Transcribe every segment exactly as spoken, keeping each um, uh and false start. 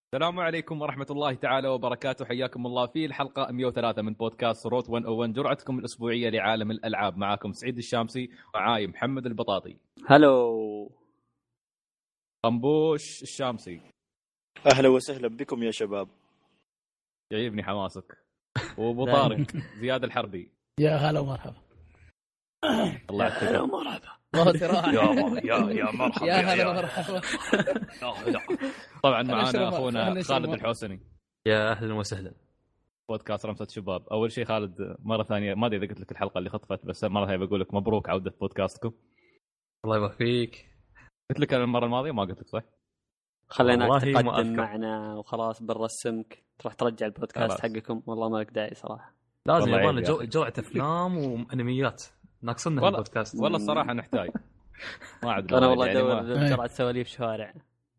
السلام عليكم ورحمة الله تعالى وبركاته. حياكم الله في الحلقة مئة وثلاثة من بودكاست روت مئة وواحد، جرعتكم الأسبوعية لعالم الألعاب. معكم سعيد الشامسي وعاي محمد البطاطي. هلو قنبوش الشامسي. أهلا وسهلا بكم يا شباب. يعيبني حماسك. وابو طارق زياد الحربي. يا هلا ومرحبا. الله يعطيك. هلا ومرحبا. يا يا يا مرحبا. يا هلا ومرحبا. طبعا معنا اخونا خالد الحوسني. يا اهلا وسهلا. بودكاست رمسة شباب. اول شيء خالد مره ثانيه ما ادري اذا قلت لك الحلقه اللي خطفت، بس مره ثانيه بقول لك مبروك عوده بودكاستكم. الله يبارك فيك. قلت لك المره الماضيه ما قلت لك صح؟ خليناك تقدم معنا وخلاص بنرسمك تروح ترجع البودكاست حقكم. والله ما لك داعي صراحه. لازم يبغى جو جوعة افلام وانميات ناقصنا البودكاست. والله الصراحه نحتاج. ما عاد انا والله ادور جرعة سواليف شوارع.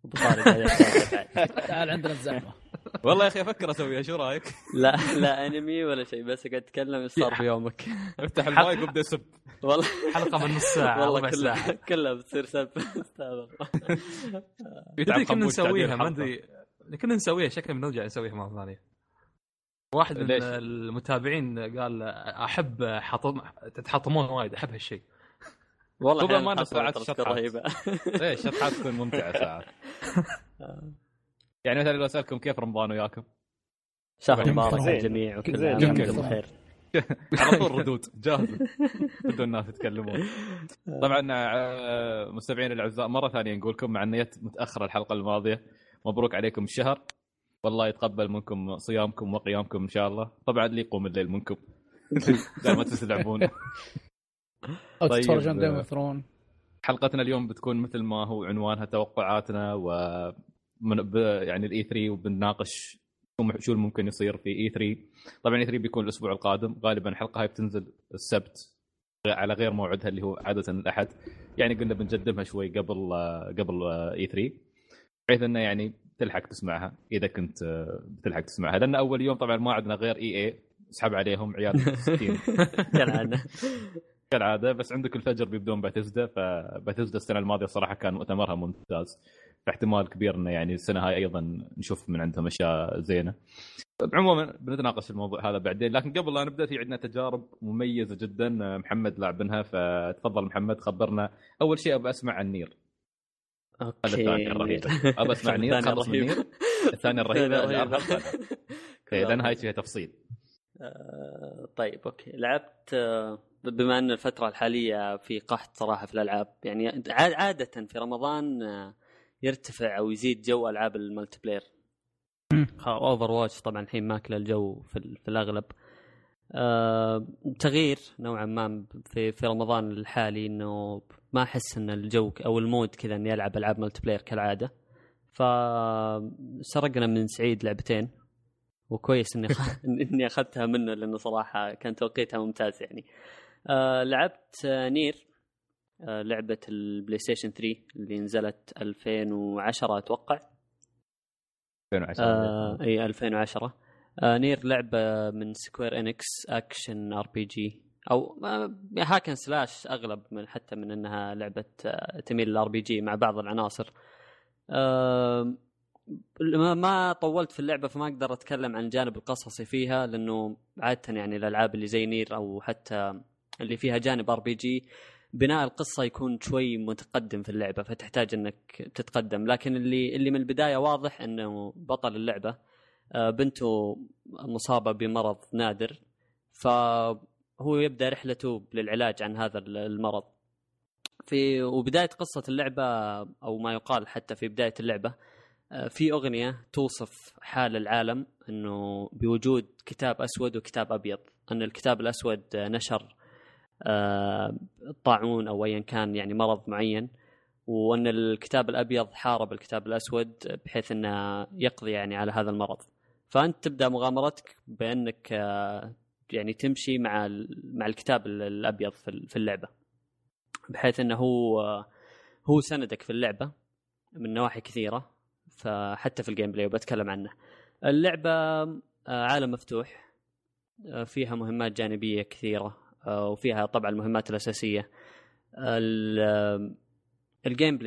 تعال عندنا الزحمه. والله يا اخي افكر اسويها، شو رايك؟ لا لا انمي ولا شيء، بس قاعد اتكلم ايش صار بيومك. افتح المايك وابدا سب. والله حلقه من نص ساعه ربع ساعه كلها بتصير سب. استغفر الله. كنا نسويها ما ادري كنا نسويها شكل بنرجع نسويها مره ثانيه. واحد من المتابعين قال احب حطم تتحطمون وايد، احب هالشيء. والله ما انا ساعات شطحات رهيبه. ايه شطحات تكون ممتعه ساعات. يعني مثلا لو اسالكم كيف رمضان وياكم؟ شهر مبارك للجميع وكل عام وانتم بخير. على طول ردود جاهزه بدون الناس يتكلمون. طبعا مستمعين الاعزاء مره ثانيه نقول لكم مع نية متاخره الحلقه الماضيه، مبروك عليكم الشهر، والله يتقبل منكم صيامكم وقيامكم ان شاء الله. طبعا اللي يقوم الليل منكم دائما تستلعبون او تتفرجون جيم اوف ثرون. حلقتنا اليوم بتكون مثل ما هو عنوانها، توقعاتنا و من يعني الاي ثلاثة، وبنناقش شو ممكن يصير في اي ثلاثة. طبعا اي ثلاثة بيكون الاسبوع القادم، غالبا الحلقه هاي بتنزل السبت على غير موعدها اللي هو عاده الاحد. يعني قلنا بنقدمها شوي قبل قبل اي ثلاثة بحيث انه يعني تلحق تسمعها اذا كنت بتلحق تسمعها، لان اول يوم طبعا ما عندنا غير اي اي اسحب عليهم عيال ستين كالعاده كالعاده. بس عندك الفجر بيبدون باتيزدا، فباتيزدا السنه الماضيه صراحه كان مؤتمرها ممتاز، فاحتمال كبير انه يعني السنه هاي ايضا نشوف من عندهم اشياء زينه. عموما بنتناقش الموضوع هذا بعدين، لكن قبل لا نبدا في عندنا تجارب مميزه جدا محمد لاعبنها، فتفضل محمد خبرنا. اول شيء ابى اسمع عن نير. اوكي الثاني الرهيب ابى اسمع نير، خلص من نير. الثاني الرهيب لان هاي فيها تفصيل. آه طيب اوكي. لعبت آه بما ان الفتره الحاليه في قحط صراحه في الالعاب، يعني عاده في رمضان آه يرتفع او يزيد جو العاب الملتي بلاير. اوفر واتش طبعا الحين ماكله الجو في, في الاغلب. آه تغيير نوعا ما في في رمضان الحالي، انه ما احس ان الجو او المود كذا اني العب العاب ملتي بلاير كالعاده. فسرقنا من سعيد لعبتين، وكويس اني اني اخذتها منه لانه صراحه كان توقيتها ممتاز. يعني آه لعبت آه نير، آه لعبه البلاي ستيشن ثلاثة اللي نزلت ألفين وعشرة اتوقع. ألفين وعشرة آه اي ألفين وعشرة. آه نير لعبه من سكوير انكس، اكشن ار بي جي او آه هاكن سلاش اغلب من حتى من انها لعبه آه تميل للار بي جي مع بعض العناصر. آه ما طولت في اللعبة فما أقدر أتكلم عن الجانب القصصي فيها، لأنه عادة يعني الألعاب اللي زي نير أو حتى اللي فيها جانب ار بي جي بناء القصة يكون شوي متقدم في اللعبة، فتحتاج أنك تتقدم. لكن اللي اللي من البداية واضح أنه بطل اللعبة بنته مصابة بمرض نادر، فهو يبدأ رحلته للعلاج عن هذا المرض. في وبداية قصة اللعبة أو ما يقال حتى في بداية اللعبة في أغنية توصف حال العالم أنه بوجود كتاب أسود وكتاب أبيض، أن الكتاب الأسود نشر الطاعون أو أيا كان يعني مرض معين، وأن الكتاب الأبيض حارب الكتاب الأسود بحيث أنه يقضي يعني على هذا المرض. فأنت تبدأ مغامرتك بأنك يعني تمشي مع مع الكتاب الأبيض في اللعبة، بحيث أنه هو هو سندك في اللعبة من نواحي كثيرة، فحتى في الجيم بلاي وبتكلم عنه. اللعبة عالم مفتوح فيها مهمات جانبية كثيرة، وفيها طبعا المهمات الأساسية. الجيم بلاي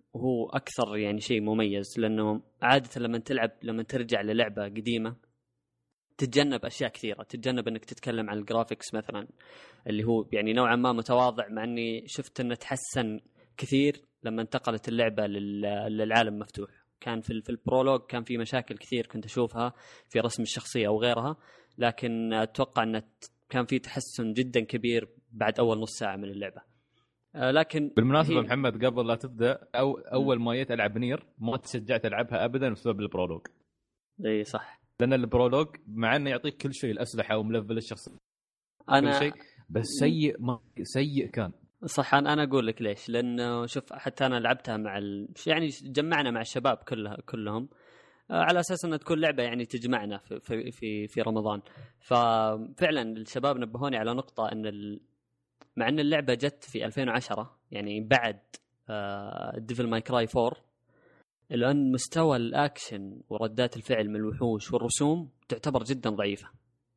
وهو اكثر يعني شيء مميز، لانه عاده لما تلعب لما ترجع للعبه قديمه تتجنب اشياء كثيره، تتجنب انك تتكلم عن الجرافيكس مثلا اللي هو يعني نوعا ما متواضع، مع اني شفت انه تحسن كثير لما انتقلت اللعبه للعالم مفتوح. كان في في البرولوج كان في مشاكل كثير كنت اشوفها في رسم الشخصيه او غيرها، لكن اتوقع ان كان في تحسن جدا كبير بعد اول نص ساعه من اللعبه. لكن بالمناسبه هي... محمد قبل لا تبدا او اول ما جيت العب نير ما تشجعت العبها ابدا بسبب البرولوج. اي صح، لان البرولوج مع انه يعطيك كل شيء، الاسلحه وملفل الشخص انا كل شيء، بس سيء ما سيء كان. صح، انا انا اقول لك ليش. لانه شوف حتى انا لعبتها مع ال... يعني جمعنا مع الشباب كلها كلهم على اساس انها تكون لعبه يعني تجمعنا في في في, في رمضان. ففعلا الشباب نبهوني على نقطه ان ال... مع ان اللعبه جت في ألفين وعشرة يعني بعد ديفل ماي كراي فور، لأن مستوى الأكشن وردات الفعل من الوحوش والرسوم تعتبر جدا ضعيفة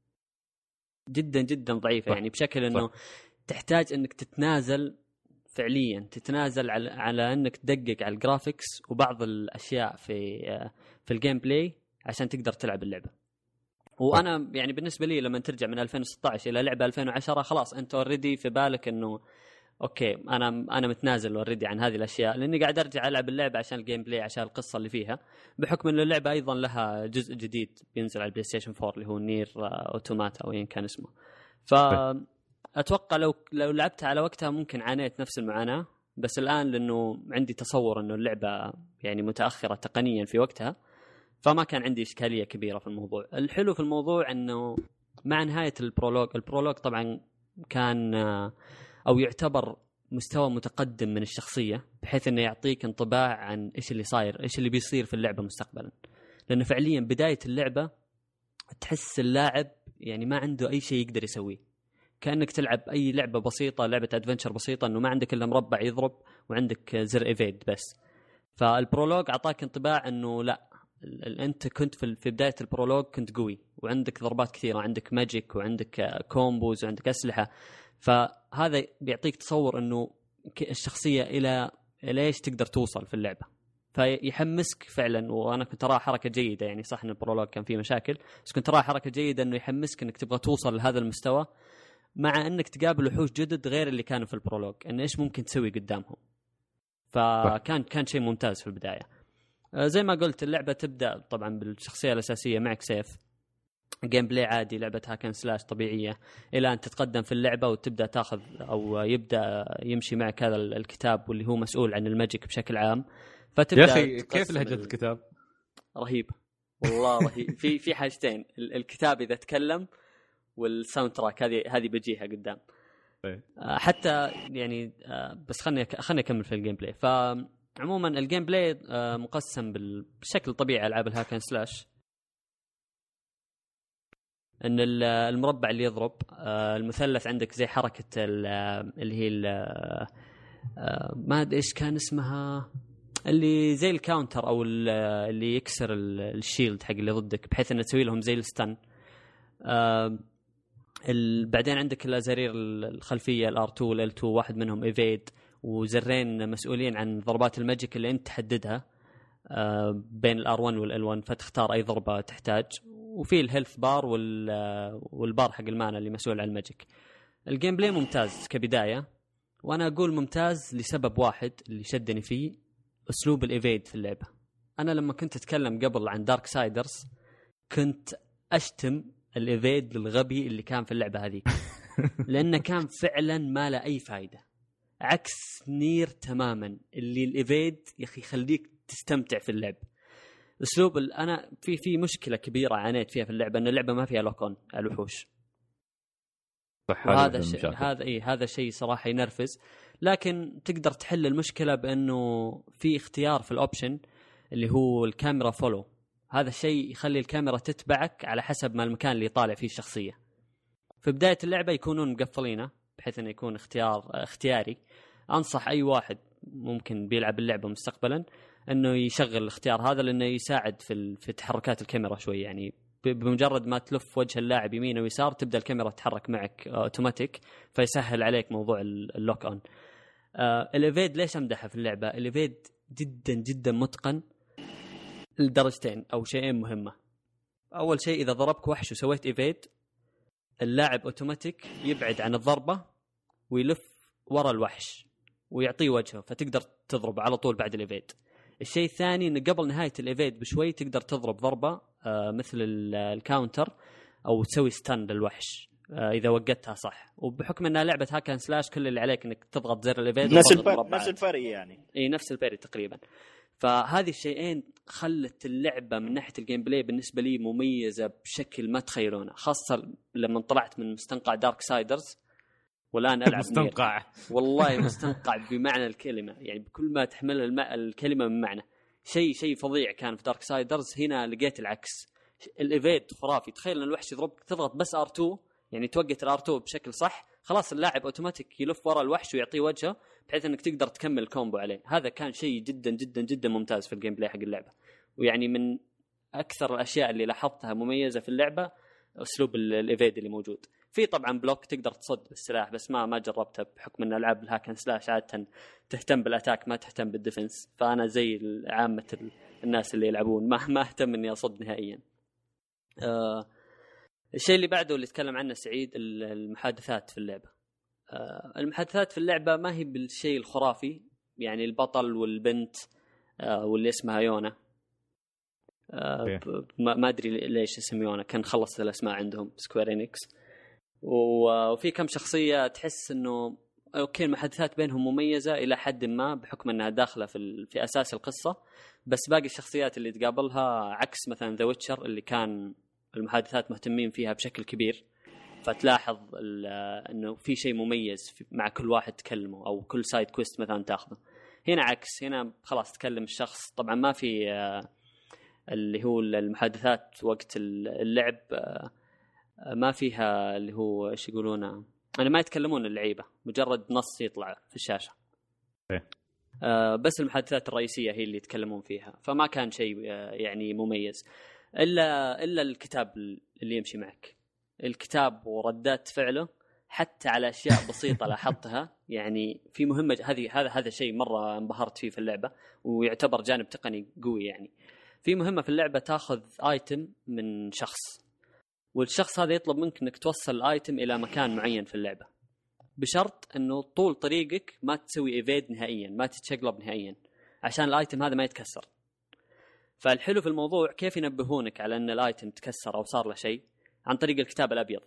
جدا جدا ضعيفة. يعني بشكل أنه صح. تحتاج أنك تتنازل فعليا، تتنازل على, على أنك تدقق على الجرافيكس وبعض الأشياء في في الجيم بلاي عشان تقدر تلعب اللعبة. وأنا يعني بالنسبة لي لما ترجع من ألفين وستة عشر إلى لعبة ألفين وعشرة خلاص أنت أوريدي في بالك أنه اوكي انا انا متنازل اوريدي عن هذه الاشياء، لاني قاعد ارجع العب اللعبه عشان الجيم بلاي، عشان القصه اللي فيها، بحكم ان اللعبه ايضا لها جزء جديد بينزل على البلاي ستيشن فور اللي هو نير اوتوماتا او ايا كان اسمه. فاتوقع لو لو لعبتها على وقتها ممكن عانيت نفس المعاناه، بس الان لانه عندي تصور انه اللعبه يعني متاخره تقنيا في وقتها، فما كان عندي اشكاليه كبيره في الموضوع. الحلو في الموضوع انه مع نهايه البرولوج، البرولوج طبعا كان أو يعتبر مستوى متقدم من الشخصية، بحيث أنه يعطيك انطباع عن إيش اللي صاير، إيش اللي بيصير في اللعبة مستقبلا. لأنه فعليا بداية اللعبة تحس اللاعب يعني ما عنده أي شيء يقدر يسويه، كأنك تلعب أي لعبة بسيطة، لعبة أدفنشر بسيطة، أنه ما عندك إلا مربع يضرب وعندك زر إيفيد بس. فالبرولوج أعطاك انطباع أنه لا، أنت كنت في بداية البرولوج كنت قوي وعندك ضربات كثيرة، عندك ماجيك وعندك كومبوز وعندك أسلحة. فهذا بيعطيك تصور انه الشخصيه الى ليش تقدر توصل في اللعبه، فيحمسك فعلا. وانا كنت ارى حركه جيده، يعني صح ان البرولوج كان فيه مشاكل، بس كنت ارى حركه جيده انه يحمسك انك تبغى توصل لهذا المستوى، مع انك تقابل وحوش جدد غير اللي كانوا في البرولوج، ان ايش ممكن تسوي قدامهم. فكان كان شيء ممتاز في البدايه. زي ما قلت اللعبه تبدا طبعا بالشخصيه الاساسيه معك سيف، جيم بلاي عادي، لعبة هاكن سلاش طبيعية، إلى أن تتقدم في اللعبة وتبدأ تأخذ أو يبدأ يمشي معك هذا الكتاب واللي هو مسؤول عن الماجيك بشكل عام. فتبدأ يا أخي كيف لهجة الكتاب؟ رهيب والله رهيب. في في حاجتين، الكتاب إذا تكلم والساوند تراك هذه هذه بجيها قدام حتى يعني. بس خلني خلني أكمل في الجيم بلاي. فعموما الجيم بلاي مقسم بالشكل الطبيعي ألعاب الهاكن سلاش، ان المربع اللي يضرب، المثلث عندك زي حركه اللي هي ما ادري ايش كان اسمها، اللي زي الكاونتر او اللي يكسر الشيلد حق اللي ضدك بحيث انه تسوي لهم زي الستان. بعدين عندك الازرير الخلفيه الار تو والال تو، واحد منهم ايفيد، وزرين مسؤولين عن ضربات الماجيك اللي انت تحددها بين الار واحد والال واحد، فتختار اي ضربه تحتاج. وفي الهيلث بار والبار حق المانا اللي مسؤول عن الماجيك. الجيم بلاي ممتاز كبداية، وأنا أقول ممتاز لسبب واحد اللي شدني فيه، أسلوب الإيفيد في اللعبة. أنا لما كنت أتكلم قبل عن دارك سايدرز كنت أشتم الإيفيد للغبي اللي كان في اللعبة هذه لأنه كان فعلا ما له أي فايدة، عكس نير تماما اللي الإيفيد يا أخي يخليك تستمتع في اللعب. اسلوب انا في في مشكله كبيره عانيت فيها في اللعبه، ان اللعبه ما فيها لوك اون على الوحوش. هذا الشيء هذا اي هذا شيء صراحه ينرفز، لكن تقدر تحل المشكله بانه في اختيار في الاوبشن اللي هو الكاميرا فولو. هذا الشيء يخلي الكاميرا تتبعك على حسب ما المكان اللي طالع فيه الشخصيه. في بدايه اللعبه يكونون مقفلينه بحيث انه يكون اختيار اختياري. انصح اي واحد ممكن بيلعب اللعبه مستقبلا انه يشغل الاختيار هذا، لانه يساعد في في تحركات الكاميرا شوي. يعني بمجرد ما تلف وجه اللاعب يمين ويسار تبدا الكاميرا تتحرك معك اوتوماتيك، فيسهل عليك موضوع اللوك اون. آه الإيفيد ليش امدحه في اللعبه؟ الإيفيد جدا جدا متقن لدرجتين او شيئين مهمه. اول شيء اذا ضربك وحش وسويت ايفيد اللاعب اوتوماتيك يبعد عن الضربه ويلف ورا الوحش ويعطيه وجهه فتقدر تضرب على طول بعد الايفيد. الشيء الثاني انه قبل نهايه الايفيد بشوي تقدر تضرب ضربه آه مثل الكاونتر او تسوي ستان للوحش آه اذا وقتها صح. وبحكم انها لعبه هاكن سلاش كل اللي عليك انك تضغط زر الايفيد نفس الفرق نفس الفرق يعني اي نفس الباري تقريبا. فهذه الشيئين خلت اللعبه من ناحيه الجيم بلاي بالنسبه لي مميزه بشكل ما تخيلونه، خاصه لما طلعت من مستنقع دارك سايدرز والآن ألعب مستنقع. والله مستنقع بمعنى الكلمة، يعني بكل ما تحمل الم... الكلمة من معنى. شيء شيء فظيع كان في دارك سايدرز، هنا لقيت العكس. الإيفيد خرافي، تخيل أن الوحش يضربك تضغط بس آر تو، يعني توقت الآر تو بشكل صح، خلاص اللاعب أوتوماتيك يلف وراء الوحش ويعطيه وجهه بحيث أنك تقدر تكمل كومبو عليه. هذا كان شيء جدا جدا جدا ممتاز في الجيم بلاي حق اللعبة، ويعني من أكثر الأشياء اللي لاحظتها مميزة في اللعبة أسلوب الإيفيد اللي موجود. في طبعا بلوك تقدر تصد بالسلاح بس ما ما جربتها بحكم ان العاب الهاكن سلاش عاده تهتم بالاتاك ما تهتم بالديفنس، فانا زي عامه الناس اللي يلعبون ما ما اهتم اني اصد نهائيا. آه الشيء اللي بعده اللي تكلم عنه سعيد المحادثات في اللعبه. آه المحادثات في اللعبه ما هي بالشيء الخرافي، يعني البطل والبنت آه واللي اسمها يونا آه ما ادري ليش اسم يونا، كان خلصت الاسماء عندهم سكوير إنكس، وفي كم شخصية تحس إنه أوكي المحادثات بينهم مميزة إلى حد ما بحكم أنها داخلة في في أساس القصة، بس باقي الشخصيات اللي تقابلها عكس مثلا ذا ويتشر اللي كان المحادثات مهتمين فيها بشكل كبير، فتلاحظ إنه في شيء مميز مع كل واحد تكلمه أو كل سايد كويست مثلا تأخذه. هنا عكس، هنا خلاص تكلم الشخص، طبعا ما في اللي هو المحادثات وقت اللعب ما فيها اللي هو ايش يقولونه، انا ما يتكلمون اللعيبه، مجرد نص يطلع في الشاشه. آه بس المحادثات الرئيسيه هي اللي يتكلمون فيها، فما كان شيء آه يعني مميز الا الا الكتاب اللي يمشي معك، الكتاب وردات فعله حتى على اشياء بسيطه لاحظتها. يعني في مهمه هذه هذا هذا شيء مره انبهرت فيه في اللعبه ويعتبر جانب تقني قوي. يعني في مهمه في اللعبه تاخذ ايتم من شخص، والشخص هذا يطلب منك انك توصل الايتم الى مكان معين في اللعبه، بشرط انه طول طريقك ما تسوي ايفيد نهائيا، ما تتشقلب نهائيا عشان الايتم هذا ما يتكسر. فالحلو في الموضوع كيف ينبهونك على ان الايتم تكسر او صار له شيء عن طريق الكتاب الابيض.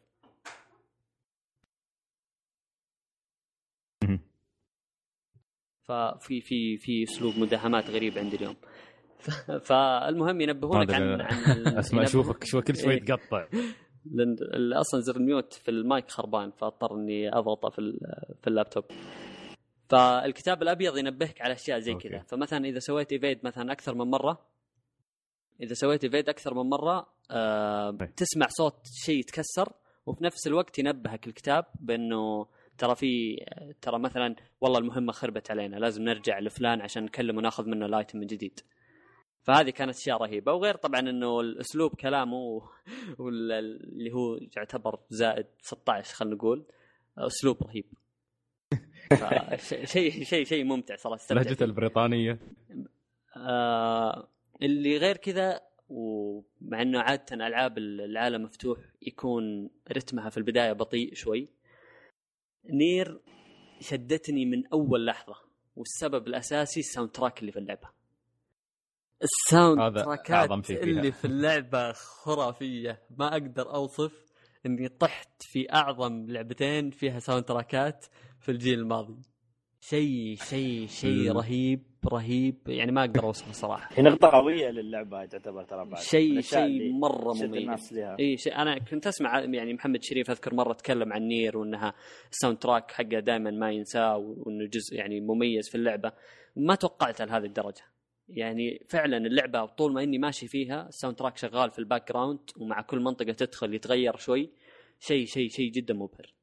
ففي في في اسلوب مداهمات غريب عندي اليوم. فالمهم ينبهونك عن عن اسمع اشوفك شو كل شوي تقطع لأن اصلا زر الميوت في المايك خربان فاضطر اني اضغطه في في اللابتوب. فالكتاب الابيض ينبهك على اشياء زي كذا. فمثلا اذا سويت ايفيد مثلا اكثر من مره اذا سويت ايفيد اكثر من مره آه تسمع صوت شيء يتكسر، وفي نفس الوقت ينبهك الكتاب بانه ترى في ترى مثلا والله المهمه خربت علينا، لازم نرجع لفلان عشان نكلمه وناخذ منه الايتم من جديد. فهذه كانت اشياء رهيبه. وغير طبعا انه الاسلوب كلامه واللي هو يعتبر زائد ستة عشر خلينا نقول اسلوب رهيب. شيء شيء شيء ممتع صراحه. لهجته البريطانيه آه اللي غير كذا، ومع انه عاده العاب العالم مفتوح يكون رتمها في البدايه بطيء شوي، نير شدتني من اول لحظه، والسبب الاساسي الساوند تراك اللي في اللعبه. الساوند تراكات اللي في اللعبة خرافية، ما أقدر أوصف إني طحت في أعظم لعبتين فيها ساوند تراكات في الجيل الماضي. شيء شيء شيء رهيب رهيب، يعني ما أقدر أوصفه صراحة. هي نقطة قوية للعبة تعتبر ترى بعد شيء شيء مرة مميز. إيه شيء أنا كنت أسمع يعني محمد شريف أذكر مرة تكلم عن نير وإنها الساوند تراك حقه دائما ما ينساه وإنه جزء يعني مميز في اللعبة. ما توقعت لهذه الدرجة. يعني فعلا اللعبة طول ما إني ماشي فيها الساوند تراك شغال في الباك جراوند، ومع كل منطقة تدخل يتغير شوي. شيء شيء شيء جدا مبهر.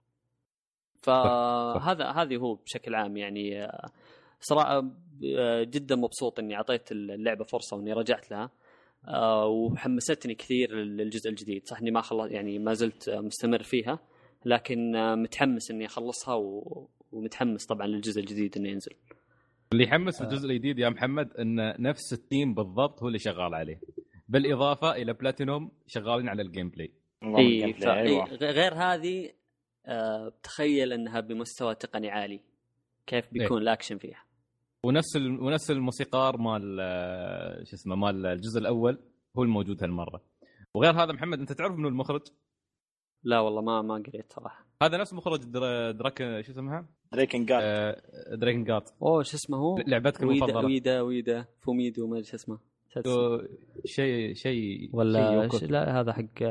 فهذا هذه هو بشكل عام. يعني صراحة جدا مبسوط إني عطيت اللعبة فرصة وإني رجعت لها، وحمستني كثير للجزء الجديد. صح إني ما خلص يعني ما زلت مستمر فيها، لكن متحمس إني أخلصها ومتحمس طبعا للجزء الجديد إنه ينزل. اللي يحمس في الجزء الجديد يا محمد ان نفس التيم بالضبط هو اللي شغال عليه، بالاضافه الى بلاتينوم شغالين على الجيم بلاي. اي ف... أيوة. غير هذه أه... تخيل انها بمستوى تقني عالي، كيف بيكون إيه؟ الاكشن فيها. ونفس ال... ونفس الموسيقار مال شو اسمه مال الجزء الاول هو الموجود هالمره. وغير هذا محمد انت تعرف منو المخرج؟ لا والله ما ما قريت صراحه. هذا نفس مخرج در... دراك شو اسمها دريكنجارد. آه... دريكنجارد. اوه شو اسمه هو لعبتك المفضله ويدا ويدا فوميدو ما ادري شو اسمه شيء شيء ولا شي لا هذا حق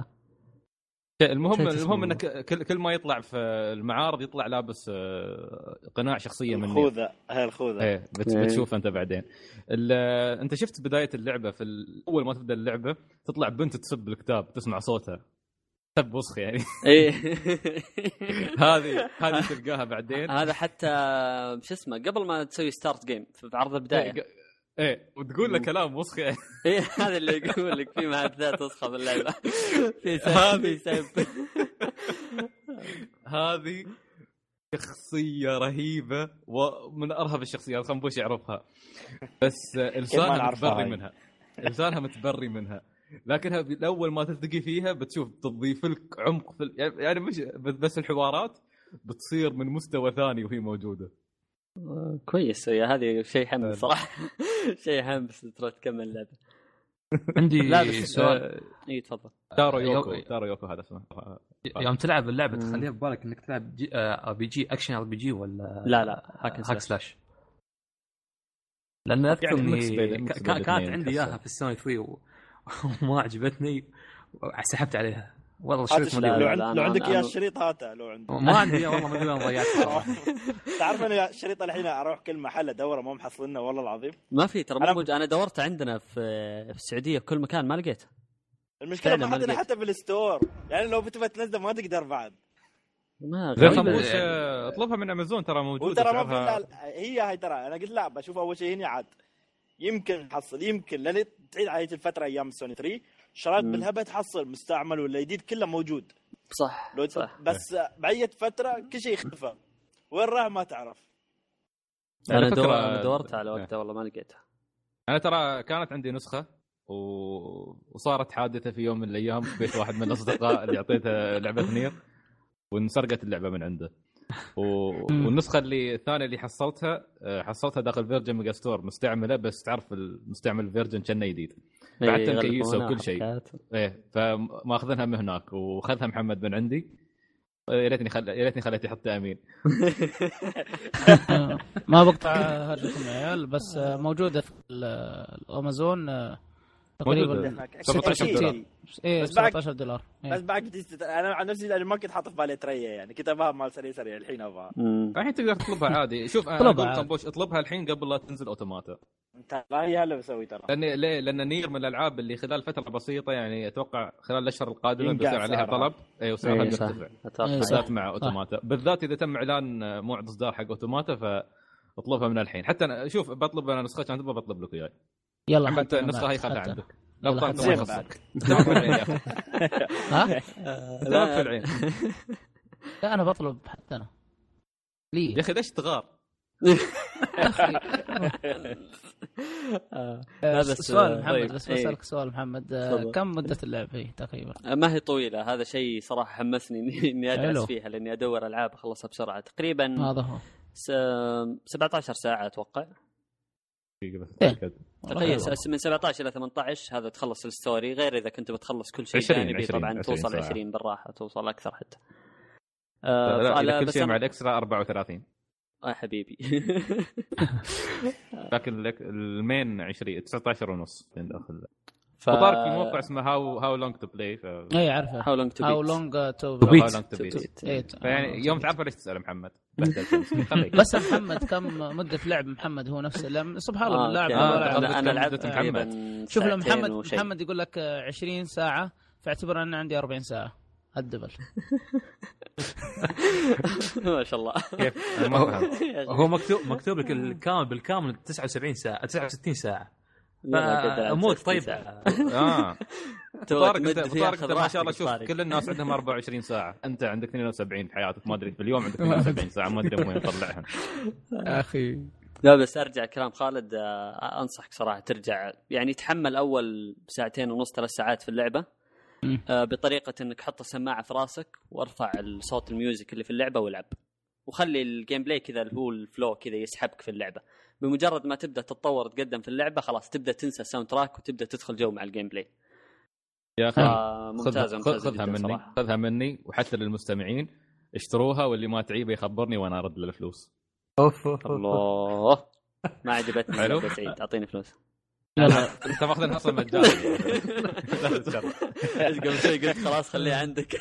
المهم المهم انك كل كل ما يطلع في المعارض يطلع لابس قناع شخصيه من الخوذه. هاي الخوذه ايه بتشوف انت بعدين. انت شفت بدايه اللعبه في اول ما تبدا اللعبه تطلع بنت تسب الكتاب تسمع صوتها سب وسخ يعني. ايه هذه هذه تلقاها بعدين. هذا حتى شو اسمه قبل ما تسوي ستارت جيم في عرض البدايه ايه وتقول له كلام وسخ. ايه هذا اللي يقول لك في محادثات وسخه باللعبه. هذه هذه شخصيه رهيبه ومن ارهب الشخصيات خنبوش يعرفها، بس لسانها متبري منها لسانها متبري منها لكنها بالاول ما تلتقي فيها بتشوف تضيف لك عمق في يعني مش بس الحوارات بتصير من مستوى ثاني وهي موجوده. كويس يا هذه شيء حمس صراحه. شيء حمس ترى تكمل اللعبه. عندي سؤال. اي تفضل. تارو يوكو تارو يوكو هذا اسمه. يوم تلعب اللعبه تخليها ببالك انك تلعب ار بي جي اكشن ار بي جي ولا لا لا هاك هاك سلاش؟ لان اذكر يعني كانت عندي اياها في السوني ثري وما عجبتني سحبت عليها والله. الشريط لو, لو, لو عندك اياه الشريط هاته لو عندك ما عندي اياه والله ما ادري وين ضيعته. تعرف انا الشريط الحين اروح كل محل ادوره ما محصلنا والله العظيم ما في ترى موجود. انا دورت عندنا في في السعوديه في كل مكان ما لقيت. المشكله ما عندنا حتى بالستور يعني لو بتبغى تنزل ما تقدر بعد. ما غير اطلبها من امازون ترى موجوده ترى ما في. هي هاي ترى انا قلت لا بشوف اول شيء هنا عاد يمكن تحصل يمكن لين تعيد على الفتره ايام السوني ثري شرايط بالهبه تحصل مستعمل ولا جديد كله موجود صح, لو صح. بس بعيد فتره كل شيء اختفى وين راح ما تعرف. انا دور دورت على وقتها والله ما لقيتها. انا ترى كانت عندي نسخه و... وصارت حادثه في يوم من الايام في بيت واحد من الاصدقاء اللي اعطيته لعبه نير وانسرقت اللعبه من عنده و... والنسخه اللي الثانيه اللي حصلتها حصلتها داخل فيرجن ميجا ستور مستعمله بس تعرف المستعمل فيرجن كأنه جديد بعد تنكيسه وكل شيء. ايه فماخذنها من هناك وخذها محمد من عندي. يا ريتني خل... يا ريتني خليته يحط امين. ما بقطع هرجكم يا عيال بس موجوده في الامازون تقريبا سبعة عشر دولار. ايه سبعة عشر دولار. بس بعد تست... انا عن نفسي لأن ما كنت حاطه في بالي تريه يعني كنت ابغاها مال سريع سريع الحين ابغاها. الحين تقدر تطلبها عادي. شوف انا اقول كمبوش اطلبها الحين قبل لا تنزل اوتوماتا. انت لا هي هلا بسوي ترى لان ليه لان نير من الالعاب اللي خلال فتره بسيطه يعني اتوقع خلال الاشهر القادمه بيصير عليها طلب. اي وسعرها بيرتفع بالذات مع اوتوماتا بالذات اذا تم اعلان موعد اصدار حق اوتوماتا فاطلبها من الحين. حتى أنا شوف بطلب انا نسختي عندي بطلب لك اياها. يلا حتى النسخه هي خلها عندك. لا طاق زين ها لا في العين. لا انا بطلب حتى انا ليه يا اخي ليش تغار؟ هذا السؤال محمد بس بسألك سؤال محمد كم مدة اللعبة هي تقريبا؟ ما هي طويلة. هذا شيء صراحة حمسني اني ادرس فيها لاني ادور العاب اخلصها بسرعة تقريبا. هذا هو سبعة عشر ساعة اتوقع تقريبا من سبعة عشر الى ثمانية عشر. هذا تخلص الستوري غير اذا كنت بتخلص كل شيء جانبي طبعا توصل عشرين بالراحه توصل اكثر حتى. آه على كل شيء مع الاكسترا أربعة وثلاثين. اه حبيبي. لكن المين عشرين تسعة عشر ونص من داخل. فطارك في موقع اسمه هاو هاو لونج تو بلاي. ف... اي عارفه هاو لونج تو هاو لونج تو بيت. يعني يوم تعرف ليش تسال محمد. بس محمد كم مده لعب محمد هو نفسه سبحان الله اللاعب. انا لعبت تقريبا شوف لو محمد محمد يقول لك عشرين ساعه فاعتبر ان عندي أربعين ساعه الدبل. ما شاء الله. هو مكتوب مكتوب لك الكامل بالكامل تسعة وسبعين ساعه تسعة وستين ساعه. اموت طيب. اه طارق طارق ما شاء الله شوف كل الناس عندهم أربعة وعشرين ساعه انت عندك اثنين وسبعين في حياتك ما ادري باليوم عندك اثنين وسبعين ساعه ما ادري وين تطلعها اخي. لا بس ارجع كلام خالد، انصحك صراحه ترجع يعني تحمل اول ساعتين ونص ثلاث ساعات في اللعبه بطريقه انك حط السماعه في راسك وارفع الصوت الميوزك اللي في اللعبه والعب، وخلي الجيم بلاي كذا اللي هو الفلو كذا يسحبك في اللعبه. بمجرد ما تبدا تتطور تقدم في اللعبه خلاص تبدا تنسى الساوند تراك وتبدا تدخل جو مع الجيم بلاي. يا اخي ممتازه ممتازه خذها مني صراحة. خذها مني وحتى للمستمعين اشتروها، واللي ما تعيبه يخبرني وانا ارد له الفلوس. اوف الله ما عجبتني اللعبه سعيد، اعطيني فلوس. انت ماخذها اصلا مجانا. لا تتشرف. ايش قبل شوي قلت خلاص خليها عندك.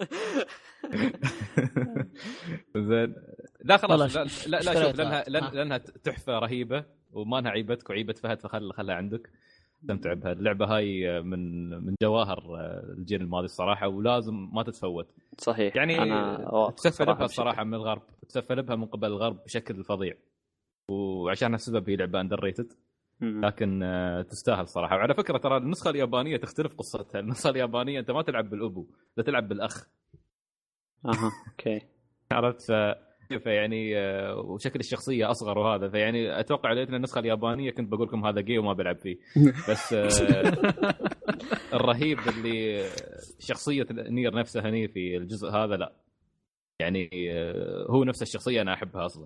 زين لا خلاص لا لا, لا شوف لانها لانها تحفه رهيبه وما لها عيبتك وعيبه فهد، فخل خلها عندك استمتع بها. اللعبه هاي من من جواهر الجيل الماضي الصراحه، ولازم ما تتفوت. صحيح يعني انا تسفلبها الصراحه من الغرب، تسفلبها من قبل الغرب بشكل فظيع، وعشان هالسبب هي لعبه اندر ريتد لكن تستاهل صراحه. وعلى فكره ترى النسخه اليابانيه تختلف قصتها. النسخه اليابانيه انت ما تلعب بالابو، لا تلعب بالاخ. اها اوكي عرفت؟ فيعني وشكل الشخصيه اصغر وهذا، فيعني اتوقع لو النسخه اليابانيه كنت بقول لكم هذا جي وما بلعب فيه. بس الرهيب اللي شخصيه نير نفسها هني في الجزء هذا، لا يعني هو نفس الشخصيه انا احبها اصلا.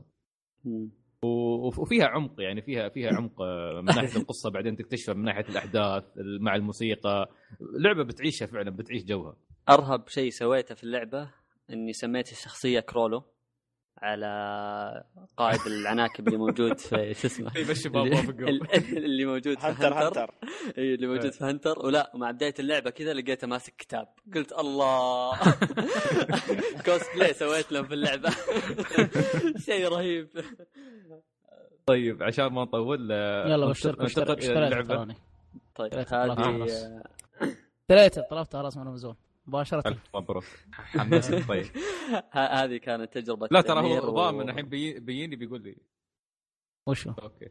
وفيها عمق، يعني فيها فيها عمق من ناحيه القصه، بعدين تكتشفها من ناحيه الاحداث مع الموسيقى. لعبه بتعيشها فعلا، بتعيش جوها. ارهب شيء سويته في اللعبه اني سميت الشخصيه كرولو على قائد العناكب اللي موجود في شو اسمه اللي موجود في هنتر هنتر اي اللي موجود في هنتر. ولا مع بدايه اللعبه كذا لقيته ماسك كتاب، قلت الله كوسبلاي سويت لهم في اللعبه. شيء رهيب. طيب عشان ما نطول يلا بشترك اشتريت اللعبه. طيب هذه اشتريتها طلبتها خلاص من امازون مباشرة. مبروك حمست. طيب هذه كانت تجربة. لا ترى هو ضامن الحين بيجيني بيقول لي وشو اوكي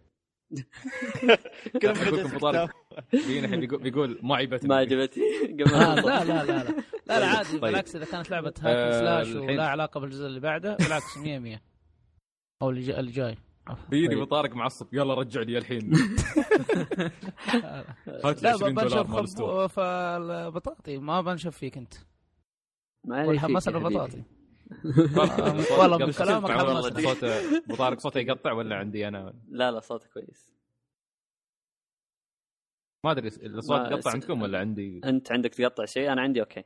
كيف مطالب بيجيني الحين بيقول بيقول ما عجبتني ما عجبتني لا لا لا لا لا لا عادي. بالعكس اذا كانت لعبة هاك سلاش ولا علاقة بالجزء اللي بعده بالعكس مية مية او اللي جاي بيجيني بطارق معصب يلا رجع لي الحين. لا بنشوف فالبطاطي ما بنشوف فيك انت والحماس البطاطي. والله بكلامك حماس. صوت بطارق صوته يقطع ولا عندي انا؟ لا لا صوته كويس. ما ادري الصوت يقطع عندكم ولا عندي؟ انت عندك تقطع شيء، انا عندي اوكي.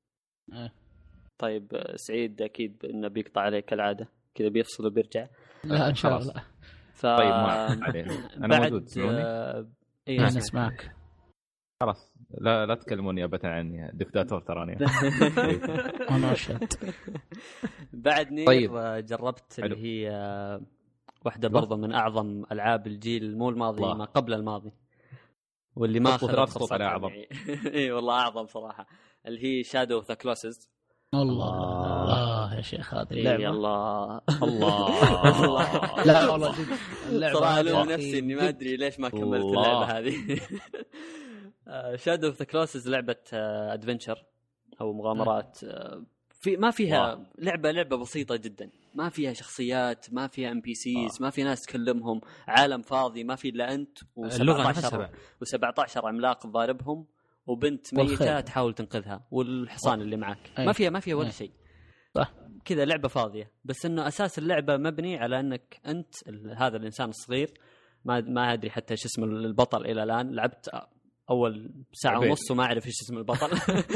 طيب سعيد اكيد انه بيقطع عليك كالعاده كذا بيفصل وبيرجع. لا ان شاء الله. ف... طيب ما عليه انا موجود. تسمعوني؟ آه... اي انا اسمعك. خلاص لا لا تكلموني ابدا عني دكتاتور تراني. انا اشهد. بعد نير طيب. جربت اللي هي واحده برضه من اعظم العاب الجيل مو الماضي الله. ما قبل الماضي واللي ما اخذت فرصه على اعظم. اي والله اعظم صراحه اللي هي شادو اوف ذا كلوسز. الله الله يا شيخ هذه اللعبه. الله الله لا والله جد اللعبه صراحه لوم نفسي اني ما ادري ليش ما كملت اللعبه هذه. شادو اوف ذا كلوسز لعبه ادفنتشر او مغامرات. في ما فيها لعبه لعبه بسيطه جدا، ما فيها شخصيات، ما فيها ام بي سيز، ما في ناس تكلمهم، عالم فاضي ما في الا انت وسبعة عشر عملاق ضاربهم وبنت ميتة تحاول تنقذها والحصان اللي معك. ما فيها ما فيها ولا شيء. صح كذا لعبة فاضية. بس انه اساس اللعبة مبني على انك انت هذا الانسان الصغير ما ما ادري حتى ايش اسم البطل الى الان. لعبت اول ساعة ونص وما اعرف ايش اسم البطل.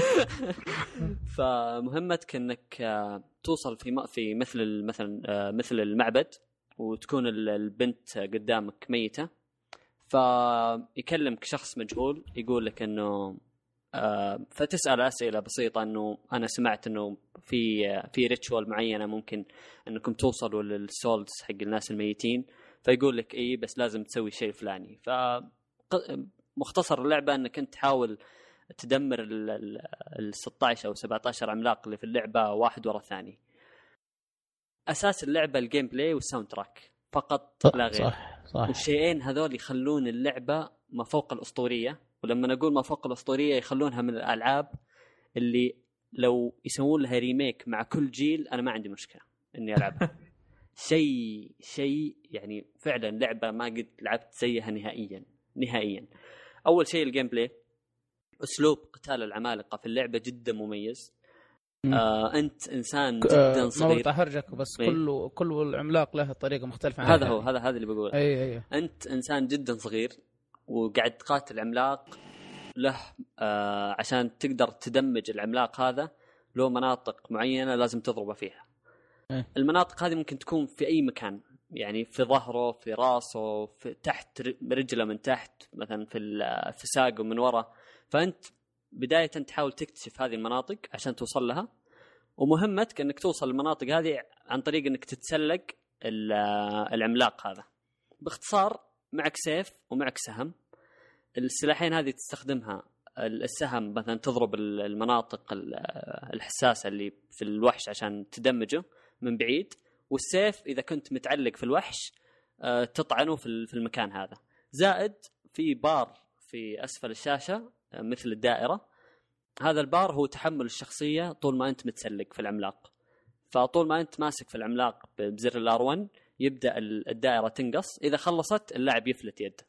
فمهمتك انك توصل في في مثل مثلا مثل المعبد وتكون البنت قدامك ميتة، فيكلمك شخص مجهول يقول لك انه آه فتسأل أسئلة بسيطة انه انا سمعت انه في في ريتشوال معينة ممكن انكم توصلوا للسولز حق الناس الميتين، فيقول لك ايه بس لازم تسوي شيء فلاني. فمختصر اللعبة انك انت تحاول تدمر ال ستة عشر او سبعة عشر عملاق اللي في اللعبة واحد ورا الثاني. اساس اللعبة الجيم بلاي والساوند تراك فقط لا غير. صح صح. والشيئين هذول يخلون اللعبة ما فوق الأسطورية. ولما نقول ما فوق الأسطورية يخلونها من الألعاب اللي لو يسوون لها ريميك مع كل جيل أنا ما عندي مشكلة إني ألعبها. شيء شيء يعني فعلا لعبه ما قد لعبت زيها نهائيا نهائيا. اول شيء الجيم بلاي، اسلوب قتال العمالقه في اللعبه جدا مميز. آه انت انسان جدا آه صغير، ما بطهرجك بس إيه؟ كل كل العملاق له طريقه مختلفه عن هذا هو هذا هذا اللي بقوله. اي اي انت انسان جدا صغير وقاعد تقاتل عملاق له آه عشان تقدر تدمج العملاق هذا له مناطق معينه لازم تضربه فيها. إيه؟ المناطق هذه ممكن تكون في اي مكان، يعني في ظهره، في راسه، في تحت رجله من تحت، مثلا في في ساقه من ورا. فانت بدايه تحاول تكتشف هذه المناطق عشان توصل لها، ومهمتك انك توصل المناطق هذه عن طريق انك تتسلق العملاق هذا. باختصار معك سيف ومعك سهم، السلاحين هذه تستخدمها. السهم مثلا تضرب المناطق الحساسه اللي في الوحش عشان تدمجه من بعيد، والسيف اذا كنت متعلق في الوحش تطعنه في المكان هذا. زائد في بار في اسفل الشاشه مثل الدائره، هذا البار هو تحمل الشخصيه طول ما انت متسلق في العملاق. فطول ما انت ماسك في العملاق بزر الار واحد يبدا الدائره تنقص، اذا خلصت اللاعب يفلت يده.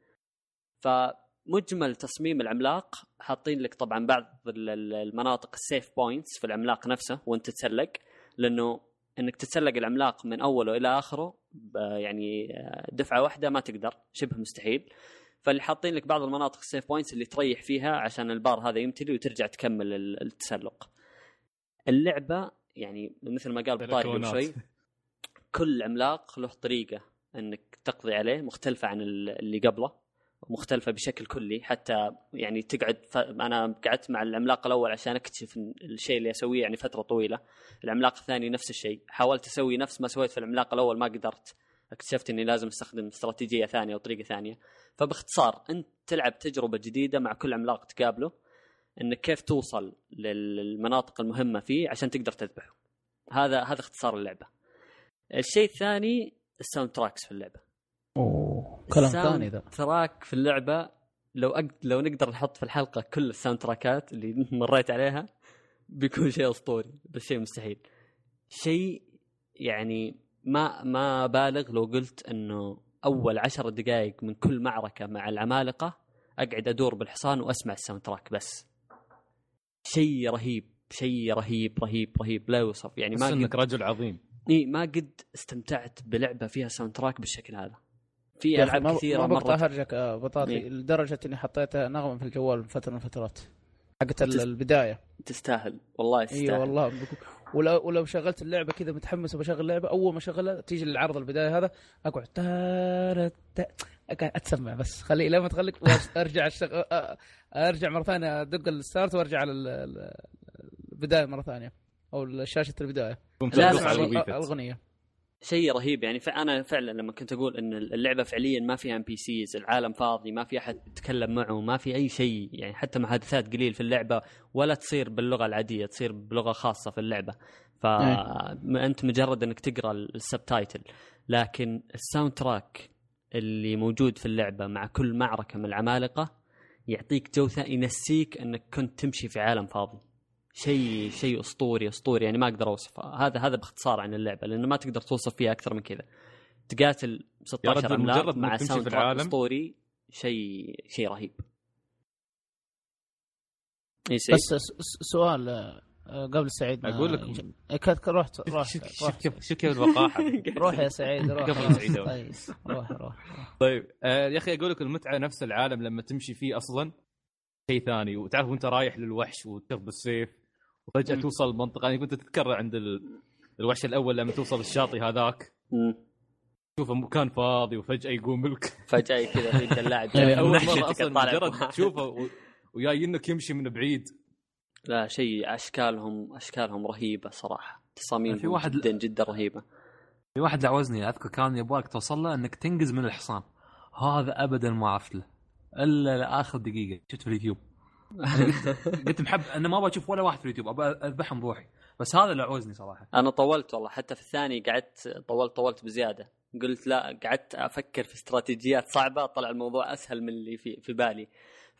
فمجمل تصميم العملاق حاطين لك طبعا بعض المناطق السيف بوينتس في العملاق نفسه وانت تتسلق، لانه انك تتسلق العملاق من اوله الى اخره يعني دفعه واحده ما تقدر، شبه مستحيل. فاللي حاطين لك بعض المناطق السيف بوينتس اللي تريح فيها عشان البار هذا يمتلي وترجع تكمل التسلق. اللعبه يعني مثل ما قال بطارق قبل شوي، كل عملاق له طريقه انك تقضي عليه مختلفه عن اللي قبله، مختلفه بشكل كلي. حتى يعني تقعد ف... انا قعدت مع العملاق الاول عشان اكتشف الشيء اللي اسويه يعني فتره طويله. العملاق الثاني نفس الشيء، حاولت اسوي نفس ما سويت في العملاق الاول ما قدرت، اكتشفت اني لازم استخدم استراتيجيه ثانيه او طريقه ثانيه. فباختصار انت تلعب تجربه جديده مع كل عملاق تقابله، انك كيف توصل للمناطق المهمه فيه عشان تقدر تذبحه. هذا هذا اختصار اللعبه. الشيء الثاني الساوند تراكس في اللعبه. اوه كلام ثاني ذا. تراك في اللعبه لو أقد... لو نقدر نحط في الحلقه كل الساوند تراكات اللي مريت عليها بيكون شيء اسطوري، بس شيء مستحيل. شيء يعني ما ما بالغ لو قلت انه اول عشر دقائق من كل معركه مع العمالقه اقعد ادور بالحصان واسمع الساوند تراك بس. شيء رهيب، شيء رهيب رهيب رهيب لا يوصف. يعني ما انك رجل عظيم. اي ما قد استمتعت بلعبه فيها ساوند تراك بالشكل هذا. في العاب ما كثيره ما مره هرجك بطاطي إيه؟ لدرجه اني حطيتها نغمه في الجوال من فتره من فترات حقت تست... البدايه. تستاهل والله تستاهل. اي والله. ولو ولو شغلت اللعبه كذا متحمس وبشغل اللعبه، اول ما شغلها تيجي العرض البدايه هذا اقعد تارت اقعد اتسمع بس خلي لما تخليك ارجع الشغ... ارجع مره ثانيه ادق الستارت وارجع على البدايه مره ثانيه او شاشه البدايه الاغنيه. شيء رهيب يعني. فانا فعلا لما كنت اقول ان اللعبه فعليا ما فيها ام بي سيز، العالم فاضي، ما في احد يتكلم معه، ما في اي شيء يعني، حتى محادثات قليل في اللعبه ولا تصير باللغه العاديه، تصير بلغه خاصه في اللعبه. فانت مجرد انك تقرا السبتايتل. لكن الساوند تراك اللي موجود في اللعبه مع كل معركه من العمالقه يعطيك جو ثاني، ينسيك انك كنت تمشي في عالم فاضي. شيء شيء اسطوري اسطوري يعني، ما اقدر اوصفه. هذا هذا باختصار عن اللعبه، لانه ما تقدر توصف فيها اكثر من كذا. تقاتل ستة عشر عملاق مع ساوند تراك اسطوري، شيء شيء رهيب. بس سؤال قبل سعيد اقول لك كذا رحت رحت شوف كيف شوف كيف الوقاحه. روح يا سعيد روح قبل سعيد. طيب روح روح. طيب آه يا اخي اقول لك المتعه نفس العالم لما تمشي فيه اصلا شيء ثاني. وتعرف وانت رايح للوحش وتاخذ السيف وفجاه م. توصل منطقه. انا يعني كنت تتكرر عند الوحش الاول لما توصل الشاطئ هذاك تشوفه مكان فاضي وفجاه يقوم لك فجاه كذا في اللاعب يعني اول مره اصلا مجرد تشوفه وجايينك يمشي من بعيد. لا شيء اشكالهم اشكالهم رهيبه صراحه، تصاميمهم في واحد جدا ل... جدا رهيبه. في واحد لعوزني اذكر كان يبغاك توصل له انك تنقز من الحصان، هذا ابدا ما عرفت له الا لاخر دقيقه شفت في اليوتيوب. قلت محب انا ما بشوف ولا واحد في اليوتيوب ابى اذبحهم بروحي، بس هذا اللي عوزني صراحه. انا طولت والله، حتى في الثاني قعدت طولت طولت بزياده. قلت لا، قعدت افكر في استراتيجيات صعبه، طلع الموضوع اسهل من اللي في في بالي.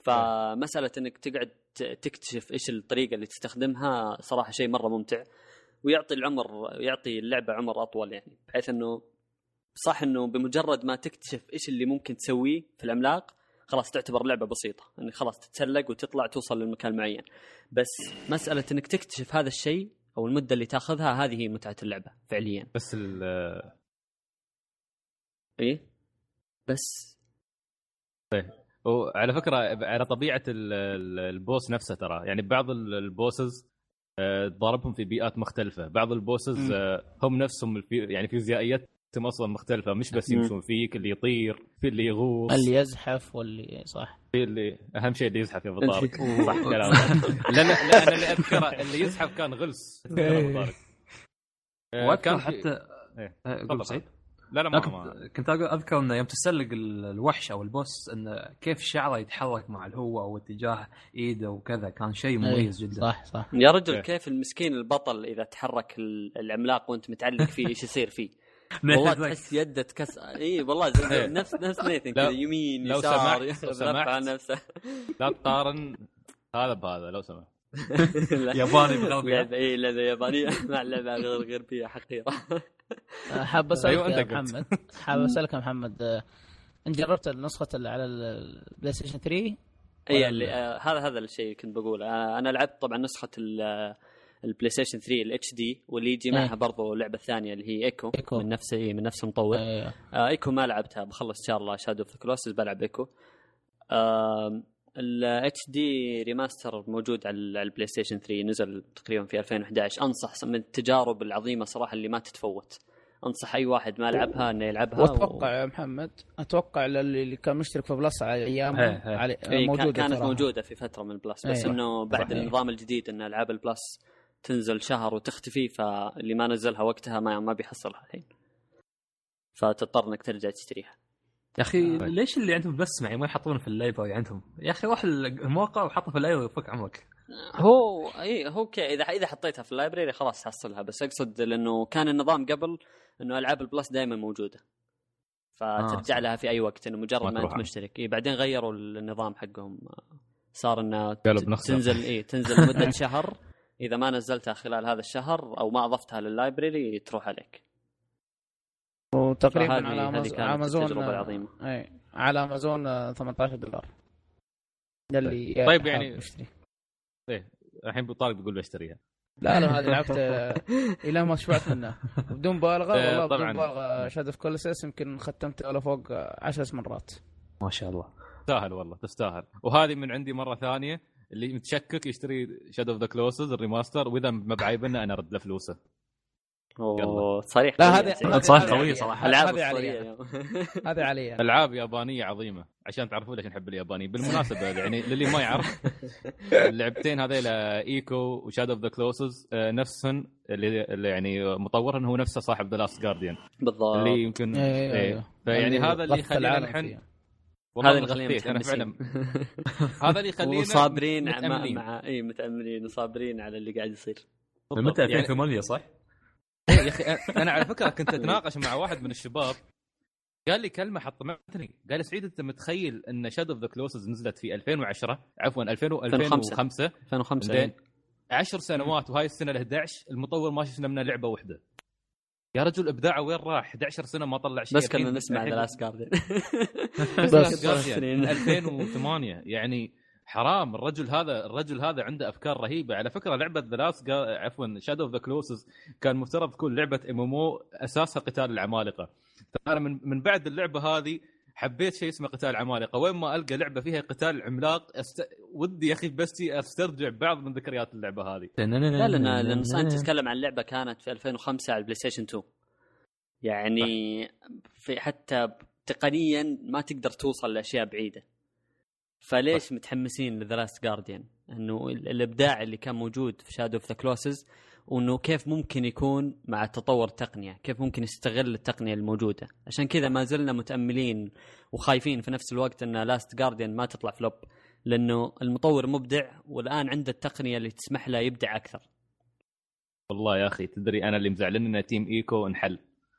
فمساله انك تقعد تكتشف ايش الطريقه اللي تستخدمها صراحه شيء مره ممتع. ويعطي العمر يعطي اللعبه عمر اطول يعني بحيث انه صح انه بمجرد ما تكتشف ايش اللي ممكن تسويه في العملاق خلاص تعتبر لعبه بسيطه يعني خلاص تتسلق وتطلع توصل للمكان معين بس مساله انك تكتشف هذا الشيء او المده اللي تاخذها هذه هي متعه اللعبه فعليا. بس ال ايه بس وعلى فكره على طبيعه البوس نفسه ترى يعني بعض البوسز ضاربهم في بيئات مختلفه بعض البوسز هم نفسهم يعني فيزيائيات اصلا مختلفه مش بس يمشون فيك اللي يطير في اللي يغوص اللي يزحف واللي صح في اللي اهم شيء اللي يزحف يا ابو طارق صح كلام لا لا انا اللي اذكره اللي يزحف كان غلس ابو طارق وكان حتى قبل سعيد لا لا ما كنت, كنت اذكر انه يوم تسلق الوحش او البوس انه كيف شعره يتحرك مع الهواء او اتجاه ايده وكذا كان شيء مميز جدا. صح صح يا رجل كيف المسكين البطل اذا تحرك العملاق وانت متعلق فيه ايش يصير فيه والله تحس يده كس اي والله زي نفس نفس نيثن كذا يمين يسار يرفع على نفسه. لا تقارن هذا بهذا لو سمحت. ياباني بغربي اي لا يابانيه مع اللعبه غير غربيه حقيره. حاب اسالك يا محمد حاب اسالك يا محمد انت جربت النسخه اللي على البلاي ستيشن ثري؟ اي اللي آه هذا هذا الشيء كنت بقوله انا, أنا لعبت طبعا نسخه البلاي ستيشن ثري الاتش دي واللي يجي معها برضو اللعبه الثانيه اللي هي ايكو, إيكو. من نفس من نفس المطور. أيه. آه ايكو ما لعبتها بخلص ان شاء الله شادو اوف ذا كلوسز بلعب ايكو. آه الاتش دي ريماستر موجود على البلاي ستيشن ثري نزل تقريبا في ألفين وإحدى عشر انصح من التجارب العظيمه صراحه اللي ما تتفوت انصح اي واحد ما لعبها انه يلعبها. واتوقع يا و... محمد اتوقع اللي كان مشترك في بلس على ايام علي... موجوده كانت صراحة. موجوده في فتره من البلس بس أيه. انه بعد أيه. النظام الجديد ان العاب البلس تنزل شهر وتختفي فاللي ما نزلها وقتها ما ما بيحصلها الحين فتضطر انك ترجع تشتريها. يا اخي آه. ليش اللي عندهم بس معي ما يحطونه في اللايبرري عندهم يا اخي روح الموقع وحطه في اللايبرري وفك عمرك. هو اي هو كي اذا اذا حطيتها في اللايبرري خلاص تحصلها بس اقصد لانه كان النظام قبل انه العاب البلس دائما موجوده فترجع آه. لها في اي وقت انه مجرد ما انت مشترك. إيه بعدين غيروا النظام حقهم صار انه تنزل ايه تنزل مده شهر اذا ما نزلتها خلال هذا الشهر او ما اضفتها لللايبرري تروح عليك. وتقريبا على امازون اي على امازون ثمانية عشر دولار ده اللي طيب يعني مشتري. ايه الحين ابو طارق بيقول بشتريها. لا لا هذه لعبت الى ما شبعت منها بدون مبالغه والله بدون مبالغه. شادو اوف كولوسس يمكن ختمت ولا فوق عشر مرات ما شاء الله. تستاهل والله تستاهل. وهذه من عندي مره ثانيه اللي متشكك يشتري شادو اوف ذا كلوسز الريماستر واذا ما بعيبنا انا ارد له فلوسه. اوه صريح. لا هذه صح قويه صراحه. العاب هذه علي العاب يابانيه عظيمه عشان تعرفوا ليش نحب الياباني. بالمناسبه يعني للي ما يعرف اللعبتين هذيل ايكو وشادو اوف ذا كلوسز نفسهم اللي, اللي يعني مطورهم هو نفسه صاحب ذا لاست جارديان بالضبط اللي يمكن ايه ايه. فيعني هذا اللي يخلينا نحن هذا اللي يخلينا انا فعلا هذا اللي يخلينا صابرين مع, مع اي متاملين وصابرين على اللي قاعد يصير. متى ألفين وثمانية صح؟ يا اخي انا على فكره كنت اتناقش مع واحد من الشباب قال لي كلمه حطمتني. قال سعيد انت متخيل ان شادو اوف ذا كلوسز نزلت في ألفين وعشرة عفوا ألفين وخمسة ألفين وخمسة عشر سنوات وهاي السنه ال إحدى عشر المطور ما شفنا منه لعبه واحده. يا رجل ابداعه وين راح؟ إحدى عشر سنه ما طلع شيء بس كنا نسمع ذا لاست جارديان بس ألفين وثمانية يعني حرام. الرجل هذا الرجل هذا عنده افكار رهيبه. على فكره لعبه ذا لاست عفوا شادو اوف ذا كلوسز كان مفترض تكون لعبه ام ام او اساسها قتال العمالقه. انا من من بعد اللعبه هذه حبيت شيء اسمه قتال العمالقه. وين ما القى لعبه فيها قتال عملاق أست... ودي يا اخي بس استرجع بعض من ذكريات اللعبه هذه. لا لان لان انت تتكلم عن لعبه كانت في ألفين وخمسة على البلاي ستيشن تو يعني في حتى تقنيا ما تقدر توصل لاشياء بعيده. فليش متحمسين لذا لاست جارديان؟ انه الابداع اللي كان موجود في شادو اوف ذا كلوسز وانه كيف ممكن يكون مع تطور التقنيه كيف ممكن يستغل التقنيه الموجوده. عشان كذا ما زلنا متاملين وخايفين في نفس الوقت ان لاست جارديان ما تطلع فلوب لانه المطور مبدع والان عنده التقنيه اللي تسمح له يبدع اكثر. والله يا اخي تدري انا اللي مزعلني ان تيم ايكو انحل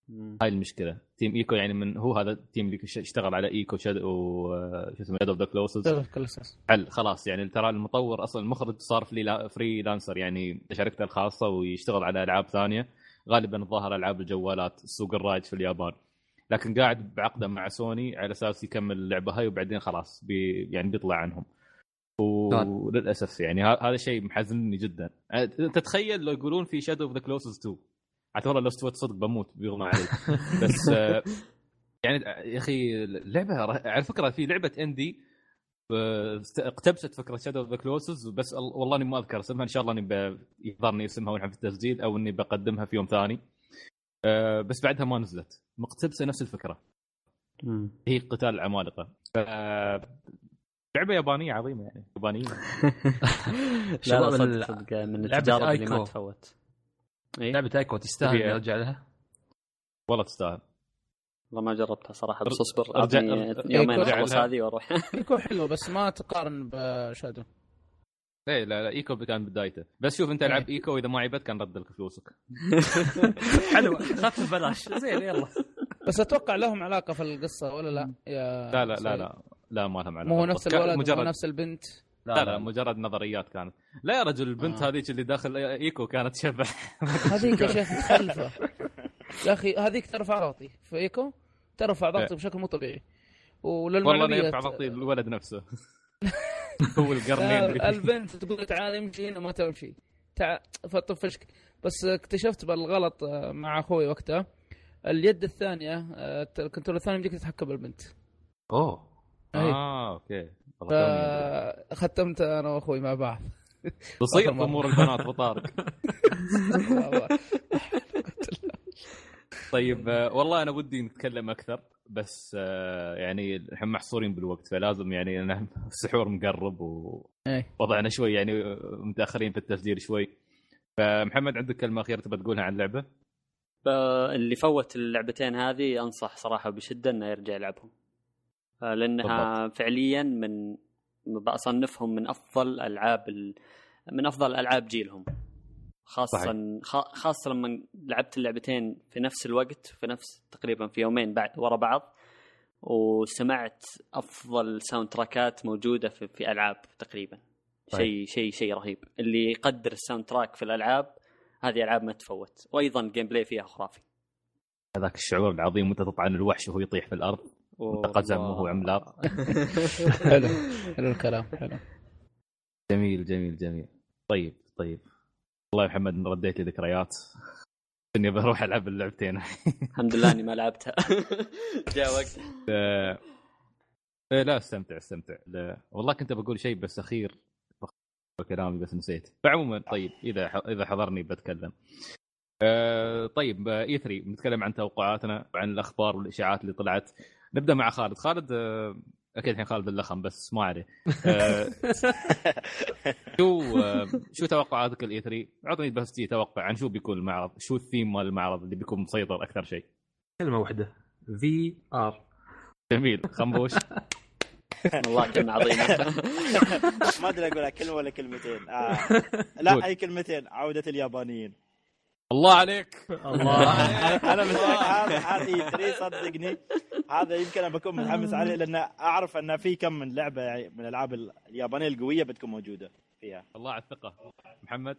هاي المشكله. تيم ايكو يعني من هو هذا التيم اللي اشتغل على ايكو شاد و شو اسمه شادو اوف ذا كلوسز. هل خلاص يعني ترى المطور اصلا المخرج صار فري لانسر يعني شركته الخاصه ويشتغل على العاب ثانيه غالبا ظاهر العاب الجوالات السوق الرايج في اليابان لكن قاعد بعقده مع سوني على اساس يكمل اللعبه هاي وبعدين خلاص بي يعني بيطلع عنهم وللاسف يعني هذا الشيء محزنني جدا. تتخيل لو يقولون في شادو اوف ذا كلوسز تو حتى والله لو استوت صدق بموت بيغمى علي بس يعني يا اخي اللعبه على فكره في لعبه اندي اقتبست فكره شادو اوف ذا كلوسز بس والله اني ما اذكر اسمها ان شاء الله اني يحضرني اسمها ونحن في التسجيل او اني بقدمها في يوم ثاني بس بعدها ما نزلت مقتبسه نفس الفكره م. هي قتال العمالقه لعبه يابانيه عظيمه يعني يابانيه لا لا صدق صدق من التجارب اللي ما تفوت. إيه؟ لعبه ايكو تستاهل ارجع لها والله تستاهل والله ما جربتها صراحه بس اصبر أرجع يومين اخلص هذه واروح. ايكو حلو بس ما تقارن بشادو. ايه لا لا ايكو كان بدايته بس شوف انت العب ايكو اذا ما عجبت كان رد لك فلوسك. حلو خف ببلاش زين يلا. بس اتوقع لهم علاقه في القصه ولا لا يا لا لا لا لا لا ما لهم علاقه مو نفس الولد مجرد... مو نفس البنت لا لا, لا مجرد نظريات كانت. لا يا رجل البنت آه. هذيك اللي داخل ايكو كانت شبه هذيك يا شيخ متخلفه يا اخي هذيك ترفع ضغطي في ايكو ترفع ضغطي بشكل مو طبيعي والله انا يرفع ضغطي الولد نفسه هو القرنين البنت تقول تعال امشي هنا ما تمشي تعال فطفشك. بس اكتشفت بالغلط مع اخوي وقتها اليد الثانيه الكنترول الثاني يمديك تتحكم بالبنت. اوه اه اوكي ختمت انا واخوي مع بعض. تصير امور البنات بطارق. طيب والله انا ودي نتكلم اكثر بس يعني الحين محصورين بالوقت فلازم يعني انا السحور مقرب ووضعنا شوي يعني متاخرين في التسجيل شوي. فمحمد عندك كلمه اخيره تبغى تقولها عن اللعبه؟ اللي فوت اللعبتين هذه انصح صراحه بشده انه يرجع يلعبهم لانها بالضبط. فعليا من بصنفهم من افضل العاب ال... من افضل العاب جيلهم خاصه صحيح. خاصه لما لعبت اللعبتين في نفس الوقت في نفس تقريبا في يومين بعد ورا بعض وسمعت افضل ساوند تراكات موجوده في, في العاب تقريبا شيء شيء شيء رهيب. اللي يقدر الساوند تراك في الالعاب هذه العاب ما تفوت وايضا الجيم بلاي فيها خرافي. هذاك الشعور العظيم وانت تطعن الوحش وهو يطيح في الارض متقزم وهو عملاق. حلو حلو الكلام حلو جميل جميل جميل. طيب طيب والله يا محمد رديت لي ذكريات اني بروح العب اللعبتين. الحمد لله اني ما لعبتها. جاء وقت آه... لا استمتع استمتع لا. والله كنت بقول شيء بس اخير كلامي بس نسيت. فعموما طيب اذا اذا حضرني بتكلم. آه... طيب اي ثري بنتكلم عن توقعاتنا وعن الاخبار والاشاعات اللي طلعت. نبدا مع خالد. خالد آه... اكيد الحين خالد اللخم بس ما عليه. آه... شو آه... شو توقعاتك الاي ثري؟ اعطني بس تي توقع عن شو بيكون المعرض، شو الثيم مال المعرض اللي بيكون مسيطر اكثر شيء؟ كلمه واحده في ار. جميل. خنبوش والله كلمه عظيمه. ما ادري اقولها كلمه ولا كلمتين. آه. لا اي كلمتين. عوده اليابانيين. الله عليك. الله انا هذا هذه ثري صدقني هذا يمكن انا بكون متحمس عليه لان اعرف ان في كم من لعبه يعني من الالعاب اليابانيه القويه بتكون موجوده فيها. الله على الثقه. محمد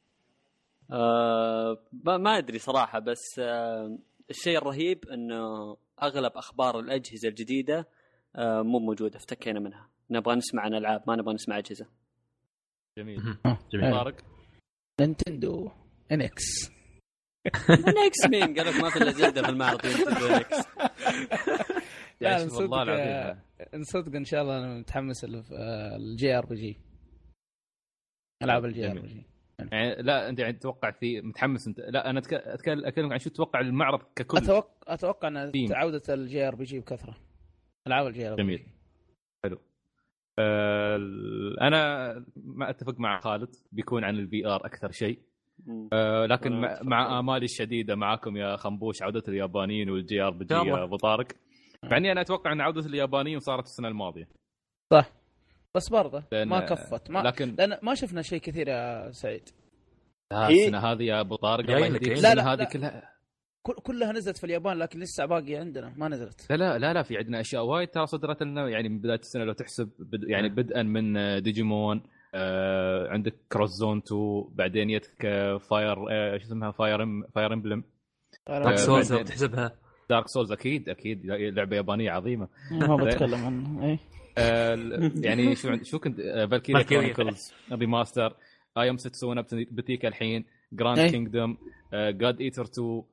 أه ما ادري صراحه بس أه الشيء الرهيب انه اغلب اخبار الاجهزه الجديده أه مو موجوده افتكينا منها. نبغى نسمع عن العاب ما نبغى نسمع اجهزه. جميل جميل. طارق نينتندو انكس. انكس مين قال لك ما في الا زلده في المعرض نينتندو انكس؟ يعني والله العظيم نصدق ان شاء الله انا متحمس للجي ار بي جي العاب الجي ار بي جي. يعني لا انت يعني تتوقع في متحمس انت؟ لا انا اتكلم اتكلم عن شو تتوقع المعرض ككل. اتوقع اتوقع ان عوده الجي ار بي جي بكثره العاب الجي ار بي جي. جميل حلو. أه انا ما اتفق مع خالد بيكون عن الفي ار اكثر شيء. أه لكن مع, مع امالي الشديده معاكم يا خنبوش عوده اليابانيين والجي ار بي جي يا ابو طارق. يعني انا اتوقع ان عوده اليابانيين صارت السنه الماضيه صح بس برضه ما كفت ما لكن لان ما شفنا شيء كثير يا سعيد. السنه هذه يا ابو طارق الله يهديك السنه هذه كلها كل كلها نزلت في اليابان لكن لسه باقي عندنا ما نزلت. لا لا لا, لا في عندنا اشياء وايد ترى صدرت لنا يعني من بدايه السنه لو تحسب بد... يعني بدءا من ديجيمون آه عندك كروس زون تو بعدين يتك فاير آه شو اسمها فاير ام... فاير امبلم دارك سولز تحسبها دارك سولز اكيد اكيد لعبه يابانيه عظيمه ما بتكلم عنها اي آه يعني شو شو كنت فالكيريا كرونيكلز ريماستر اي ام ستسونا بتيك الحين جراند كينجدوم جاد ايتر تو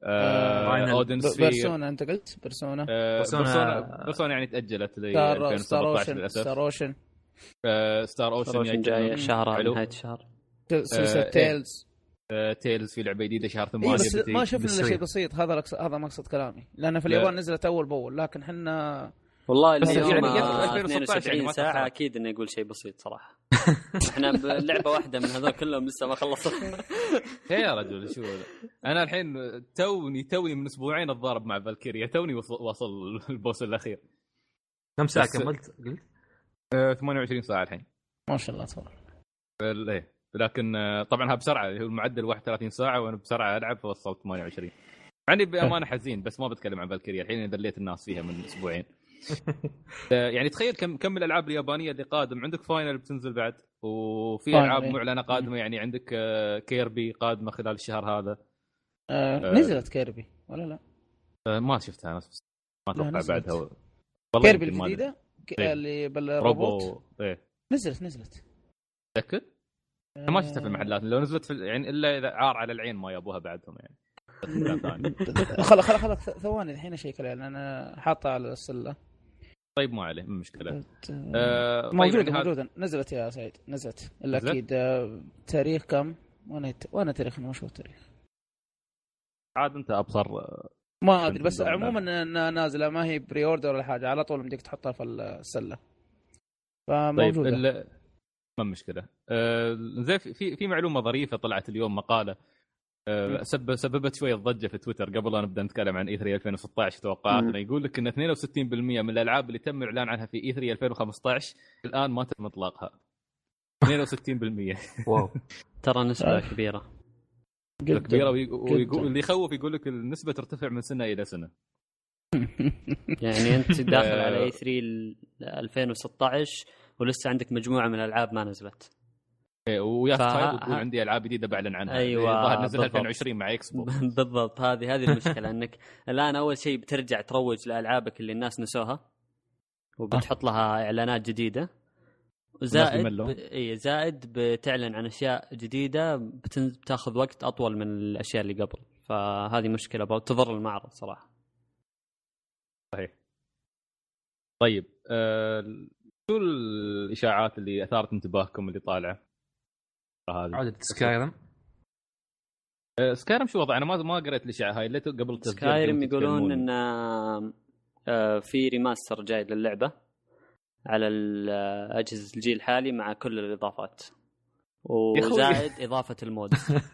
اودن سفير بيرسونا انت قلت بيرسونا بيرسونا بيرسونا يعني تاجلت ل ألفين وسبعة عشر للاسف ستار اوشن ستار اوشن جاي شهر نهايه الشهر سلسله تيلز تيلز في لعبه جديده شهر ثمانية بس ما شفنا الا شيء بسيط. هذا هذا مقصد كلامي لان في اليابان نزلت اول باول لكن احنا والله اليوم يعني اثنين وسبعين ساعه اكيد انه يقول شيء بسيط صراحه. احنا بلعبه واحده من هذول كلهم لسه ما خلصنا. يا رجل شو انا الحين توني توني من اسبوعين اتضارب مع فالكيريا توني واصل البوس الاخير. كم ساعه كملت قلت؟ آه ثمانية وعشرين ساعه الحين ما شاء الله تبارك. ايه لكن طبعا ها بسرعه هو المعدل واحد وثلاثين ساعه وانا بسرعه العب فوصلت ثمانية وعشرين. يعني بامانه حزين بس ما بتكلم عن فالكيريا الحين ذليت الناس فيها من اسبوعين. يعني تخيل كم كم الالعاب اليابانيه اللي قادم عندك فاينل بتنزل بعد وفي العاب معلنه قادمه يعني عندك كيربي قادمه خلال الشهر هذا. آه آه نزلت كيربي ولا لا؟ آه ما شفتها انا ما اتوقع بعدها و... كيربي الجديده ك... اللي بالروبوت ايه نزلت نزلت متاكد؟ آه ما شفتها في المحلات لو نزلت في يعني الا اذا عار على العين ما يابوها بعدهم يعني. خلاص خلاص خلاص ثواني الحين اشيك عليها انا حاطه على السله. طيب ما عليه مو مشكله. آه موجوده طيب موجوده هاد... نزلت يا سعيد نزلت الا اكيد آه تاريخ كم وانا يت... وانا تاريخ ما شو التاريخ عاد انت ابصر ما ادري بس عموما انها نازله ما هي بري اوردر ولا حاجه على طول بدك تحطها في السله فموجوده. طيب ال... ما مشكله. آه زي في في معلومه ظريفه طلعت اليوم مقاله سبب سببت شويه ضجه في تويتر قبل لا نبدا نتكلم عن إي ثري ألفين وستة عشر توقعاتنا. يقول لك ان اثنين وستين بالمئة من الالعاب اللي تم الاعلان عنها في إي ثري ألفين وخمسة عشر الان ما تم اطلاقها. اثنين وستين بالمئة واو ترى نسبه كبيره كبيره ويقول اللي يخوف يقول لك النسبه ترتفع من سنه الى سنه. يعني انت داخل على إي ثري ألفين وستة عشر ولسه عندك مجموعه من الالعاب ما نزلت. ويا طيب تقول عندي العاب جديده بعلن عنها. ايوه ظهر نزل ألفين وعشرين مع اكس بوكس. بالضبط هذه هذه المشكله انك الان اول شيء بترجع تروج لالعابك اللي الناس نسوها وبتحط لها اعلانات جديده وزائد ب... اي زائد بتعلن عن اشياء جديده بتن... بتاخذ وقت اطول من الاشياء اللي قبل فهذه مشكله بتضر المعرض صراحه. صحيح. طيب أه... شو الاشاعات اللي اثارت انتباهكم اللي طالعه؟ عودة سكايرم. أه سكايرم شو وضع؟ انا ما ما قريت الاشاعه هاي اللي قبل تسجيل. سكايرم يقولون ان أه في ريماستر جاي للعبه على اجهزه الجيل الحالي مع كل الاضافات وزائد اضافه المود.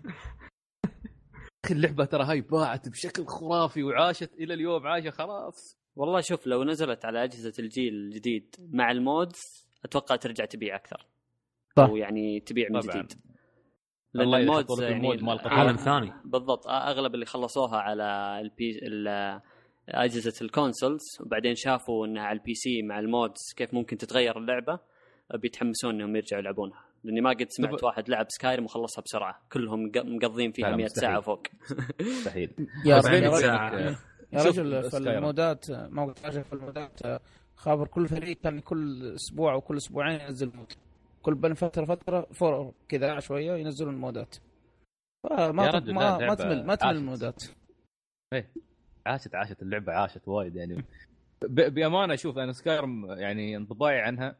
اخي اللعبه ترى هاي باعت بشكل خرافي وعاشت الى اليوم عايشه خلاص. والله شوف لو نزلت على اجهزه الجيل الجديد مع المودز اتوقع ترجع تبيع اكثر او يعني تبيع من جديد لان المودز يعني عالم ثاني بالضبط. اغلب اللي خلصوها على البي اجهزه الكونسولز وبعدين شافوا انها على البي سي مع المودز كيف ممكن تتغير اللعبه بيتحمسون انهم يرجعوا يلعبونها لاني ما قد سمعت دب... واحد لعب سكايرم وخلصها بسرعه كلهم مقضين فيها مئة ساعه فوق. مستحيل. يا رجل يا رجل في المودات موقع في المودات خابر كل فريق كان كل اسبوع او كل اسبوعين ينزل مود كل بين فتره فتره فور كذا شويه ينزلون المودات ما ما ما تمل ما تمل المودات. ايه عاشت عاشت اللعبه عاشت وايد يعني. بامانه اشوف انا سكايرم يعني انطباعي عنها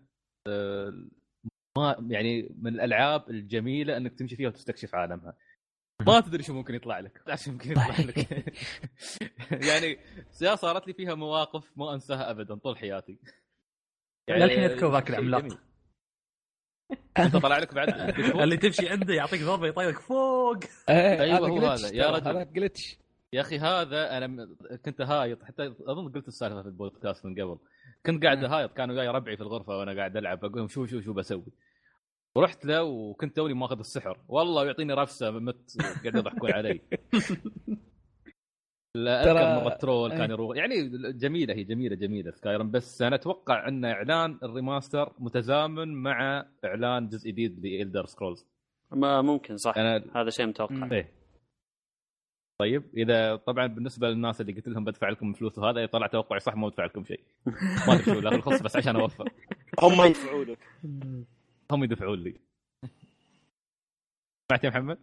ما يعني من الالعاب الجميله انك تمشي فيها وتستكشف عالمها ما تدري شو ممكن يطلع لك عشان ممكن يطلع لك. يعني صارت لي فيها مواقف ما انساها ابدا طول حياتي. يعني الحين اذكر ذاك العملاق انت طلع لك بعد اللي تمشي عنده يعطيك ضربه يطيرك فوق. ايوه هو هذا يا رجل هذا جلتش يا اخي. هذا انا كنت هايط حتى اظن قلت السالفه في البودكاست من قبل. كنت قاعد هايط كانوا وياي ربعي في الغرفه وانا قاعد العب اقول لهم شو شو شو بسوي. ورحت له وكنت توني ماخذ السحر والله يعطيني رفسه مت قاعد يضحكون علي. لا اذكر مره ترول كان يروح يعني جميله هي جميله جميله سكايرم بس انا اتوقع ان اعلان الريماستر متزامن مع اعلان جزء جديد لإلدر سكرولز ما ممكن صح أنا... هذا شيء متوقع ايه طيب اذا طبعا بالنسبه للناس اللي قلت لهم بدفع لكم فلوس وهذا طلع توقعي صح ما بدفع لكم شيء ما ادري شو لا الخص بس عشان اوفر هم يدفعوا لك هم يدفعون لي سمعت يا محمد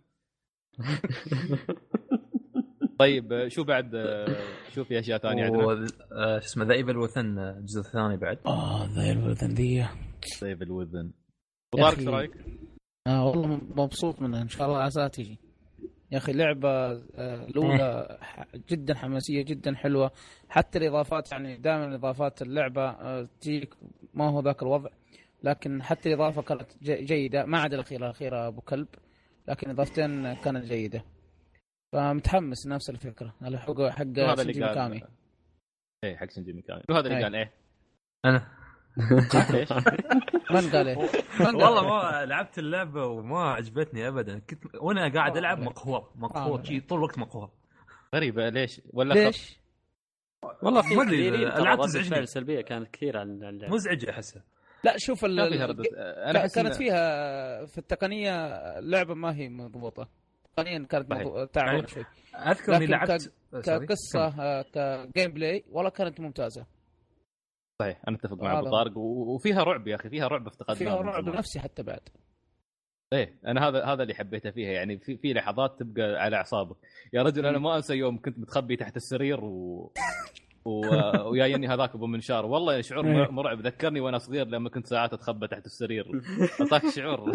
طيب شو بعد شو في اشياء ثانيه عندنا و... آه... اسمه ذا ايفل وثن الجزء الثاني بعد اه ذا ايفل وثن ذي ذا ايفل وثن وطارق ايش رايك اه والله مبسوط منها ان شاء الله عساها تيجي يا اخي لعبه الاولى جدا حماسيه جدا حلوه حتى الاضافات يعني دائما اضافات اللعبه تجيك ما هو ذاك الوضع لكن حتى الاضافه كانت جيده ما عدا الاخيره الاخيره ابو كلب لكن اضافتين كانت جيده فمتحمس نفس الفكره على حق حق شينجي ميكامي ايه حق شينجي ميكامي وهذا اللي قال ايه انا ايش من قال ايه والله ما لعبت اللعبه وما عجبتني ابدا كنت وانا قاعد العب مقهور مقهور شيء طول الوقت مقهور غريبه ليش ولا ليش والله في كثير العاب تزعجني سلبيه كانت كثير على اللعبه مزعجه احسها لا شوف ال... انا كانت فيها في التقنيه اللعبه ما هي مضبوطه تقنيا كانت مضبوطه تعبانه شوي اذكر اني لعبت كقصه كجيم بلاي والله كانت ممتازه صحيح انا اتفق مع ابو طارق وفيها رعب يا اخي فيها رعب افتقدناه فيها رعب نفسي حتى بعد ايه انا هذا هذا اللي حبيته فيها يعني في في لحظات تبقى على اعصابك يا رجل انا ما انسى يوم كنت متخبي تحت السرير و ويايني هذاك ابو منشار والله شعور مرعب ذكرني وانا صغير لما كنت ساعات اتخبى تحت السرير اعطاك شعور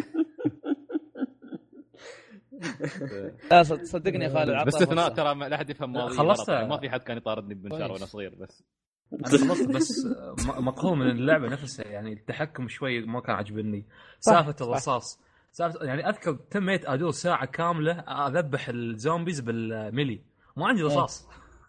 لا صدقني يا خالد باستثناء ترى لا احد يفهم ماضي خلصت ما في حد كان يطاردني بمنشار وانا صغير بس انا خلصت بس مقهور من اللعبه نفسها يعني التحكم شوي ما كان عجبني سالفه الرصاص سالفه يعني اذكر تميت ادور ساعه كامله اذبح الزومبيز بالميلي ما عندي رصاص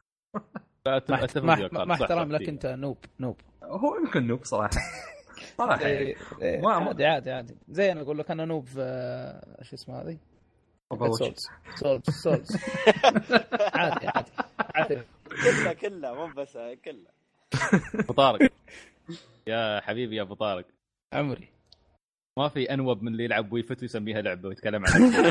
ما احترام لك انت نوب نوب هو يمكن نوب صراحه صراحه يعني عادي عادي عادي زي انا اقول لك انا نوب في شو اسمه هذه سولز سولز سولز عادي عادي عادي كلها كلها مو بس كلها ابو طارق يا حبيبي يا ابو طارق عمري ما في انوب من اللي يلعب ويفت ويسميها لعبه ويتكلم عنها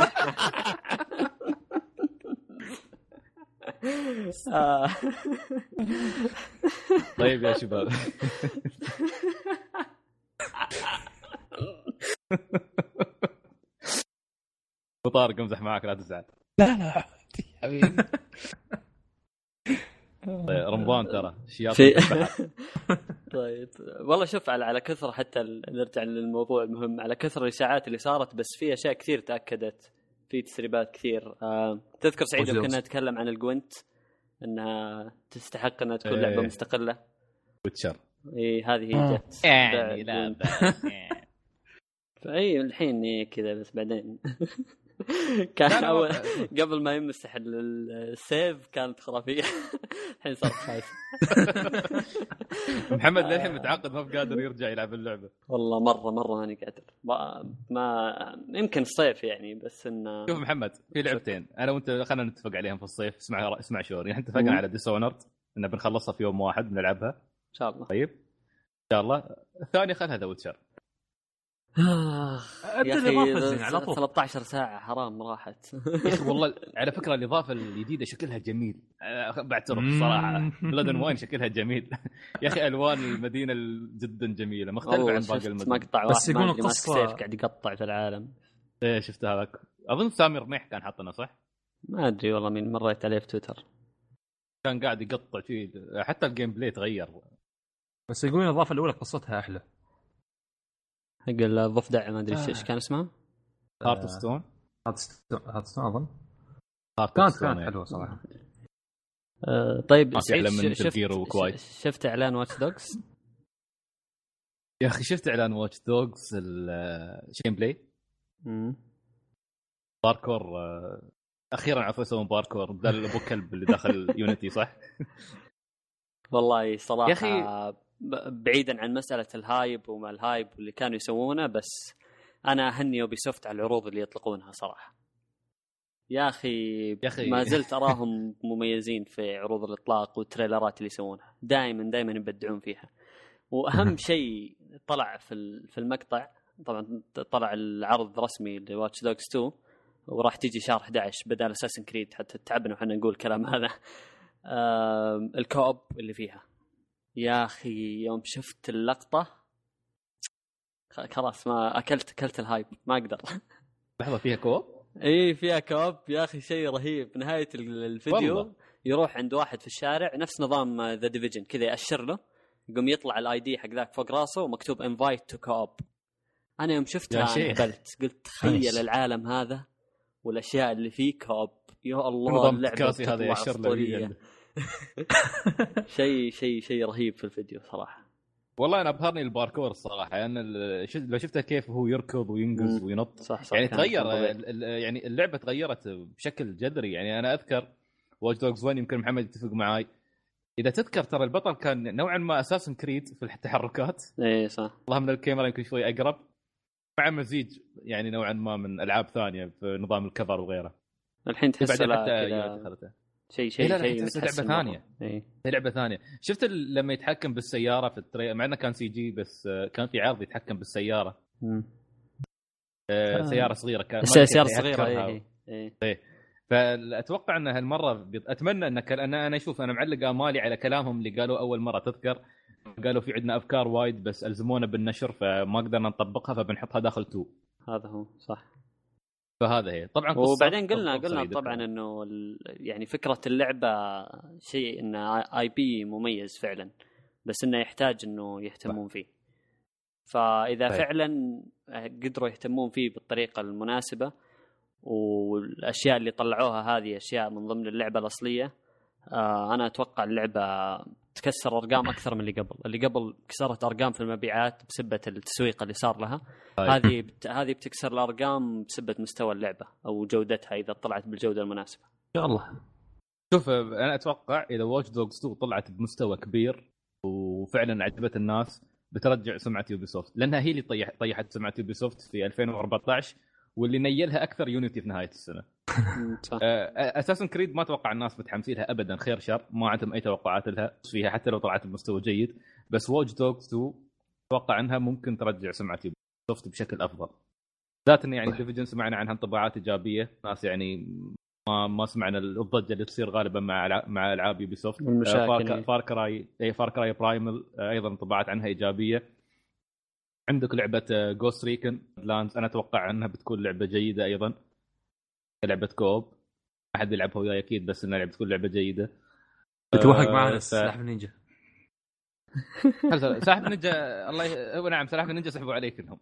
طيب يا شباب ابو طارق امزح معك لا تزعل لا لا حبيبي طيب رمضان ترى شياط في... طيب والله شوف على على كثر حتى نرجع للموضوع المهم على كثر الاشاعات اللي صارت بس في اشياء كثير تاكدت في تسريبات كثير آه... تذكر سعيد لو كنا نتكلم عن الجوينت انها تستحق انها تكون لعبه مستقله ويتشر اي هذه جت يعني لا فاي الحين إيه كذا بس بعدين كان أول قبل ما يمسح السيف كانت خرافية الحين صارت خايفة محمد للحين متعقد ما قادر يرجع يلعب اللعبة والله مرة مرة ماني قادر ما, ما يمكن الصيف يعني بس إنه شوف محمد في لعبتين أنا وأنت خلنا نتفق عليهم في الصيف اسمع اسمع شوري يعني اتفقنا على ديسونرد إن بنخلصها في يوم واحد بنلعبها إن شاء الله طيب إن شاء الله الثاني خلها ذا ويتشر يا أخي ثلاثة عشر ساعة حرام راحت والله على فكرة الإضافة الجديدة شكلها جميل بعترف الصراحة بلادن واين شكلها جميل يا أخي ألوان المدينة جدا جميلة مختلفة عن باقي المدينة مقطع بس يقول القصة قاعد يقطع في العالم إيه شفت هذاك أظن سامر رميح كان حاطنا صح ما أدري والله مين مريت عليه في تويتر كان قاعد يقطع فيه حتى الجيم بلاي تغير بس يقولون الإضافة الأولى قصتها أحلى حق الضفدع ما ادري ايش آه. كان اسمه هارت ستون هارت ستون اظن كانت كانت حلوه صراحه آه طيب شفت, شفت اعلان واتش دوغز يا اخي شفت اعلان واتش دوغز الجيم بلاي امم باركور اخيرا عرفوا يسوون باركور بدل ابو كلب اللي داخل يونيتي صح والله صراحه يا أخي بعيدا عن مسألة الهايب وما الهايب واللي كانوا يسوونه بس أنا أهني يوبيسوفت على العروض اللي يطلقونها صراحة يا اخي يا أخي. ما زلت اراهم مميزين في عروض الاطلاق والتريلرات اللي يسوونها، دائما دائما يبدعون فيها. واهم شيء طلع في في المقطع، طبعا طلع العرض رسمي لواتش دوغز تو وراح تيجي شهر أحد عشر بدل اساسن كريد، حتى تعبنا وحنا نقول كلام هذا. الكوب اللي فيها يا اخي يوم شفت اللقطه خلاص ما اكلت اكلت الهايب، ما اقدر. لحظه فيها كوب؟ اي فيها كوب يا اخي، شيء رهيب. نهايه الفيديو والله. يروح عند واحد في الشارع نفس نظام ذا ديفيجن كذا، يأشر له يقوم يطلع الاي دي حق ذاك فوق راسه ومكتوب انفايت تو كوب. انا يوم شفتها قلت قلت تخيل العالم هذا والاشياء اللي فيه كوب، يا الله اللعبه هذا يأشر له. شيء شيء شيء رهيب في الفيديو صراحه. والله انا ابهرني الباركور الصراحه، يعني لو شفته كيف هو يركض وينقز وينط صح صح يعني تغير، يعني اللعبه تغيرت بشكل جذري. يعني انا اذكر واتش دوغز واحد، يمكن محمد يتفق معاي اذا تذكر، ترى البطل كان نوعا ما اساسن كريد في التحركات. اي صح، والله من الكاميرا يمكن شوي اقرب، مع مزيج يعني نوعا ما من العاب ثانيه في نظام الكفر وغيره. الحين تحس كذا شيء شيء شيء لعبه ثانيه. هي لعبه ثانيه. شفت لما يتحكم بالسياره في التري... مع انه كان سي جي بس كان في عرض يتحكم بالسياره. آه سياره صغيره كان سياره صغيره اي اي اي فاتوقع ان هالمره بيط... اتمنى انك انا انا اشوف انا معلق امالي على كلامهم اللي قالوا اول مره. تذكر قالوا في عندنا افكار وايد بس الزمونا بالنشر فما قدرنا نطبقها فبنحطها داخل تو. هذا هو صح. فهذا هي طبعا. وبعدين قلنا قلنا طبعا انه يعني فكره اللعبه شيء انه اي بي مميز فعلا، بس انه يحتاج انه يهتمون فيه. فاذا طيب. فعلا قدروا يهتمون فيه بالطريقه المناسبه والاشياء اللي طلعوها هذه اشياء من ضمن اللعبه الاصليه، آه انا اتوقع اللعبه تكسر ارقام اكثر من اللي قبل. اللي قبل كسرت ارقام في المبيعات بسبه التسويق اللي صار لها. هذه بت... هذه بتكسر الارقام بسبه مستوى اللعبه او جودتها اذا طلعت بالجوده المناسبه ان شاء الله. شوف انا اتوقع اذا واتش دوغز تو طلعت بمستوى كبير وفعلا عجبت الناس بترجع سمعه يوبي سوفت، لانها هي اللي طيح... طيحت سمعه يوبي سوفت في ألفين وأربعة عشر واللي نيلها اكثر يونيتي في نهايه السنه. اساسن كريد ما توقع الناس متحمسين لها ابدا، خير شر ما عندهم اي توقعات لها فيها حتى لو طلعت بمستوى جيد. بس واتش دوغز تو اتوقع انها ممكن ترجع سمعه يوبي سوفت بشكل افضل، ذات ان يعني ديفيجن سمعنا عنها انطباعات ايجابيه، ناس يعني ما ما سمعنا الضجه اللي تصير غالبا مع مع العاب يوبي سوفت. فار كراي اي فار كراي برايمال ايضا انطباعات عنها ايجابيه. عندك لعبه جوست ريكن لاندز، انا اتوقع انها بتكون لعبه جيده ايضا، لعبه كوب ما حد يلعبها وياي اكيد، بس انها لعبه تكون لعبه جيده. بتوافق أه معنا ف... سلاحف النينجا. سلاحف النينجا الله ي... هو نعم سلاحف النينجا سحبوا عليه كلهم.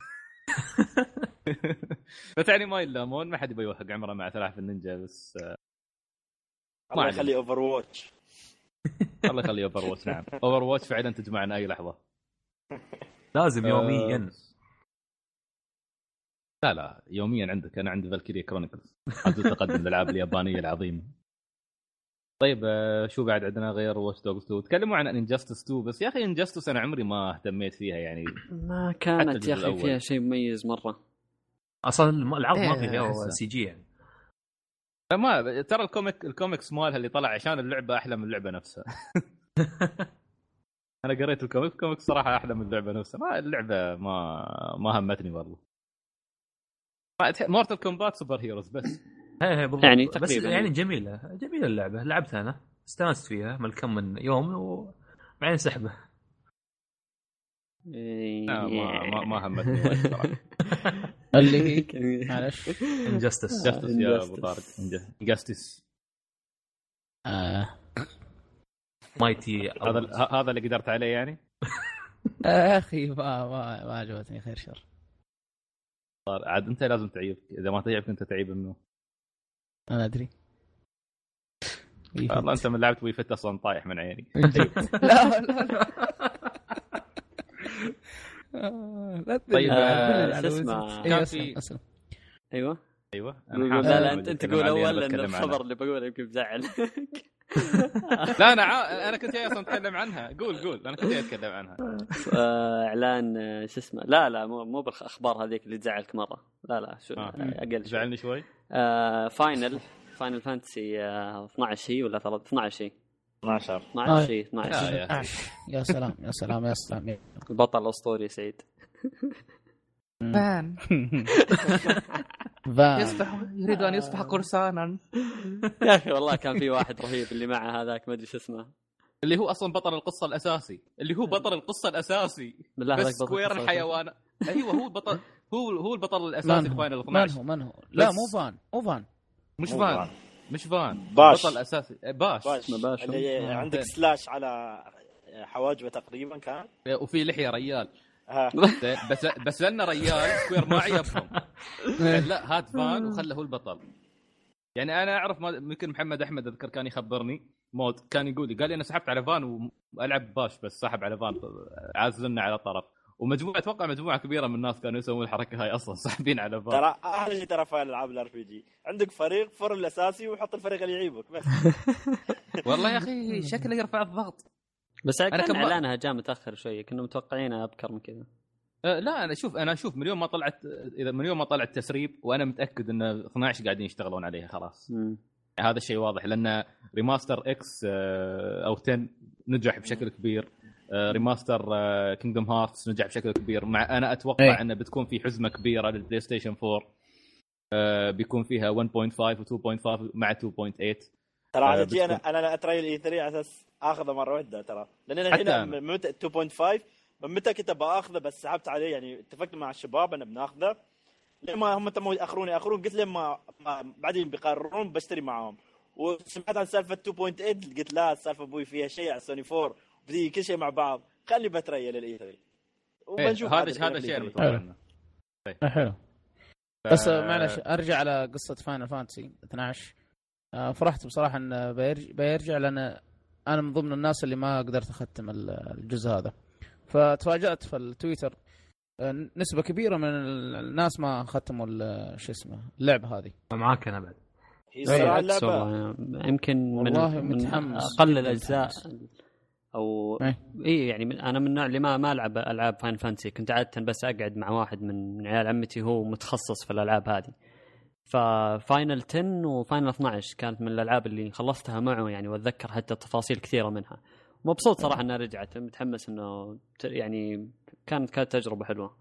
بس يعني ما يلامون، ما حد يبي يوهق عمره مع سلاحف النينجا. بس الله يخلي اوفر واتش. الله يخلي اوفر واتش. نعم اوفر واتش فعلا تجمعنا اي لحظه لازم يوميا. أه... لا لا يوميا عندك. انا عندي فالكيريا كرونيكلز حدث تقدم الالعاب اليابانيه العظيمه. طيب شو بعد عندنا غير واتش دوغز تو؟ تكلموا عن انجستس تو، بس يا اخي انجستس انا عمري ما اهتميت فيها يعني، ما كانت يا اخي فيها شيء مميز مره اصلا. العرض ما فيها سي جي يعني. ما ترى الكوميك الكوميكس مالها اللي طلع عشان اللعبه احلى من اللعبه نفسها. انا قريت الكوميك الكوميك صراحه احلى من اللعبه نفسها. ما اللعبه ما ما همتني والله. مورتال كومبات سوبر هيروز بس. هي هي بالضبط يعني بس يعني جميله جميله اللعبه، لعبتها انا استانست فيها من كم من يوم وبعدين سحبه. لا ما ما, ما همتني صراحه. اللي معلش انجستس جاستس يا ابو طارق انجستس. اه مايتي هذا هذا اللي قدرت عليه يعني. يا اخي ما ما ما عجبتني خير شر. عاد انت لازم تعيب، اذا ما تعيب انت تعيب منه. انا ادري والله انت من لعبت ويفت اصلا طايح من عيني. لا لا لا طيب اسمع كان في ايوه ايوه لا لا انت انت تقول اول ان الخبر اللي بقوله يمكن بزعل. لا انا ع... انا كنت جاي اصلا اتكلم عنها. قول قول انا كنت جاي اتكلم عنها. اعلان شو اسمه لا لا مو مو بالاخبار هذيك اللي تزعلك مره. لا لا شو آه. اقل زعلني شوي. آه فاينل فاينل فانتسي آه اثناشر هي ولا اثناشر هي اثناشر اثناشر هي اثناشر. يا, يا سلام يا سلام يا سلام. البطل الاسطوري سعيد فان فان يصبح يريد ان يصبح قرصانا. يا اخي والله كان في واحد رهيب اللي معه هذاك ما ادري شو اسمه اللي هو اصلا بطل القصه الاساسي اللي هو بطل القصه الاساسي بالله بس سكوير الحيوان. ايوه هو البطل هو هو البطل الاساسي في فاينل اثناشر. من هو من هو لا مو فان مو فان مش فان مش فان باش. بطل اساسي باش, باش. باش. اللي آه. عندك سلاش على حواجبه تقريبا كان وفي لحيه ريال. ها. بس بس لأنه ريال سكوير ما عيبهم. لا هات فان وخله هو البطل. يعني انا اعرف ممكن محمد احمد اذكر كان يخبرني مود كان يقول لي قال لي انا سحبت على فان والعب باش بس سحب على فان عازلنا على طرف. ومجموعه اتوقع مجموعه كبيره من الناس كانوا يسوون الحركه هاي اصلا ساحبين على فان. ترى احلى شيء ترى فاينل العاب الار بي جي عندك فريق فر الاساسي وحط الفريق اللي يعيبك بس. والله يا اخي شكله يرفع الضغط. بس كان كم... اعلانها جاء متاخر شويه كنا متوقعينها ابكر من كذا. أه لا انا شوف انا اشوف من يوم ما طلعت اذا من يوم ما طلع التسريب وانا متاكد ان اثناشر قاعدين يشتغلون عليها خلاص. م. هذا الشيء واضح لان ريماستر اكس او عشرة نجح بشكل كبير. ريماستر كينغدوم هارتس نجح بشكل كبير. مع انا اتوقع ايه. انه بتكون في حزمه كبيره للبلاي ستيشن فور بيكون فيها واحد فاصلة خمسة و اثنين فاصلة خمسة مع اثنين فاصلة ثمانية. ترى على جي انا انا اتريل اي ثري على اساس اخذه مره واحده ترى لان انا هنا من اثنين فاصلة خمسة من متى كنت باخذه بس سحبت عليه يعني اتفقت مع الشباب انا بناخذه لما هم تموا ياخروني اخرون قلت لهم ما بعدين بيقررون بشتري معاهم. وسمعت عن سالفه اثنين فاصلة ثمانية قلت لا السالفه ابوي فيها شيء على سوني فور بدي كل شيء مع بعض خلي بتريل الاي ثري وبنشوف هذا هذا الشيء المتوقع. حلو بس معلش ارجع على قصه فاينل فانتسي اثناشر. فرحت بصراحه ان بيرجع, بيرجع لان انا من ضمن الناس اللي ما قدرت اختم الجزء هذا. فتفاجأت في التويتر نسبة كبيرة من الناس ما ختموا شو اسمه اللعبة هذه. معاك أنا بعد. هي اللعبة يمكن من, من أقل الأجزاء أو إيه يعني من أنا من النوع اللي ما ما ألعب ألعاب فاين فانتسي. كنت عادة بس أقعد مع واحد من عيال عمتي هو متخصص في الألعاب هذه. ففاينل عشرة وفاينل اثناشر كانت من الألعاب اللي خلصتها معه يعني وأتذكر حتى تفاصيل كثيرة منها. مبسوط صراحة أنها رجعت متحمس أنه يعني كانت كانت تجربة حلوة.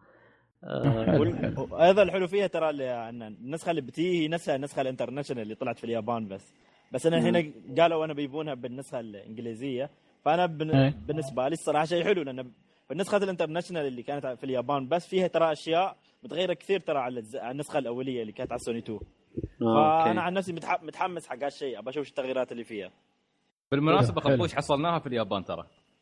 أيضا الحلو فيها ترى أن النسخة اللي بتيجي هي نفسها النسخة الانترناشنال اللي طلعت في اليابان بس بس أنا هنا قالوا أنا بيبونها بالنسخة الإنجليزية. فأنا بالنسبة لي الصراحة شيء حلو لأن بالنسخة الانترناشنال اللي كانت في اليابان بس فيها ترى أشياء متغيرة كثير ترى على النسخة الأولية اللي كانت على سوني تو. فأنا عن نفسي متحمس حق هالشيء أبى أشوف التغييرات اللي فيها. بالمناسبة قبوش حصلناها في اليابان ترى.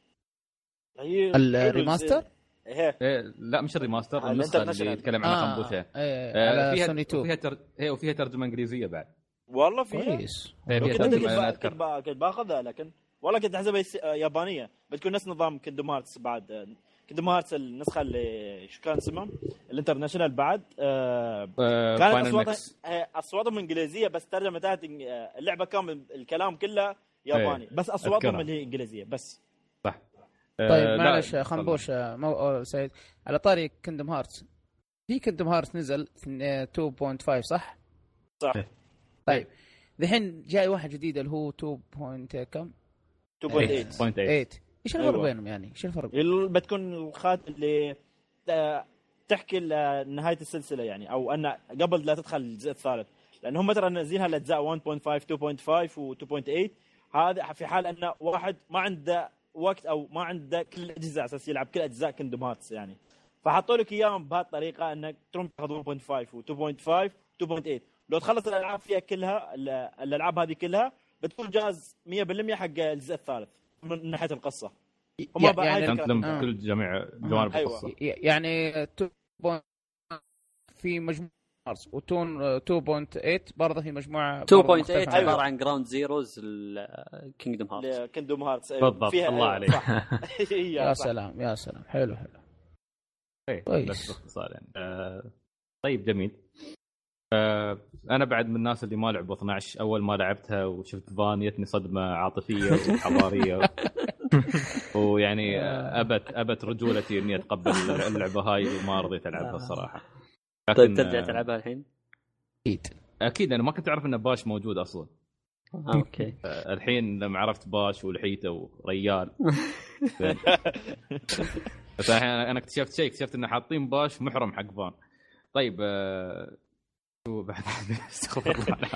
الريماستر؟ إيه لا مش الريماستر النسخة اللي يتكلم عنها آه قنبوشة. إيه على فيها سوني تو. وفيها تر... إيه وفيها ترجمة إنجليزية بعد. والله فيها. كويس. إيه فيها ترجمة أنا أذكر. كنت باخذها لكن والله كنت أحسبها يابانية بتكون نفس نظام كيندوم هارتس بعد كيندوم هارتس النسخة اللي شو كان اسمها الانترناشنال بعد آه آه كانت أصواتها أصواتهم إنجليزية بس ترجمتها اللعبة كامل الكلام كله ياباني إيه. بس أصواتهم اللي هي إنجليزية بس. صح. طيب معلش خنبوش مو سعيد على طاري كيندوم هارتس في كيندوم هارتس نزل اثنين فاصلة خمسة صح؟ صح. طيب الحين جاي واحد جديد اللي هو اثنين كم؟ اثنين فاصلة ثمانية. ايش الفرق بينهم يعني؟ ايش الفرق؟ بتكون الخات اللي تحكي نهاية السلسلة يعني او ان قبل لا تدخل الجزء الثالث لان هم ترى نازلينها الاجزاء واحد فاصلة خمسة اثنين فاصلة خمسة و اثنين فاصلة ثمانية. هذا في حال ان واحد ما عنده وقت او ما عنده كل الاجزاء اساس يلعب كل اجزاء كيندوم هارتس يعني فحطوا لك اياهم بهالطريقه انك تروح تاخذ واحد فاصلة خمسة و اثنين فاصلة خمسة و اثنين فاصلة ثمانية. لو تخلص الالعاب فيها كلها الالعاب هذه كلها بتكون جاهز مية بالمية حق الجزء الثالث من ناحيه القصه. هم يعني تنظم آه. كل جميع جوانب أيوة. القصه يعني في مجموعه وتون اثنين فاصلة ثمانية برضه في مجموعه اثنين فاصلة ثمانية عباره أيوة. عن جراوند زيروز الكينجدوم هارتس كينجدوم هارتس بالضبط فيها الله عليك. يا سلام يا سلام حلو حلو كويس بس باختصار يعني آه. طيب جميل آه انا بعد من الناس اللي ما لعبوا اثنا عشر. اول ما لعبتها وشفت فان جتني صدمه عاطفيه وحضاريه ويعني ابت ابت رجولتي اني اتقبل اللعبه هاي وما رضيت العبها الصراحه. طيب ترجع تلعبها الحين؟ اكيد اكيد انا ما كنت اعرف ان باش موجود اصلا. آه، اوكي. الحين لما عرفت باش ولحيته وريال بس انا اكتشفت شيء، اكتشفت انه حاطين باش محرم حق فان. طيب شو بعد استغفر الله.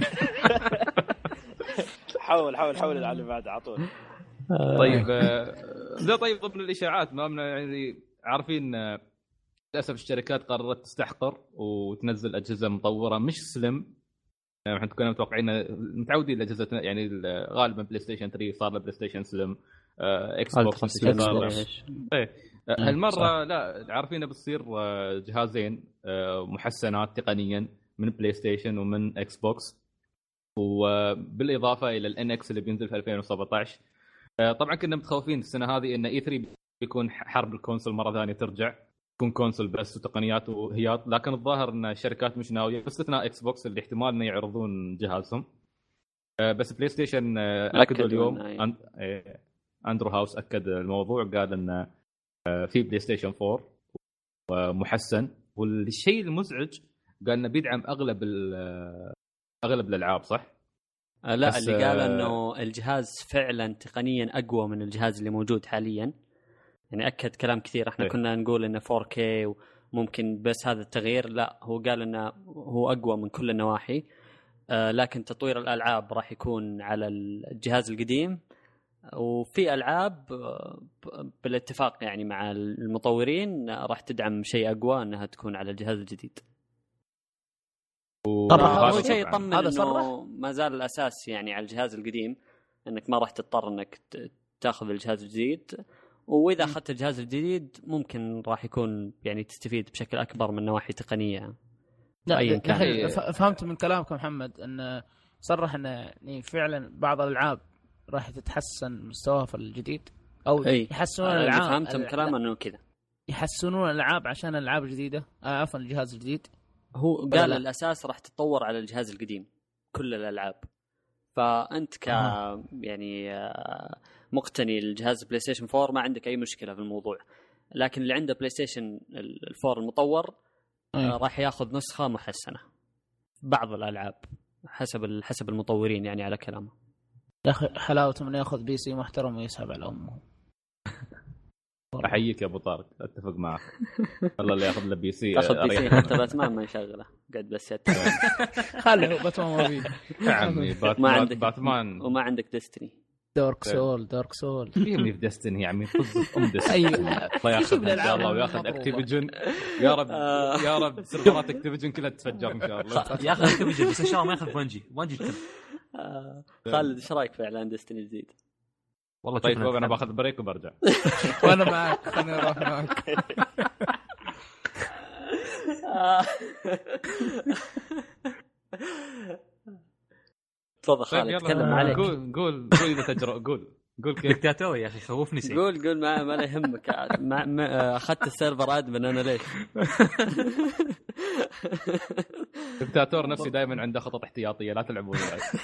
حاول حاول حاول العلم بعد على طول. طيب لا طيب ضمن الاشاعات ما من يعني عارفين للاسف الشركات قررت تستحقر وتنزل اجهزه مطوره مش سلم. احنا كنا متوقعين متعودين الاجهزه يعني غالبا بلاي ستيشن ثلاثة صار له بلاي ستيشن سلم، اكس بوكس صار ايه هالمره لا عارفين بتصير جهازين محسنات تقنيا من بلاي ستيشن ومن اكس بوكس، وبالاضافه الى الان اكس اللي بينزل في ألفين وسبعة عشر. طبعا كنا متخوفين السنه هذه ان اي ثلاثة بيكون حرب الكونسول مره ثانيه ترجع تكون كونسول بس وتقنيات وهياط، لكن الظاهر ان الشركات مش ناويه باستثناء اكس بوكس اللي احتمال انه يعرضون جهازهم. بس بلاي ستيشن اكدوا اليوم أن... اندرو هاوس اكد الموضوع، قال ان في بلاي ستيشن فور ومحسن، والشيء المزعج قال انه بيدعم اغلب اغلب الالعاب صح؟ لا اللي قال انه الجهاز فعلا تقنيا اقوى من الجهاز اللي موجود حاليا، يعني أكد كلام كثير. احنا إيه. كنا نقول إنه فور كي وممكن بس هذا التغيير، لا هو قال إنه هو أقوى من كل النواحي، آه لكن تطوير الألعاب راح يكون على الجهاز القديم، وفي ألعاب بالاتفاق يعني مع المطورين راح تدعم شيء أقوى إنها تكون على الجهاز الجديد. هذا شيء يطمن إنه ما زال الأساس يعني على الجهاز القديم، إنك ما راح تضطر إنك تأخذ الجهاز الجديد، واذا اخذت الجهاز الجديد ممكن راح يكون يعني تستفيد بشكل اكبر من نواحي تقنيه. لا ايا كان فهمت من كلامك محمد ان صرح ان يعني فعلا بعض الالعاب راح تتحسن مستواها في الجديد او أي. يحسنون الالعاب. فهمت من كلامه انه كذا يحسنون الالعاب عشان الالعاب الجديده عفوا آه الجهاز الجديد. هو قال الاساس راح تتطور على الجهاز القديم كل الالعاب، فانت ك آه. يعني مقتني الجهاز بلاي ستيشن فور ما عندك اي مشكله في الموضوع، لكن اللي عنده بلاي ستيشن الفور المطور آه راح ياخذ نسخه محسنه بعض الالعاب حسب حسب المطورين يعني على كلامه. يا اخي حلاوته من ياخذ بي سي محترم ويسحب على امه. احييك يا ابو طارق، اتفق معك. والله اللي ياخذ له بي سي اخذ بي سي حتى باتمان ما يشغله قاعد بس خليه باتمان ما فيه يا عمي. باتمان باتمان وما عندك ديستني دارك سول دارك سول فيني في ديستني يا عمي طز ام ديستني. الله ياخذ ان شاء الله وياخذ اكتيفيجن يا رب يا رب سيرفرات اكتيفيجن كلها تتفجر ان شاء الله. ياخذ اكتيفيجن بس ان شاء الله ما ياخذ بونجي بونجي كم. خالد ايش رايك في اعلان ديستني الجديد؟ والله طيب انا باخذ بريك وبرجع. وانا معك خليني اروح معك. تفضل خالد تكلم عليك. قول قول قول اذا تجرؤ. قول قول كيف دكتاتور يا اخي خوفني سي. قول قول ما ما لا يهمك. ما اخذت السيرفر ادمن انا ليش؟ دكتاتور نفسي دائما عنده خطط احتياطيه لا تلعبون.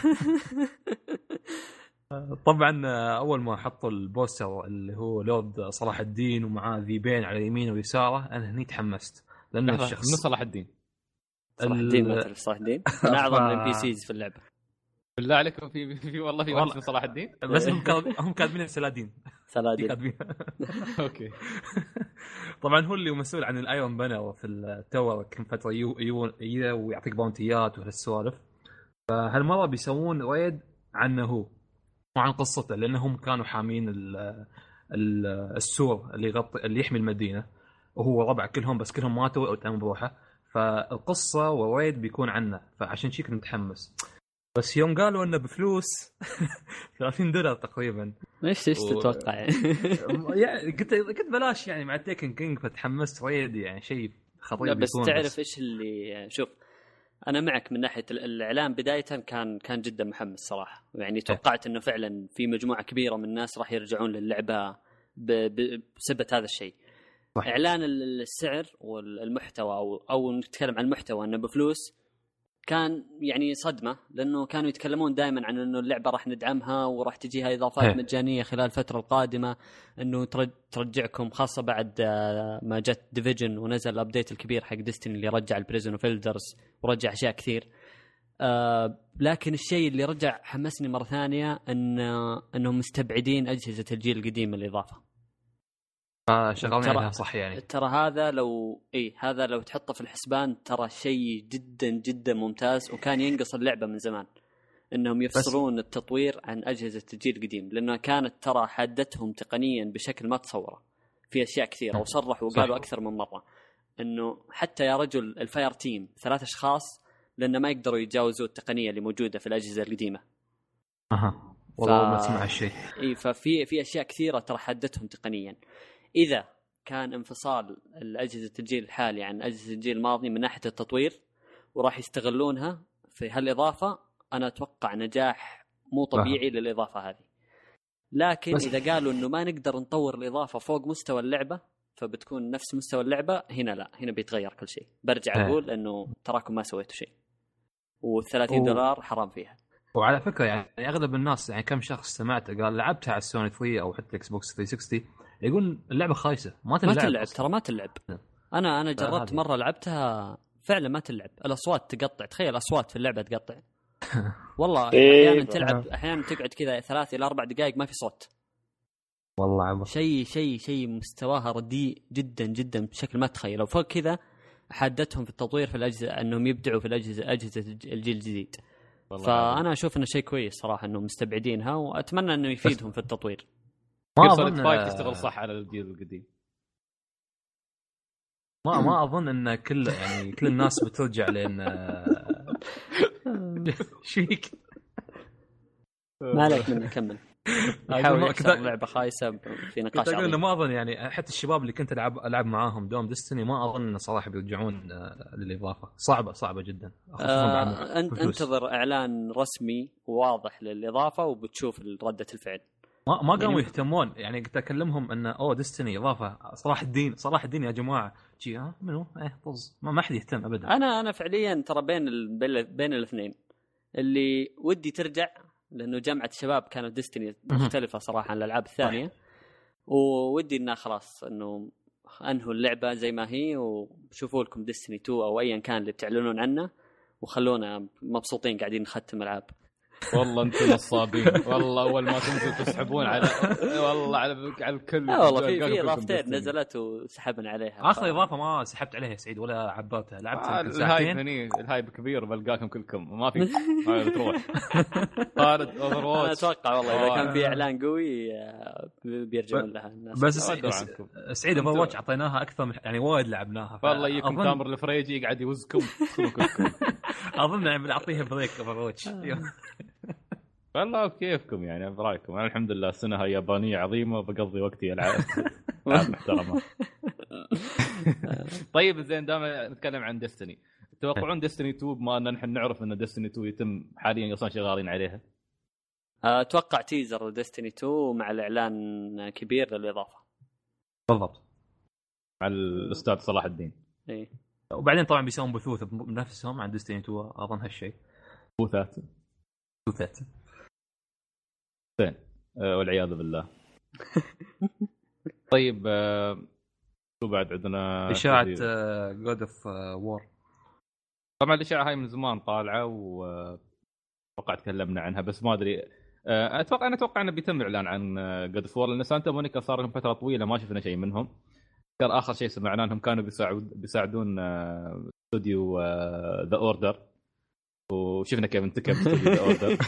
طبعا اول ما حطوا البوستر اللي هو لورد صلاح الدين ومعاه ذيبين على يمينه ويساره انا هني تحمست لانه الشخص من صلاح الدين. صلاح الدين ما تعرف صلاح الدين من اعظم الام بي سيز في اللعبه. بالله عليكم في في والله في واحد اسمه صلاح الدين بس هم هم كاتبين سلادين سلادين. اوكي. طبعا هو اللي مسؤول عن الايرون بانر في التور كم فتره يو يو ويعطيك باونتيات وهالسوالف. فهالمره بيسوون ريد عنه هو وعن قصته لانهم كانوا حامين السور اللي يغطي اللي يحمي المدينه وهو ربع كلهم بس كلهم ماتوا او تموا بروحه. فالقصه والريد بيكون عنه فعشان شيء كنت متحمس. بس يوم قالوا انه بفلوس ثلاثين دولار تقريبا ايش ايش و... تتوقع يعني قلت قلت بلاش يعني مع تيكن كينج فتحمست ريد يعني شيء خطير. بس تعرف بس. ايش اللي شوف انا معك من ناحيه الاعلام بدايه كان كان جدا محمس صراحه يعني توقعت انه فعلا في مجموعه كبيره من الناس راح يرجعون للعبه بسبب هذا الشيء. اعلان السعر والمحتوى او او نتكلم عن المحتوى انه بفلوس كان يعني صدمه، لانه كانوا يتكلمون دائما عن انه اللعبه راح ندعمها وراح تجيها اضافات مجانيه خلال الفتره القادمه، انه ترجعكم، خاصه بعد ما جت ديفيجن ونزل الابديت الكبير حق ديستني اللي رجع البريزون اوف إلدرز ورجع اشياء كثير. آه لكن الشيء اللي رجع حمسني مره ثانيه ان انهم مستبعدين اجهزه الجيل القديم الاضافه. اه شغالين عليها صح يعني. ترى هذا لو اي هذا لو تحطه في الحسبان ترى شيء جدا جدا ممتاز، وكان ينقص اللعبه من زمان انهم يفصلون التطوير عن اجهزه الجيل القديم، لانها كانت ترى حادتهم تقنيا بشكل ما تصوره في اشياء كثيره، وصرحوا وقالوا اكثر من مره انه حتى يا رجل الفاير تيم ثلاث اشخاص لأنه ما يقدروا يتجاوزوا التقنية اللي موجودة في الأجهزة القديمة. أها والله ف... ما تسمع الشيء. إيه ففي في أشياء كثيرة ترى حدتهم تقنيا. إذا كان انفصال الأجهزة الجيل الحالي عن أجهزة الجيل الماضي من ناحية التطوير وراح يستغلونها في هالإضافة، أنا أتوقع نجاح مو طبيعي أه. للإضافة هذه. لكن بس... إذا قالوا إنه ما نقدر نطور الإضافة فوق مستوى اللعبة فبتكون نفس مستوى اللعبة، هنا لا، هنا بيتغير كل شيء. برجع أقول إنه تراكم ما سويتوا شيء، والثلاثين دولار حرام فيها. وعلى فكرة يعني أغلب الناس، يعني كم شخص سمعت قال لعبتها على السوني ثري أو حتى إكس بوكس ثري سيكستي، يقول اللعبة خايسة ما تلعب. ما تلعب ترى ما تلعب. أنا أنا جربت مرة لعبتها فعلا ما تلعب، الأصوات تقطع، تخيل أصوات في اللعبة تقطع والله. أحيانا تلعب أحيانا تقعد كذا ثلاث إلى أربع دقائق ما في صوت. والله عبر. شيء شيء شيء مستواها رديء جدا جدا بشكل ما تخيله. وفوق كذا حدتهم في التطوير في الأجهزة أنهم يبدعوا في الأجهزة أجهزة الجيل الجديد. فأنا أشوف إنه شيء كويس صراحة إنهم مستبعدينها، وأتمنى إنه يفيدهم في التطوير. ما أظن فايت يشتغل صح على الجيل القديم. ما ما أظن إن كل يعني كل الناس بترجع لأن شيك. ما عليك منه، كمل. يحاول يكسر لعبة خايسة في نقاش عظيم. أنا ما أظن يعني حتى الشباب اللي كنت ألعب ألعب معاهم دوم ديستني ما أظن صراحة بيرجعون للإضافة. صعبة صعبة جدا. آه أنت انتظر إعلان رسمي وواضح للإضافة وبتشوف ردة الفعل. ما ما قاموا يعني يهتمون، يعني قلت أكلمهم إن أوه ديستني إضافة صلاح الدين صلاح الدين يا جماعة جي ها منو إيه طز ما ما حد يهتم أبدا. أنا أنا فعليا ترى بين ال... بين الاثنين اللي ودي ترجع، لأنه جامعة الشباب كانت ديستني مختلفة صراحة عن الألعاب الثانية، وودي إنه خلاص إنه أنهوا اللعبة زي ما هي وشوفوا لكم ديستني تو أو أيا كان اللي بتعلنون عنه وخلونا مبسوطين قاعدين نختم ألعاب. والله أنتم نصابين والله. أول ما تنزل تسحبون على والله على على الكل. والله في في إضافتين نزلت وسحبنا عليها. آخر إضافة ما سحبت عليها سعيد ولا عبرتها، لعبتها آه ساعتين. الهايب الهايب كبير بلقاكم كلكم ما في ما بتروح. طارد أوفرواتش. أنا أتوقع والله إذا كان في إعلان قوي بيرجعون لها الناس. بس سعيد أوفرواتش عطيناها أكثر يعني وايد لعبناها. والله يجيكم تامر الفريجي يقعد يوزكم كلكم. أظن بنعطيها بريك أوفرواتش. والله كيفكم يعني برايكم. انا الحمد لله السنه هي يابانيه عظيمه وبقضي وقتي العاب محترمه. طيب زين دام نتكلم عن ديستني، تتوقعون ديستني تو بما ان نحن نعرف ان ديستني تو يتم حاليا اصلا شغالين عليها؟ اتوقع تيزر ديستني تو مع الاعلان كبير للاضافه. بالضبط مع الاستاذ صلاح الدين. اي وبعدين طبعا بيسوون بثوث بنفسهم عن ديستني تو اظن هالشيء. بثوثات بثوثات زين أه والعياذ بالله. طيب أه شو بعد عندنا إشاعة جود اوف وور. طبعا الإشاعة هاي من زمان طالعة وتوقع تكلمنا عنها بس ما أدري. أه أتوقع أنا أتوقع أنه بيتم إعلان عن جود اوف وور، لأن سانتا مونيكا صار لهم فترة طويلة ما شفنا شيء منهم. كان آخر شيء سمعنا أنهم كانوا بيساعد بيساعدون استوديو ذا أوردر، وشفنا كيف انتكب استوديو ذا أوردر.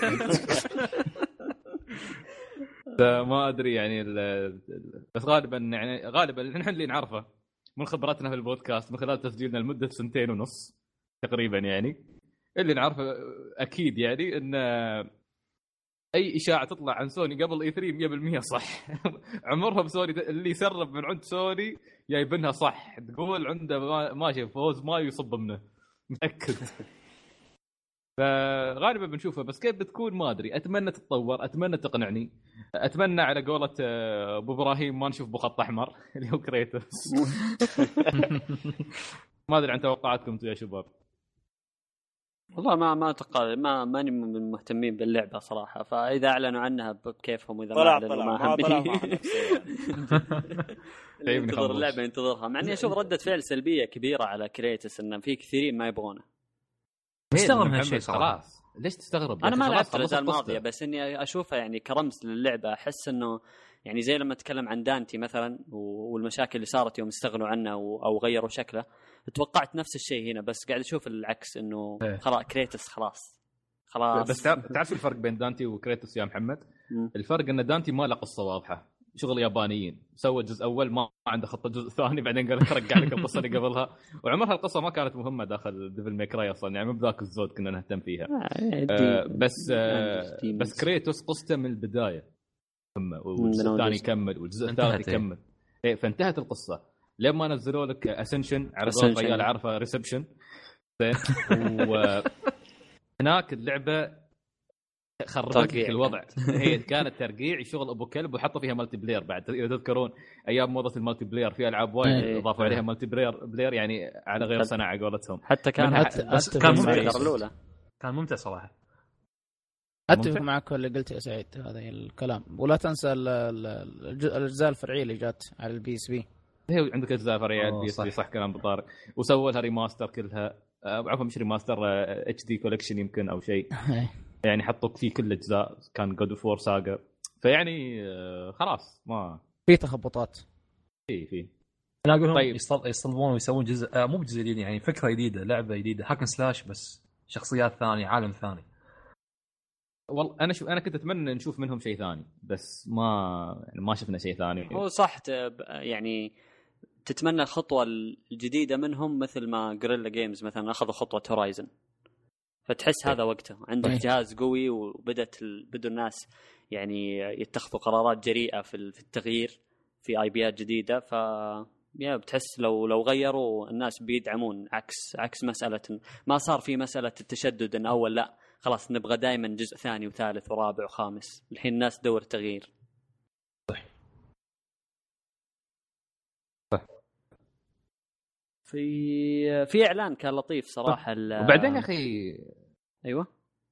ما ادري يعني بس غالبا يعني غالبا نحن اللي نعرفه من خبرتنا في البودكاست من خلال تسجيلنا لمده سنتين ونص تقريبا، يعني اللي نعرفه اكيد يعني ان اي اشاعه تطلع عن سوني قبل اي ثري مية بالمية صح. عمرهم سوني اللي يسرب من عند سوني جايبينها صح، تقول عنده ماشي فوز ما يصب منه متاكد. فغالبا بنشوفها بس كيف بتكون ما ادري. اتمنى تتطور، اتمنى تقنعني، اتمنى على قولة ابو ابراهيم ما نشوف بخط احمر اللي هو كريتوس. ما ادري عن توقعاتكم يا شباب. والله ما ما اتوقع ما ماني من مهتمين باللعبه صراحه، فاذا اعلنوا عنها بكيفهم واذا طلع ما طلع اعلنوا ما طلع مع همني. نفسه اللي ينتظر اللعبه ينتظرها، مع اني اشوف رده فعل سلبيه كبيره على كريتوس ان في كثيرين ما يبغونه. مستغرب من هالشيء صراحه. خلاص ليش تستغرب؟ انا ما لعبت الاجزاء الماضيه بس اني اشوفها يعني كرمز للعبه. احس انه يعني زي لما اتكلم عن دانتي مثلا والمشاكل اللي صارت يوم استغنوا عنه او غيروا شكله، توقعت نفس الشيء هنا، بس قاعد اشوف العكس انه خلاص كريتوس خلاص خلاص. بس تعرف الفرق بين دانتي وكريتوس يا محمد؟ م. الفرق ان دانتي ما له قصه واضحه، شغل يابانيين، سوى جزء اول ما عنده خطه جزء ثاني، بعدين قال ترجع لك القصه اللي قبلها، وعمرها القصه ما كانت مهمه داخل ديفل ماي كراي اصلا، يعني مو بذاك الزود كنا نهتم فيها. آه بس آه بس كريتوس قصته من البدايه مهمه، والجزء الثاني يكمل والجزء الثالث يكمل. إيه فانتهت القصه لما نزلوا لك اسنشن على قول ريال عارفه ريسبشن زين. وهناك اللعبه خربت لك الوضع. هي كانت ترقيع شغل ابو كلب، وحطوا فيها مالتي بلاير بعد. اذا تذكرون ايام موضه المالتي بلاير في العاب وايد اضافوا عليها مالتي بلاير بلاير يعني على غير صناعه قولتهم. حتى كان حتى بس كان ممتع الاولى، كان ممتع صراحه. اتفق معك اللي قلته يا سعيد هذا الكلام. ولا تنسى الاجزاء الفرعيه اللي جات على البي اس بي. هي عندك اجزاء فرعيه على البي اس بي صح كلام بطارق، وسووا لها ريماستر كلها، عفوا مش ريماستر، اتش دي كولكشن يمكن او شيء يعني حطوا فيه كل الاجزاء، كان جود اوف وور ساغا، فيعني خلاص ما في تخبطات في في انا اقول طيب يصطلبون ويسوون جزء آه مو بجزء جديد، يعني فكره جديده، لعبه جديده، هاكن سلاش بس شخصيات ثانيه، عالم ثاني. والله انا شوف انا كنت اتمنى نشوف منهم شيء ثاني، بس ما يعني ما شفنا شيء ثاني. هو صح يعني تتمنى الخطوه الجديده منهم، مثل ما غوريلا جيمز مثلا اخذوا خطوه هورايزن، فتحس هذا وقته عندك جهاز قوي وبدت بدوا الناس يعني يتخذوا قرارات جريئة في التغيير في اي بيات جديدة. ف يا بتحس لو لو غيروا الناس بيدعمون، عكس عكس مسألة ما صار في مسألة التشدد ان اول لا خلاص نبغى دائما جزء ثاني وثالث ورابع وخامس. الحين الناس دور تغيير. صح صح. في في اعلان كان لطيف صراحه. وبعدين يا اخي ايوه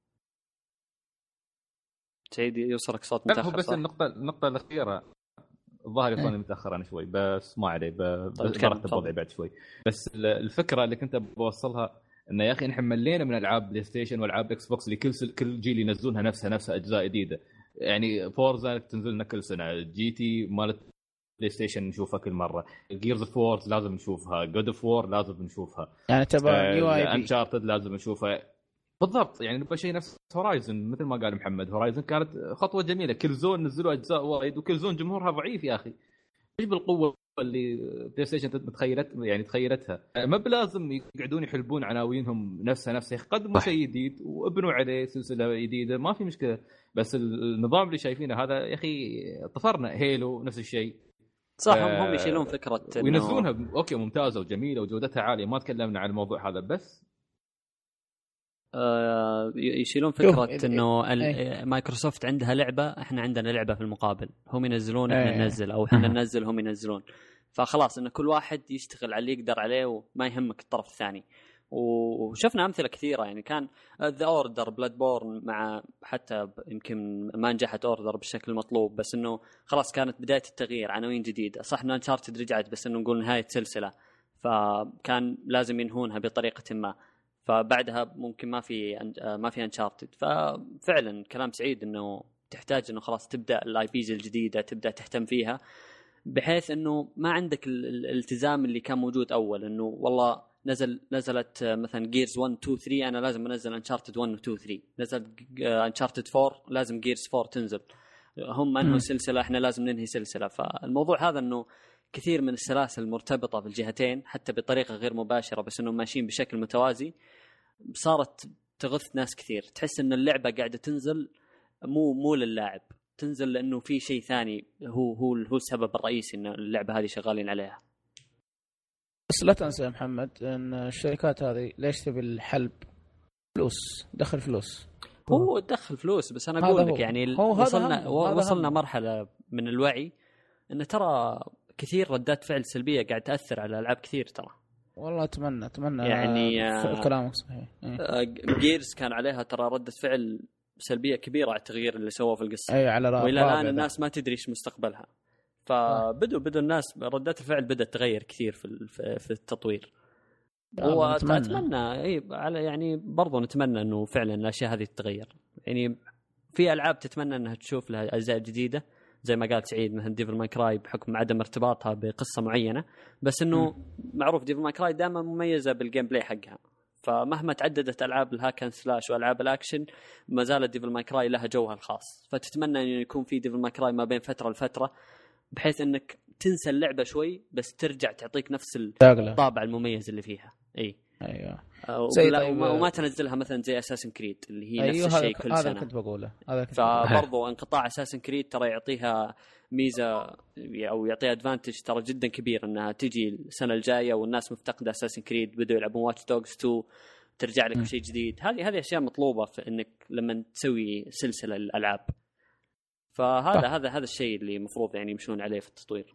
سيدي يوصلك صوت متاخر. بس النقطه النقطه الاخيره الظاهر يوصلني متاخر انا شوي، بس ما عليه برتب وضعي بعد شوي. بس الفكره اللي كنت بوصلها انه يا اخي نحن ملينا من العاب بلاي ستيشن والعاب اكس بوكس اللي كل كل جيل ينزلونها نفسها نفسها اجزاء جديده. يعني فورزا تنزل لنا كل سنه، جي تي مالت بلاي ستيشن نشوفها كل مره، جيرز اوف وور لازم نشوفها، جود اوف وور لازم نشوفها، يعني تبع يو اي بي انشارتد لازم نشوفها بالضبط. يعني نبغى شيء نفس هورايزن مثل ما قال محمد. هورايزن كانت خطوه جميله، كل زون نزلوا اجزاء وايد، وكل زون جمهورها ضعيف يا اخي، ايش بالقوه اللي بلاي ستيشن متخيلت يعني تخيلتها. ما بلازم يقعدون يحلبون عناوينهم نفسها نفسها، قدموا شيء جديد وابنوا عليه سلسله جديده ما في مشكله. بس النظام اللي شايفينه هذا يا اخي طفرنا. هيلو نفس الشيء صح. هم هم يشيلون فكره وينزلونها إنه... اوكي ممتازه وجميله وجودتها عاليه، ما تكلمنا عن الموضوع هذا، بس آه يشيلون فكره انه مايكروسوفت عندها لعبه، احنا عندنا لعبه في المقابل، هم ينزلون احنا ننزل، او احنا ننزل هم ينزلون. فخلاص ان كل واحد يشتغل على اللي يقدر عليه وما يهمك الطرف الثاني. وشفنا امثله كثيره، يعني كان ذا اوردر، بلاد بورن، مع حتى يمكن ما نجحت اوردر بالشكل المطلوب، بس انه خلاص كانت بدايه التغيير، عناوين جديده. صح ان انشارتد رجعت، بس انه نقول نهايه سلسله، فكان لازم ينهونها بطريقه ما، فبعدها ممكن ما في ما في انشارتد. ففعلا كلام سعيد انه تحتاج انه خلاص تبدا الاي بيز الجديده، تبدا تهتم فيها، بحيث انه ما عندك الالتزام اللي كان موجود اول، انه والله نزل نزلت مثلا جيرز واحد اثنين ثلاثة انا لازم انزل انشارتد واحد و اثنين ثلاثة، نزل انشارتد أربعة لازم جيرز أربعة تنزل، هم انهوا سلسله احنا لازم ننهي سلسله. فالموضوع هذا انه كثير من السلاسل مرتبطه بالجهتين حتى بطريقه غير مباشره، بس انهم ماشيين بشكل متوازي، صارت تغث ناس كثير. تحس ان اللعبه قاعده تنزل مو مو للاعب، تنزل لانه في شيء ثاني هو هو هو السبب الرئيسي ان اللعبه هذه شغالين عليها. بس لا تنسى يا محمد ان الشركات هذه ليش تبي الحلب؟ فلوس، دخل فلوس. هو دخل فلوس، بس انا اقول لك يعني وصلنا وصلنا مرحله من الوعي ان ترى كثير ردات فعل سلبيه قاعد تاثر على العاب كثير ترى. والله اتمنى اتمنى يعني آه كلامك صحيح. آه جيرز كان عليها ترى ردة فعل سلبيه كبيره على التغيير اللي سووه في القصه. اي على والى الان الناس ما تدري ايش مستقبلها، فبدوا بدوا الناس ردات الفعل بدات تغير كثير في في التطوير. واتمنى اي على يعني برضو نتمنى انه فعلا الاشياء هذه تتغير. يعني في العاب تتمنى انها تشوف لها اجزاء جديده زي ما قال سعيد مثلا ديفل ماي كراي بحكم عدم ارتباطها بقصه معينه، بس انه م. معروف ديفل ماي كراي دائما مميزه بالجيم بلاي حقها، فمهما تعددت العاب الهاكن سلاش والعاب الاكشن ما زالت ديفل ماي كراي لها جوها الخاص. فتتمنى انه يكون في ديفل ماي كراي ما بين فتره لفتره بحيث انك تنسى اللعبه شوي بس ترجع تعطيك نفس الطابع المميز اللي فيها. اي ايوه ولا طيب وما, وما تنزلها مثلا زي اساسن كريد اللي هي أيوه نفس الشيء كل هذا سنه. هذا كنت بقوله هذا كنت فبرضو انقطاع اساسن كريد ترى يعطيها ميزه او يعطيها ادفانتج ترى جدا كبير انها تجي السنه الجايه والناس مفتقده اساسن كريد بدوا يلعبون واتش دوغز تو ترجع لك بشيء جديد. هذه هذه اشياء مطلوبه في انك لما تسوي سلسله الالعاب. فهذا طيب. هذا هذا الشيء اللي المفروض يعني يمشون عليه في التطوير.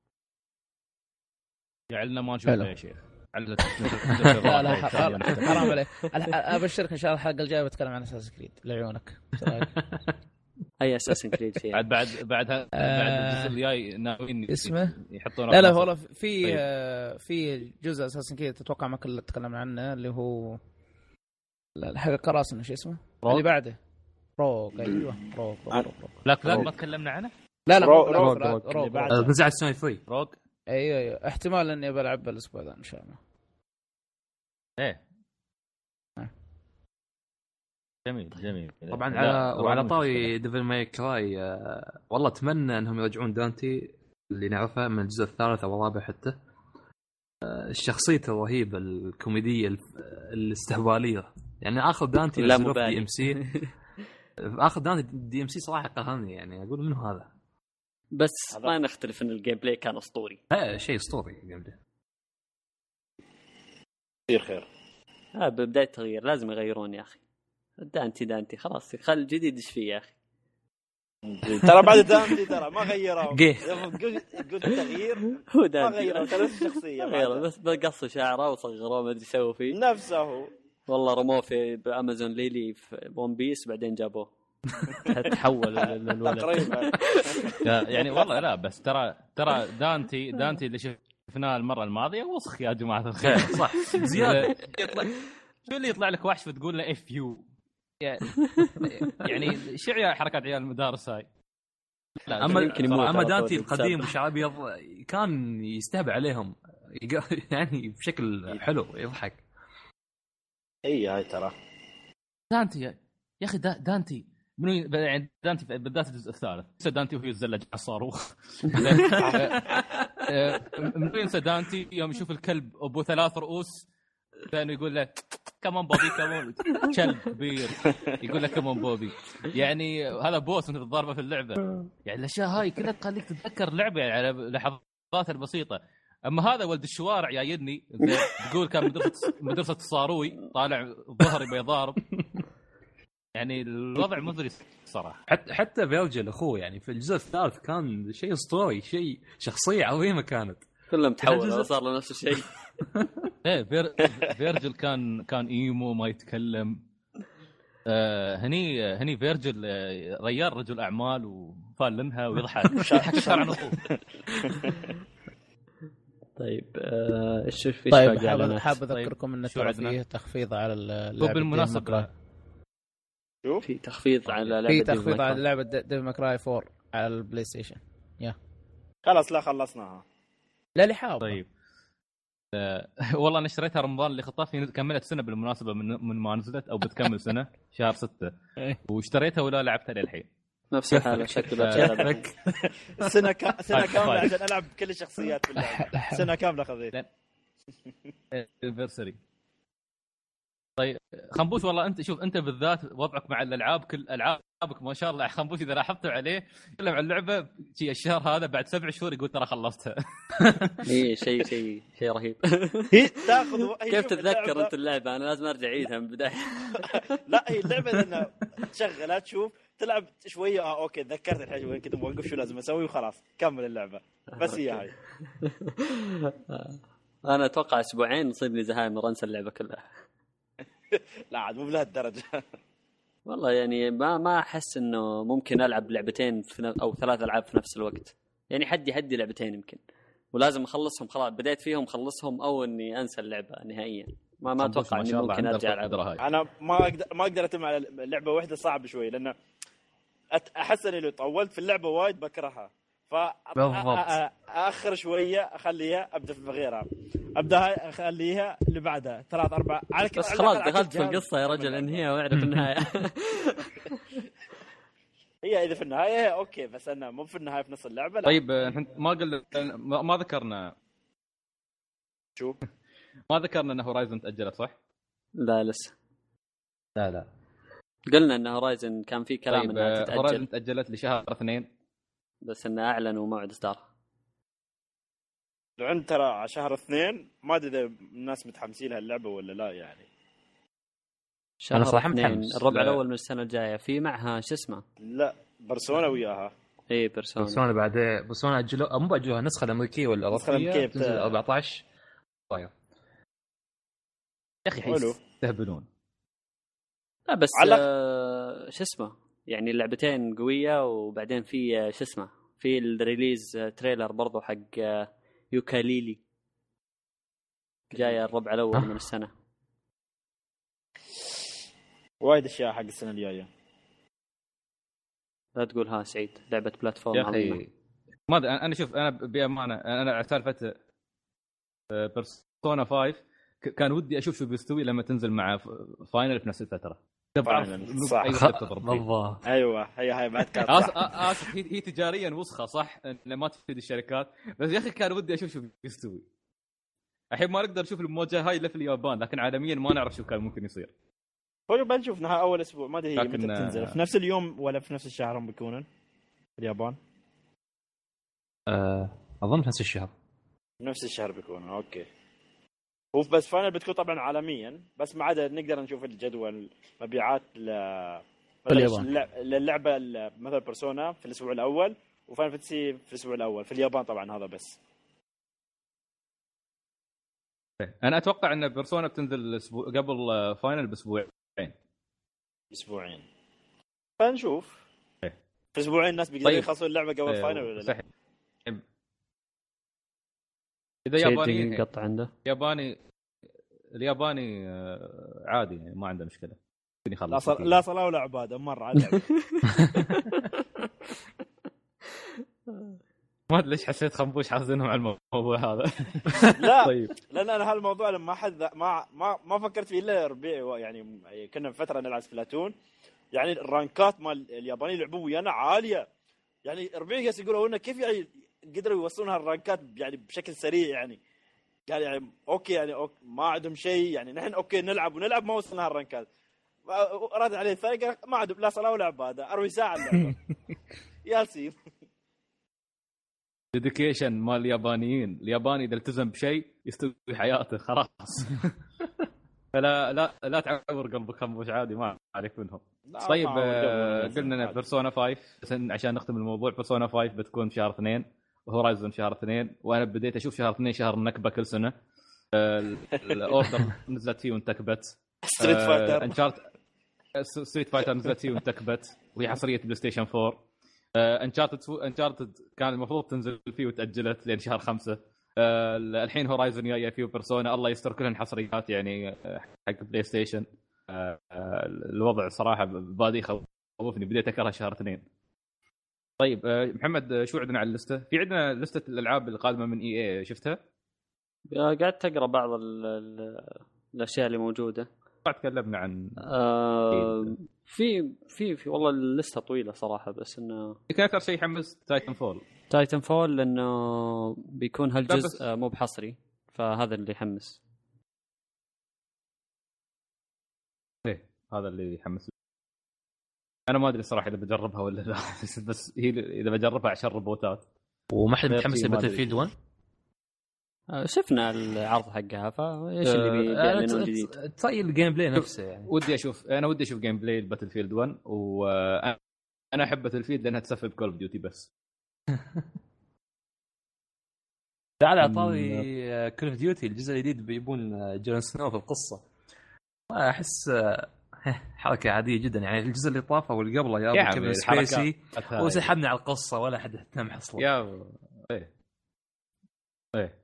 جعلنا ما نشوفه يا شيخ. لا لا حرام عليك. ابشرك ان شاء الله الحلقه الجايه بتكلم عن اساس كريد لعيونك. اي اساس كريد فيها بعد بعد بعد بعد الجزء الجاي ناويين اسمه يحطون. لا لا والله في في جزء اساس كريد تتوقع ما كل تكلمنا عنه اللي هو الحلقه قراصنه شو اسمه اللي بعده روك. ايوه روك لا لا ما تكلمنا عنه. لا لا روك روك نزع السنة ثلاثة روك. ايوه ايوه احتمال اني بلعب الاسبوع ذا ان شاء الله. ايه جميل جميل. طبعا على وعلى طاري ديفل ماي كراي آه والله اتمنى انهم يرجعون دانتي اللي نعرفه من الجزء الثالث او الرابع حتى. آه الشخصيه الرهيبه الكوميديه الاستهباليه يعني اخر دانتي نزلوه في دي ام سي. اخر دانتي دي ام سي صراحه قهرني يعني اقول منه هذا بس ما نختلف ان الجيم بلاي كان اسطوري. لا شيء اسطوري الجيم بلاي. كثير خير. اه ببدايه التغيير لازم يغيرون يا اخي. دانتي دانتي خلاص خل الجديد ايش فيه يا اخي. ترى بعد دانتي ترى ما غيروا. قلت تغيير هو دانتي ما غيروا نفس الشخصيه بس بقصوا شعره وصغروه ما ادري سووا فيه نفسه. والله رموه في بامازون ليلي في ون بيس بعدين جابوه تحول للولد تقريبا. يعني والله لا بس ترى ترى دانتي دانتي اللي شفناه المره الماضيه وسخ يا جماعه الخير. صح زياده. يطلع شو اللي يطلع لك وحش فتقول له اف يو يعني يعني شو حركات عيال المدارس هاي. لا اما اما دانتي القديم وشعبي كان يستهبل عليهم يعني بشكل حلو يضحك. اي هاي ترى دانتي يا اخي دانتي منو يعني دانتي بالذات الجزء الثالث دانتي وهي الزلج على الصاروخ. منو ينسى دانتي يوم يشوف الكلب ابو ثلاث رؤوس كانوا يقول له كمان بوبي كمان كلب كبير يقول لك كمان بوبي يعني هذا بوس من الضربه في اللعبه. يعني الاشياء هاي كلها تخليك تتذكر اللعبه يعني على لحظات البسيطه. اما هذا ولد الشوارع يا يدني تقول كان مدرسه مدرسه الصاروي طالع ظهري بيضارب يعني الوضع مزري صراحه. حتى حتى فيرجل اخوه يعني في الجزء الثالث كان شيء اسطوري شيء شخصيه عظيمه كانت كلهم تحول صار له نفس الشيء. ايه فير... فيرجل كان كان ايمو ما يتكلم. آه هني هني فيرجل آه ريال رجل اعمال وفالنها ويضحك يضحك صار عن اخوه. طيب ايش آه في طيب حاب حاب اذكركم ان ترى فيه تخفيض على اللعبه بالمناسبه في تخفيض على لعبه في تخفيض على لعبه ديفل ماي كراي فور على البلاي ستيشن. يا خلاص لا خلصناها لا لي حاب. طيب أه والله انا اشتريتها رمضان اللي خطفني كملت سنه بالمناسبه من من ما نزلت او بتكمل سنه شهر ستة واشتريتها ولا لعبتها للحين. نفس الحاله شكلها سنه كا... سنه كامله عشان العب كل الشخصيات في اللعبه. سنه كامله خذيت الفيرسري. طيب خنبوش والله انت شوف انت بالذات وضعك مع الالعاب كل العابك ما شاء الله. خنبوش اذا لاحظتوا عليه يتكلم عن اللعبه شيء الشهر هذا بعد سبع شهور يقول ترى خلصتها. اي شيء شيء شيء رهيب. تاخذ كيف تتذكر انت اللعبه؟ انا لازم ارجع اعيدها من البدايه. لا هي اللعبه لانها تشغلها تشوف تلعب شويه اه اوكي تذكرت الحين وين كنت موقف شو لازم اسوي وخلاص كمل اللعبه بس هي هاي. انا اتوقع اسبوعين نصيب لي زهايمر انسى اللعبه كلها. لا عاد مو بلهالدرجه. والله يعني ما ما احس انه ممكن العب لعبتين في ن... او ثلاث العاب في نفس الوقت. يعني حدي حدي لعبتين يمكن ولازم اخلصهم خلاص بديت فيهم خلصهم او اني انسى اللعبه نهائيا. ما ما اتوقع اني ممكن ارجع العبها. انا ما اقدر ما اقدر اتم على لعبه واحده صعب شوي لان احس اني لو طولت في اللعبه وايد بكرهها فاخر شويه اخليها ابدا في غيرها ابدا اخليها اللي بعدها ثلاث اربع على بس خلاص دخلت في القصه يا رجل انهيها واعرف النهايه. هي اذا في النهايه اوكي بس انا مو في النهايه في نص اللعبه لا. طيب احنا ما قلنا ما ذكرنا شو ما ذكرنا ان هورايزن تاجلت صح؟ لا لسه لا لا قلنا ان هورايزن كان في كلام طيب انها تتاجل. هورايزن تاجلت لشهر اثنين بس انه اعلنوا موعد اصدار لعن ترى على شهر اثنين ما ادري اذا الناس متحمسين لها اللعبه ولا لا يعني. شهر صراحه متحمس الربع الاول من السنه الجايه في معها شو اسمه لا بيرسونا وياها اي بيرسونا بيرسونا بعدين بيرسونا اجلوا مو باجلوها النسخه الامريكيه ولا الاوروبيه تنزل أربعة عشر طيب يا اخي يستهبلون. لا بس على... آه... شو اسمه يعني اللعبتين قويه وبعدين في شو اسمه في الريليز تريلر برضو حق يوكاليلي جاي الربع الاول من السنه. وايد اشياء حق السنه الجايه. لا تقول ها سعيد لعبه بلاتفورم يا اخي ما ادري انا شوف انا بامانه انا على سالفه بيرسونا خمسة كان ودي اشوف شو بيستوي لما تنزل مع فاينل في نفس الفتره. بالضبط ايوه هي هاي بعد كانت اسف هي هي تجاريا وسخه صح ما تفيد الشركات بس يا اخي كان ودي اشوف شو بيستوي. الحين ما نقدر نشوف المواجهه هاي الا في اليابان لكن عالميا ما نعرف شو كان ممكن يصير. هو بنشوف نهاية اول اسبوع ما ادري هي متى تنزل في نفس اليوم ولا في نفس الشهر هم بيكونون في اليابان. أه اظن في نفس الشهر نفس الشهر بيكون اوكي. هو بس فاينل بتكون طبعا عالميا بس ما عدا نقدر نشوف الجدول مبيعات للعبه مثلا بيرسونا في الاسبوع الاول وفاينل فانتسي في الاسبوع الاول في اليابان طبعا هذا بس. انا اتوقع ان بيرسونا بتنزل اسبوع قبل فاينل باسبوعين اسبوعين فنشوف في اسبوعين الناس بيقدروا طيب. يخلصون اللعبه قبل أه فاينل ولا لا. اذا ياباني قطع عنده ياباني الياباني عادي يعني ما عنده مشكله لا صل... لا صلاه ولا عباده مره على ما ادري ليش حسيت خنبوش حاطينهم على الموضوع هذا. لا طيب لان انا هالموضوع لما حد ما ما ما فكرت فيه الا ربيع يعني كنا فتره نلعب سبلاتون يعني الرانكات مال اليابانيين يلعبوا ويانا عاليه يعني ربيع قاعد يقولوا لنا كيف يعني قدروا يوصلون هالرانكات يعني بشكل سريع يعني قال يعني اوكي يعني أوكي ما عندهم شيء يعني نحن اوكي نلعب ونلعب ما وصلنا هالرانكات. رد عليه الثاني ما عندهم لا صلاه ولا عباده أربع ساعه اللعبه ياسين. ديديكيشن مال اليابانيين الياباني اذا التزم بشيء يستوي حياته خلاص. فلا لا لا تعور قلبك خنبوش عادي ما اعرف منهم. طيب آه قلنا بيرسونا خمسة عشان نختم الموضوع. بيرسونا خمسة بتكون في شهر اثنين وهورايزن شهر اثنين وانا بديت اشوف شهر اثنين شهر النكبه كل سنه. الاوردر نزلت فيه وانتكبت. ستريت فايتر انشارت ستريت فايتر نزلت فيه وانتكبت وهي حصريه بلاي ستيشن فور. انشارتد انشارتد كان المفروض تنزل فيه وتاجلت لين شهر خمسة. أه الحين هورايزن جايه فيه وبيرسونا الله يستر كلهن حصريات يعني حق بلاي ستيشن. أه الوضع صراحه بادي يخوفني بديت اكره شهر اثنين. طيب أه محمد شو عندنا على اللسته؟ في عندنا لسته الالعاب القادمه من اي اي شفتها؟ قاعد تقرا بعض ال ال الاشياء اللي موجوده. تكلمنا عن آه في في في والله اللسته طويله صراحه بس انه كان اكثر شيء يحمس تايتن فول. تايتن فول لانه بيكون هالجزء مو بحصري فهذا اللي يحمس. ايه هذا اللي يحمس. انا ما ادري صراحه اذا بجربها ولا لا بس هي اذا بجربها عشان روبوتات. وما حد متحمس لباتل فيلد واحد. شفنا العرض حقها فايش اللي بيعلنون جديد. تصير الجيم بلاي نفسه يعني ودي اشوف انا ودي اشوف جيم بلاي الباتل فيلد واحد وانا احب باتل فيلد لانها تسفل كول اوف ديوتي بس. على عطاوي كول اوف ديوتي الجزء الجديد بيبون جون سنو في القصه. ما احس حركه عاديه جدا يعني. الجزء اللي طاف واللي قبله يا ابو كيفن سبيسي وسحبنا على القصه ولا حد اهتم اصلا يا ايه ايه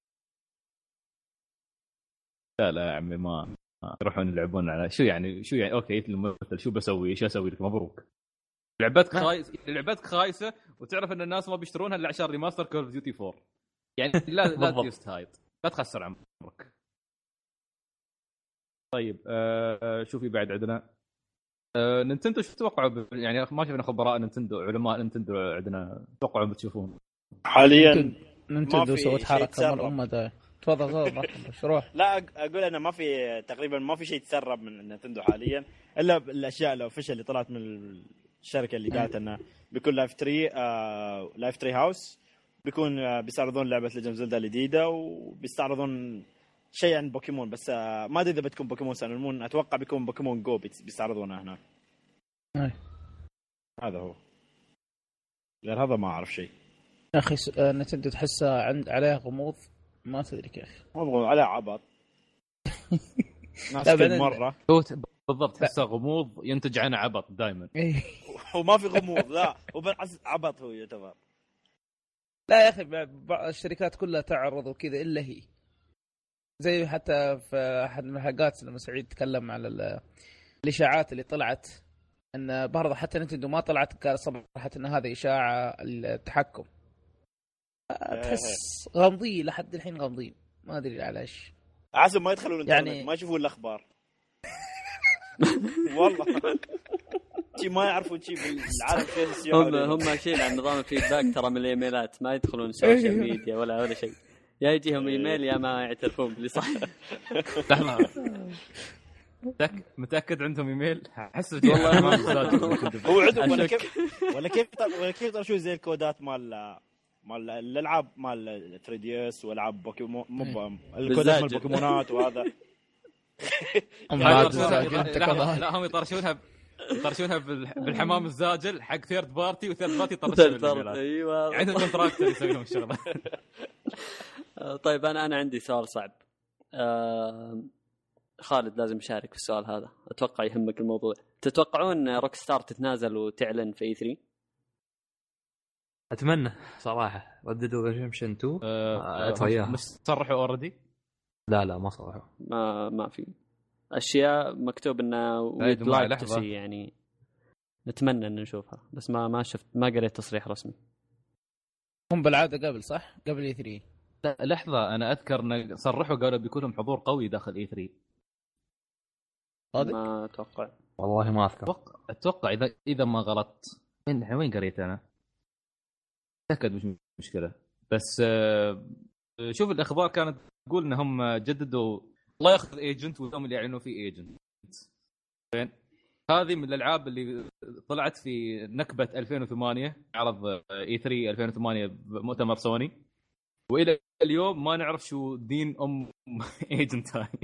لا لا يا عمي ما يروحون يلعبون على شو يعني شو يعني اوكي الممثل شو بسوي ايش اسوي لك مبروك لعبتك خايس لعبتك خايسه وتعرف ان الناس ما بيشترونها الا عشان ريماستر كول اوف ديوتي فور يعني لا لا تستهايد لا تخسر عمرك. طيب آه شوفي بعد عندنا آه نينتندو شو تتوقعوا يعني ما شفنا خبراء نينتندو علماء نينتندو عندنا توقعوا بتشوفون حاليا نينتندو سوت حركه مره امه ده تفضل تفضل شروح. لا اقول انا ما في تقريبا ما في شيء تسرب من نينتندو حاليا الا الاشياء الاوفيشال اللي طلعت من الشركه اللي قالت انه بيكون لايف تري آه لايف تري هاوس بيكون آه بيستعرضون لعبه ليجند زلدا الجديده وبيستعرضون شيء عن بوكيمون بس آه ما ادري اذا بتكون بوكيمون سان المون اتوقع بيكون بوكيمون جو بيستعرضونها هناك. هذا هو غير هذا ما اعرف شيء يا اخي. نينتندو تحسها عند عليها غموض ما تدري كيف مو على عبط ناس كل مره بالضبط تحسه غموض ينتج عنه عبط دائما. وما في غموض لا وبالعكس عبط هو يعتبر. لا يا اخي الشركات كلها تعرض وكذا الا هي زي حتى في احد من الحلقات لما سعيد تكلم على الاشاعات اللي طلعت ان برضه حتى نينتندو ما طلعت قال صراحه ان هذا اشاعه التحكم. تحس غامضين لحد الحين غامضين ما ادري على ايش. عسى ما يدخلون يعني ما يشوفون الاخبار والله شيء ما يعرفون شيء بالعالم فيه هم هم شيء عن نظام الفيدباك ترى من الايميلات ما يدخلون السوشيال ميديا ولا ولا شيء يا يجيهم ايميل يا ما يعترفون باللي صح. متاكد عندهم ايميل احس والله هو عندهم ولا كيف ولا كيف ولا كيف شو زي الكودات مال مال الالعاب مال ثري دي اس والعاب بوكيمون مو الكودات مال بوكيمونات وهذا لا هم يطرشونها يطرشونها بالحمام الزاجل حق ثيرد بارتي وثيرد بارتي يطرشون ايوه عندهم كونتراكتور يسوي لهم الشغله. طيب انا انا عندي سؤال صعب. أه... خالد لازم يشارك في السؤال هذا اتوقع يهمك الموضوع. تتوقعون روك ستار تتنازل وتعلن في اي ثري؟ اتمنى صراحه. رددوا ريدمشن تو اتوياها مش صرحوا اوريدي. لا لا ما صرحوا ما ما في اشياء مكتوب انه ويد لايك تو سي يعني نتمنى ان نشوفها بس ما ما شفت ما قريت تصريح رسمي. هم بالعاده قبل صح قبل اي ثري. لا لحظه انا اذكر ان صرحوا قالوا بيكون لهم حضور قوي داخل اي ثري. ما اتوقع والله ما اذكر. اتوقع اتوقع اذا اذا ما غلط وين وين قريت انا تاكد مش مشكله بس شوف الاخبار كانت تقول انهم جددوا الله ياخذ ايجنت ويوم اللي يعلنوا فيه ايجنت. فين هذه من الالعاب اللي طلعت في نكبه ألفين وثمانية عرض اي ثري ألفين وثمانية بمؤتمر سوني والى اليوم ما نعرف شو دين ام ايجنت هاي.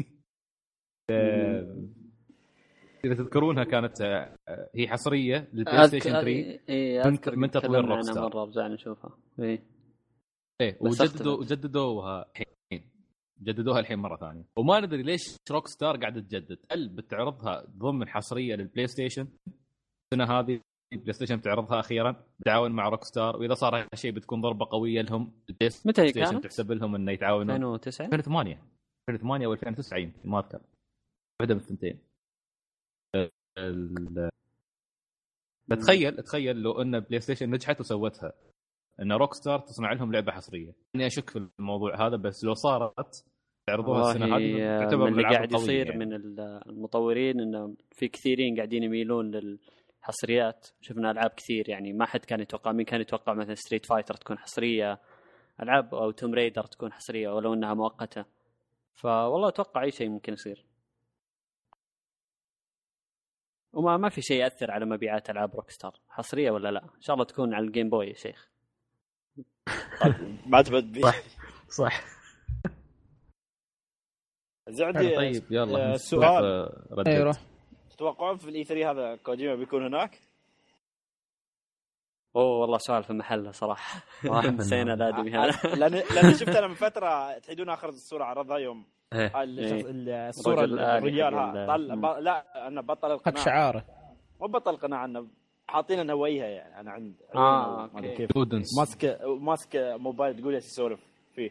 اذا تذكرونها كانت هي حصريه للبلاي ستيشن ثري من, من تطوير روكستار. مره رجعنا نشوفها ايه ايه وجددوا وجددوها الحين جددوها الحين مره ثانيه وما ندري ليش روكستار قاعده تجدد. هل بتعرضها ضمن حصريه للبلاي ستيشن السنه هذه البلاي ستيشن بتعرضها اخيرا بالتعاون مع روكستار واذا صار هالشيء بتكون ضربه قويه لهم البلاي ستيشن تحسب لهم انه يتعاونون. ألفين وتسعة ألفين وثمانية ألفين وثمانية او ألفين وتسعة ما اذكر واحده من الثنتين. ال... تخيل تخيل لو ان بلاي ستيشن نجحت وسوتها ان روكستار تصنع لهم لعبه حصريه. اني اشك في الموضوع هذا بس لو صارت تعرضوها السنه هذه تعتبر اللي قاعد يصير يعني. من المطورين انه في كثيرين قاعدين يميلون للحصريات. شفنا العاب كثير يعني ما حد كان يتوقع. مين كان يتوقع مثلا ستريت فايتر تكون حصريه العاب او توم ريدر تكون حصريه ولو انها مؤقته. فوالله اتوقع اي شيء ممكن يصير وما ما في شيء يأثر على مبيعات ألعاب روكستار حصرية ولا لا. إن شاء الله تكون على الجيم بوي يا شيخ. بعد بدي صح صح. زعدي طيب يلا السؤال ايوه تتوقعون في الاي ثري هذا كوجيما بيكون هناك؟ اوه والله سؤال في محله صراحه. نسينا الادمي هذا. لان لان شفت انا من فتره تحيدون اخر الصوره عرضها يوم إيه. الصوره الرجال طلع. لا انا بطل القناع حق شعاره مو بطل القناع انه حاطين نويها يعني انا عند اه كيف ماسك ماسك موبايل تقول لي يسولف فيه.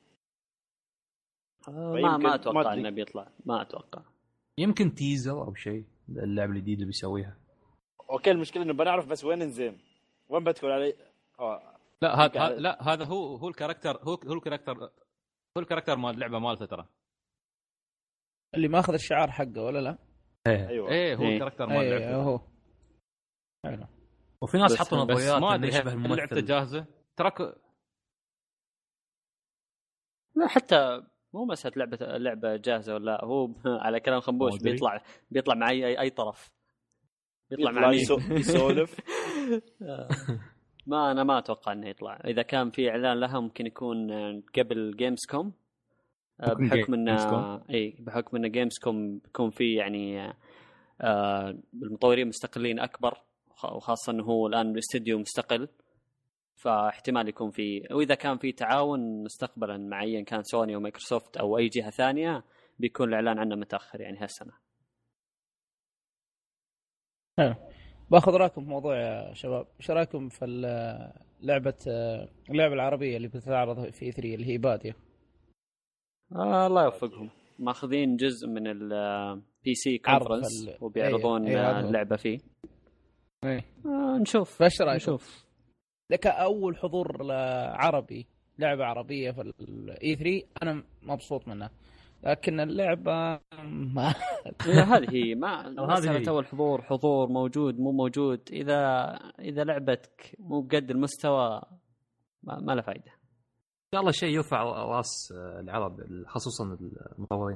ما ما اتوقع انه بيطلع ما اتوقع. يمكن تيزر او شيء اللعبه الجديده اللي بيسويها. اوكي المشكله انه بنعرف بس وين نزين وين بدخل علي. أوه. لا هذا لا هذا هو هو الكاركتر هو هو الكاركتر هو الكاركتر مال اللعبه مالته ترى اللي ماخذ الشعار حقه ولا لا؟ ايه ايوه ايه هو الكاركتر مال اللعبه. ايه هو حلو. وفي ناس حطوا نظريات ما انه يشبه الممثل. اللعبه جاهزه تراك. لا حتى مو مسألة لعبة لعبة جاهزة ولا هو على كلام خنبوش بيطلع بيطلع مع أي أي طرف بيطلع مع مين يسولف. ما أنا ما أتوقع إنه يطلع. إذا كان في إعلان لها ممكن يكون قبل جيمز كوم بحكم إنه إيه بحكم إنه جيمز كوم بيكون في يعني آه المطورين مستقلين أكبر وخاصة إنه هو الآن الاستديو مستقل فاحتمال يكون في. واذا كان في تعاون مستقبلا مع ايا كان سوني ومايكروسوفت او اي جهه ثانيه بيكون الاعلان عنه متاخر يعني هالسنه. حلو. باخذ رايكم في موضوع يا شباب. ايش رايكم في لعبه اللعبه العربيه اللي بتتعرض في ثلاثة اللي هي باديه؟ آه الله يوفقهم. ماخذين جزء من البي سي كونفرنس وبيعرضون أيه. اللعبه فيه. ايه آه نشوف فايش رايكم؟ نشوف. لك أول حضور عربي لعبة عربية في الإي ثري أنا مبسوط منها لكن اللعبة ما هذه هي ما مسألة أول حضور حضور موجود مو موجود. إذا إذا لعبتك مو بقد المستوى ما, ما له فايدة. إن شاء الله شيء يرفع رأس العرب خصوصا المطورين.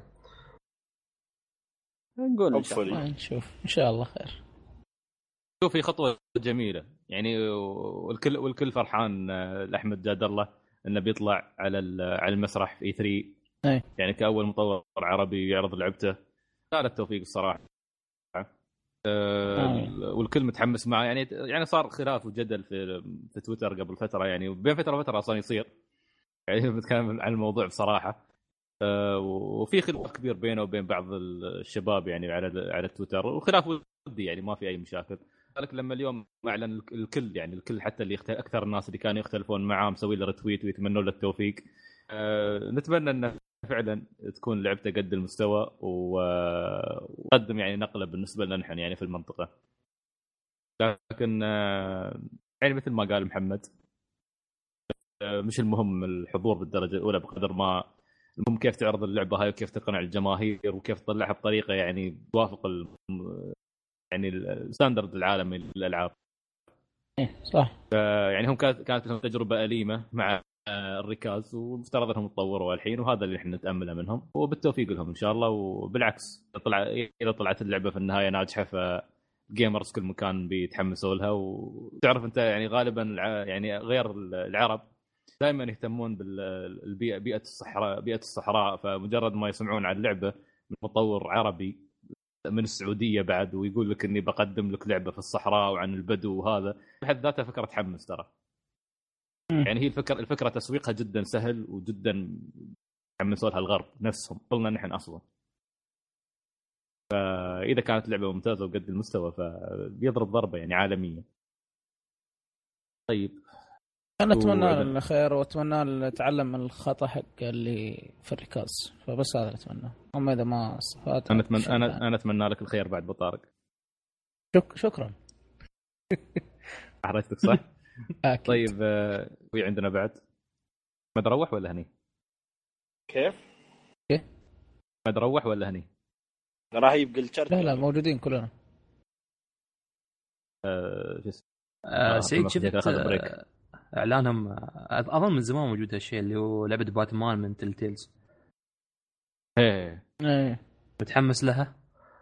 نقول نشوف إن شاء الله خير. شوف في خطوة جميلة يعني والكل والكل فرحان لأحمد جاد الله إنه بيطلع على على المسرح في إي ثري أي. يعني كأول مطور عربي يعرض لعبته. لا التوفيق الصراحة. أه والكل متحمس معه يعني يعني صار خلاف وجدل في في تويتر قبل فترة يعني بين فترة وفترة أصلا يصير يعني بنتكلم عن الموضوع بصراحة. أه وفي خلاف كبير بينه وبين بعض الشباب يعني على على تويتر وخلاف ودي يعني ما في أي مشاكل. لكن لما اليوم اعلن الكل يعني الكل حتى اللي يختلف اكثر الناس اللي كانوا يختلفون معاه مسوي له ريتويت ويتمنوا له التوفيق. أه نتمنى انه فعلا تكون لعبته قد المستوى وقدم يعني نقله بالنسبه لنا نحن يعني في المنطقه. لكن أه يعني مثل ما قال محمد أه مش المهم الحضور بالدرجه الاولى بقدر ما المهم كيف تعرض اللعبه هاي وكيف تقنع الجماهير وكيف تطلعها بطريقه يعني توافق يعني الستاندرد العالمي للالعاب. ايه صح. يعني هم كانت كانت لهم تجربه اليمه مع الركاز ومفترض انهم يتطوروا الحين وهذا اللي احنا نتامله منهم وبالتوفيق لهم ان شاء الله. وبالعكس طلع اذا طلعت اللعبه في النهايه ناجحه فجيمرز كل مكان بيتحمسوا لها. وتعرف انت يعني غالبا يعني غير العرب دائما يهتمون بالبيئه بيئه الصحراء بيئه الصحراء فمجرد ما يسمعون عن اللعبه من مطور عربي من السعوديه بعد ويقول لك اني بقدم لك لعبه في الصحراء وعن البدو وهذا بحد ذاتها فكره تحمس ترى. يعني هي الفكره الفكره تسويقها جدا سهل وجدا يحمسوا لها الغرب نفسهم قلنا نحن اصلا. فاذا كانت لعبه ممتازه وقد المستوى فبيضرب ضربه يعني عالميه. طيب انا اتمنى له الخير واتمنى نتعلم من الخطا حق اللي في الركاز فبس هذا اتمنى. اما اذا ما استفاد انا اتمنى انا انا اتمنى لك الخير بعد بطارق. شك... شكرا. حرجتك صح. طيب في عندنا بعد ما تروح ولا هني كيف كيف ما تروح ولا هني راح يبقى الشرط. لا لا موجودين كلنا. أه... آه سعيد شفت آه اعلانهم اظن من زمان موجود هالشيء اللي هو لعبه باتمان من تيل تيلز. ايه ايه متحمس لها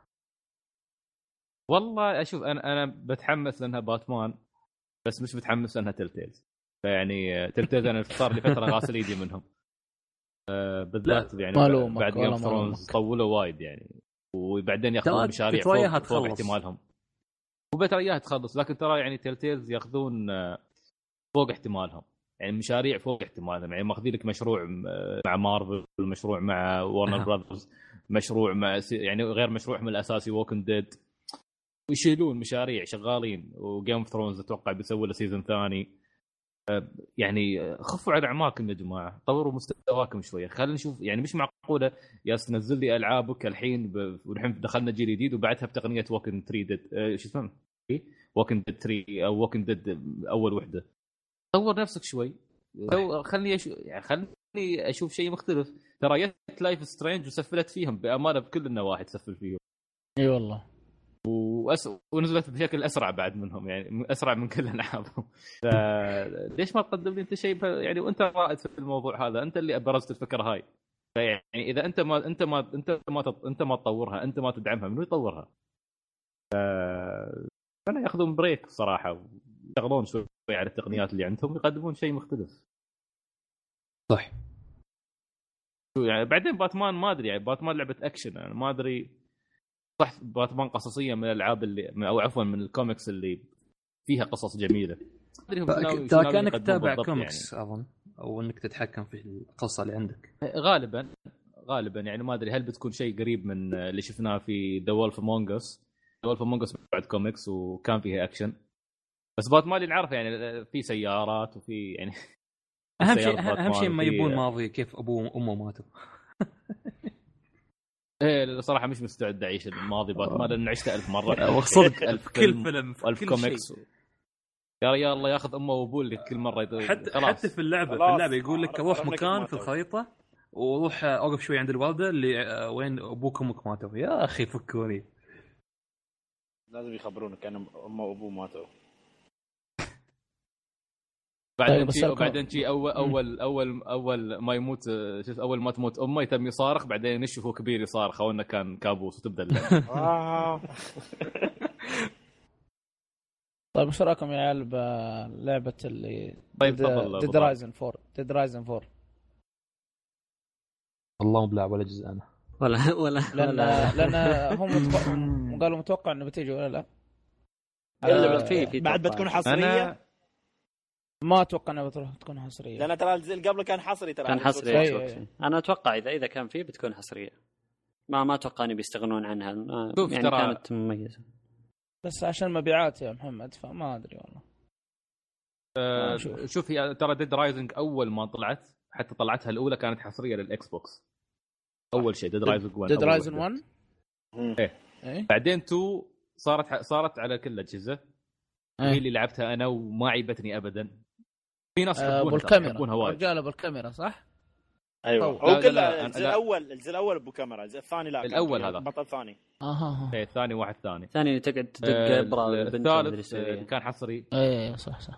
والله. اشوف انا انا بتحمس لانها باتمان بس مش متحمس لانها تيل تيلز. فيعني تيل تيلز انا صار لي فتره غاسل ايدي منهم آه بالذات يعني بعد جيم اوف ثرونز طولوا وايد يعني وبعدين ياخذون مشاريع فوق, فوق احتمالهم. وبترى اياها تخلص، لكن ترى يعني تيلتيلز ياخذون فوق احتمالهم، يعني مشاريع فوق احتمالهم، يعني ماخذين لك مشروع مع مارفل، مشروع مع وارنر براذرز، مشروع مع يعني غير مشروعهم الاساسي ووكن ديد، ويشيلون مشاريع شغالين. وجيم اوف ثرونز اتوقع بيسوي له سيزون ثاني. يعني خفوا على اعماقكم يا جماعه، طوروا مستواكم شويه، خلينا نشوف. يعني مش معقوله يا تنزل لي العابك الحين ب... والحين دخلنا جيل جديد وبعدها بتقنيه ووكن ثري ديد أه شو اسمه ووكن ديد ثري او ووكن ديد اول وحده. طور نفسك شوي، خلني أشو... يعني خلني اشوف شيء مختلف. ترى يت لايف سترينج وسفلت فيهم بامانه بكل النواحي، تسفل فيهم اي والله، وأس... ونزلت بشكل اسرع بعد منهم، يعني اسرع من كل العابهم. فليش ما تقدم لي انت شيء يعني وانت رائد في الموضوع هذا؟ انت اللي ابرزت الفكره هاي. فيعني اذا انت ما انت ما انت ما تط... انت ما تطورها، انت ما تدعمها، منو يطورها؟ ف... فانا ياخذون بريك صراحه ويشتغلون شوي على التقنيات اللي عندهم ويقدمون شيء مختلف. صح. يعني بعدين باتمان ما ادري، يعني باتمان لعبه اكشن، انا ما ادري صح. باتمان قصصيه من الالعاب اللي او عفوا من الكوميكس اللي فيها قصص جميله. ترى كانك تتابع كوميكس يعني. اظن او انك تتحكم في القصه اللي عندك غالبا غالبا يعني ما ادري هل بتكون شيء قريب من اللي شفناه في ذا وولف امونج اس. ذا وولف امونج اس بعد كوميكس وكان فيها اكشن، بس باتمان اللي نعرفه يعني في سيارات وفي يعني اهم شيء اهم شيء ما يبون ماضي كيف ابوه وامه ماتوا. ايه صراحه مش مستعد اعيش الماضي باتمان لان عشته ألف مره صدق ألف كل فيلم ألف كوميكس و... يا يا الله ياخذ امه وابوه اللي كل مره يدور. حتى خلاص. حتى في اللعبه في اللعبه يقول لك روح مكان في الخريطه وروح اوقف شوي عند الوالده اللي وين ابوك وامك ماتوا. يا اخي فكروني، لازم يخبرونك ان امه وابوه ماتوا. بعدين شيء وبعدين شيء اول اول اول اول ما يموت شوف اول ما تموت امه يتم يصارخ، بعدين نشوفه كبير يصارخ او انه كان كابوس وتبدا اللعبه. طيب ايش رايكم يا عيال بلعبه اللي طيب تفضل ديد رايزن فور؟ ديد رايزن فور والله ما بلعب ولا جزء انا ولا ولا لان لان هم متوقع... قالوا متوقع انه بتيجي ولا لا. آه في في بعد بتكون حصريه. أنا... ما اتوقع انها بتروح تكون حصريه لان ترى الجزء اللي قبله كان حصري ترى كان حصري أي أي. انا اتوقع اذا اذا كان فيه بتكون حصريه. ما ما اتوقع اني بيستغنون عنها يعني ترى... كانت مميزه بس عشان مبيعات يا محمد فما ادري والله. أه شوف هي ترى ديد رايزنج اول ما طلعت حتى طلعتها الاولى كانت حصريه للاكس بوكس. اول شيء ديد رايزنج واحد ديد رايزن واحد ايه. ايه بعدين اثنين صارت صارت على كل الاجهزه. هي اللي لعبتها انا وما عيبتني ابدا. في ناس بالكاميرا رجال بالكاميرا صح. ايوه هو كل الجزء الاول الجزء الاول ابو كاميرا، الجزء الثاني لا الاول هذا بطل ثاني اها ايه الثاني واحد ثاني ثاني تقعد تدق ابره البنت اللي كان حصري. ايه صح صح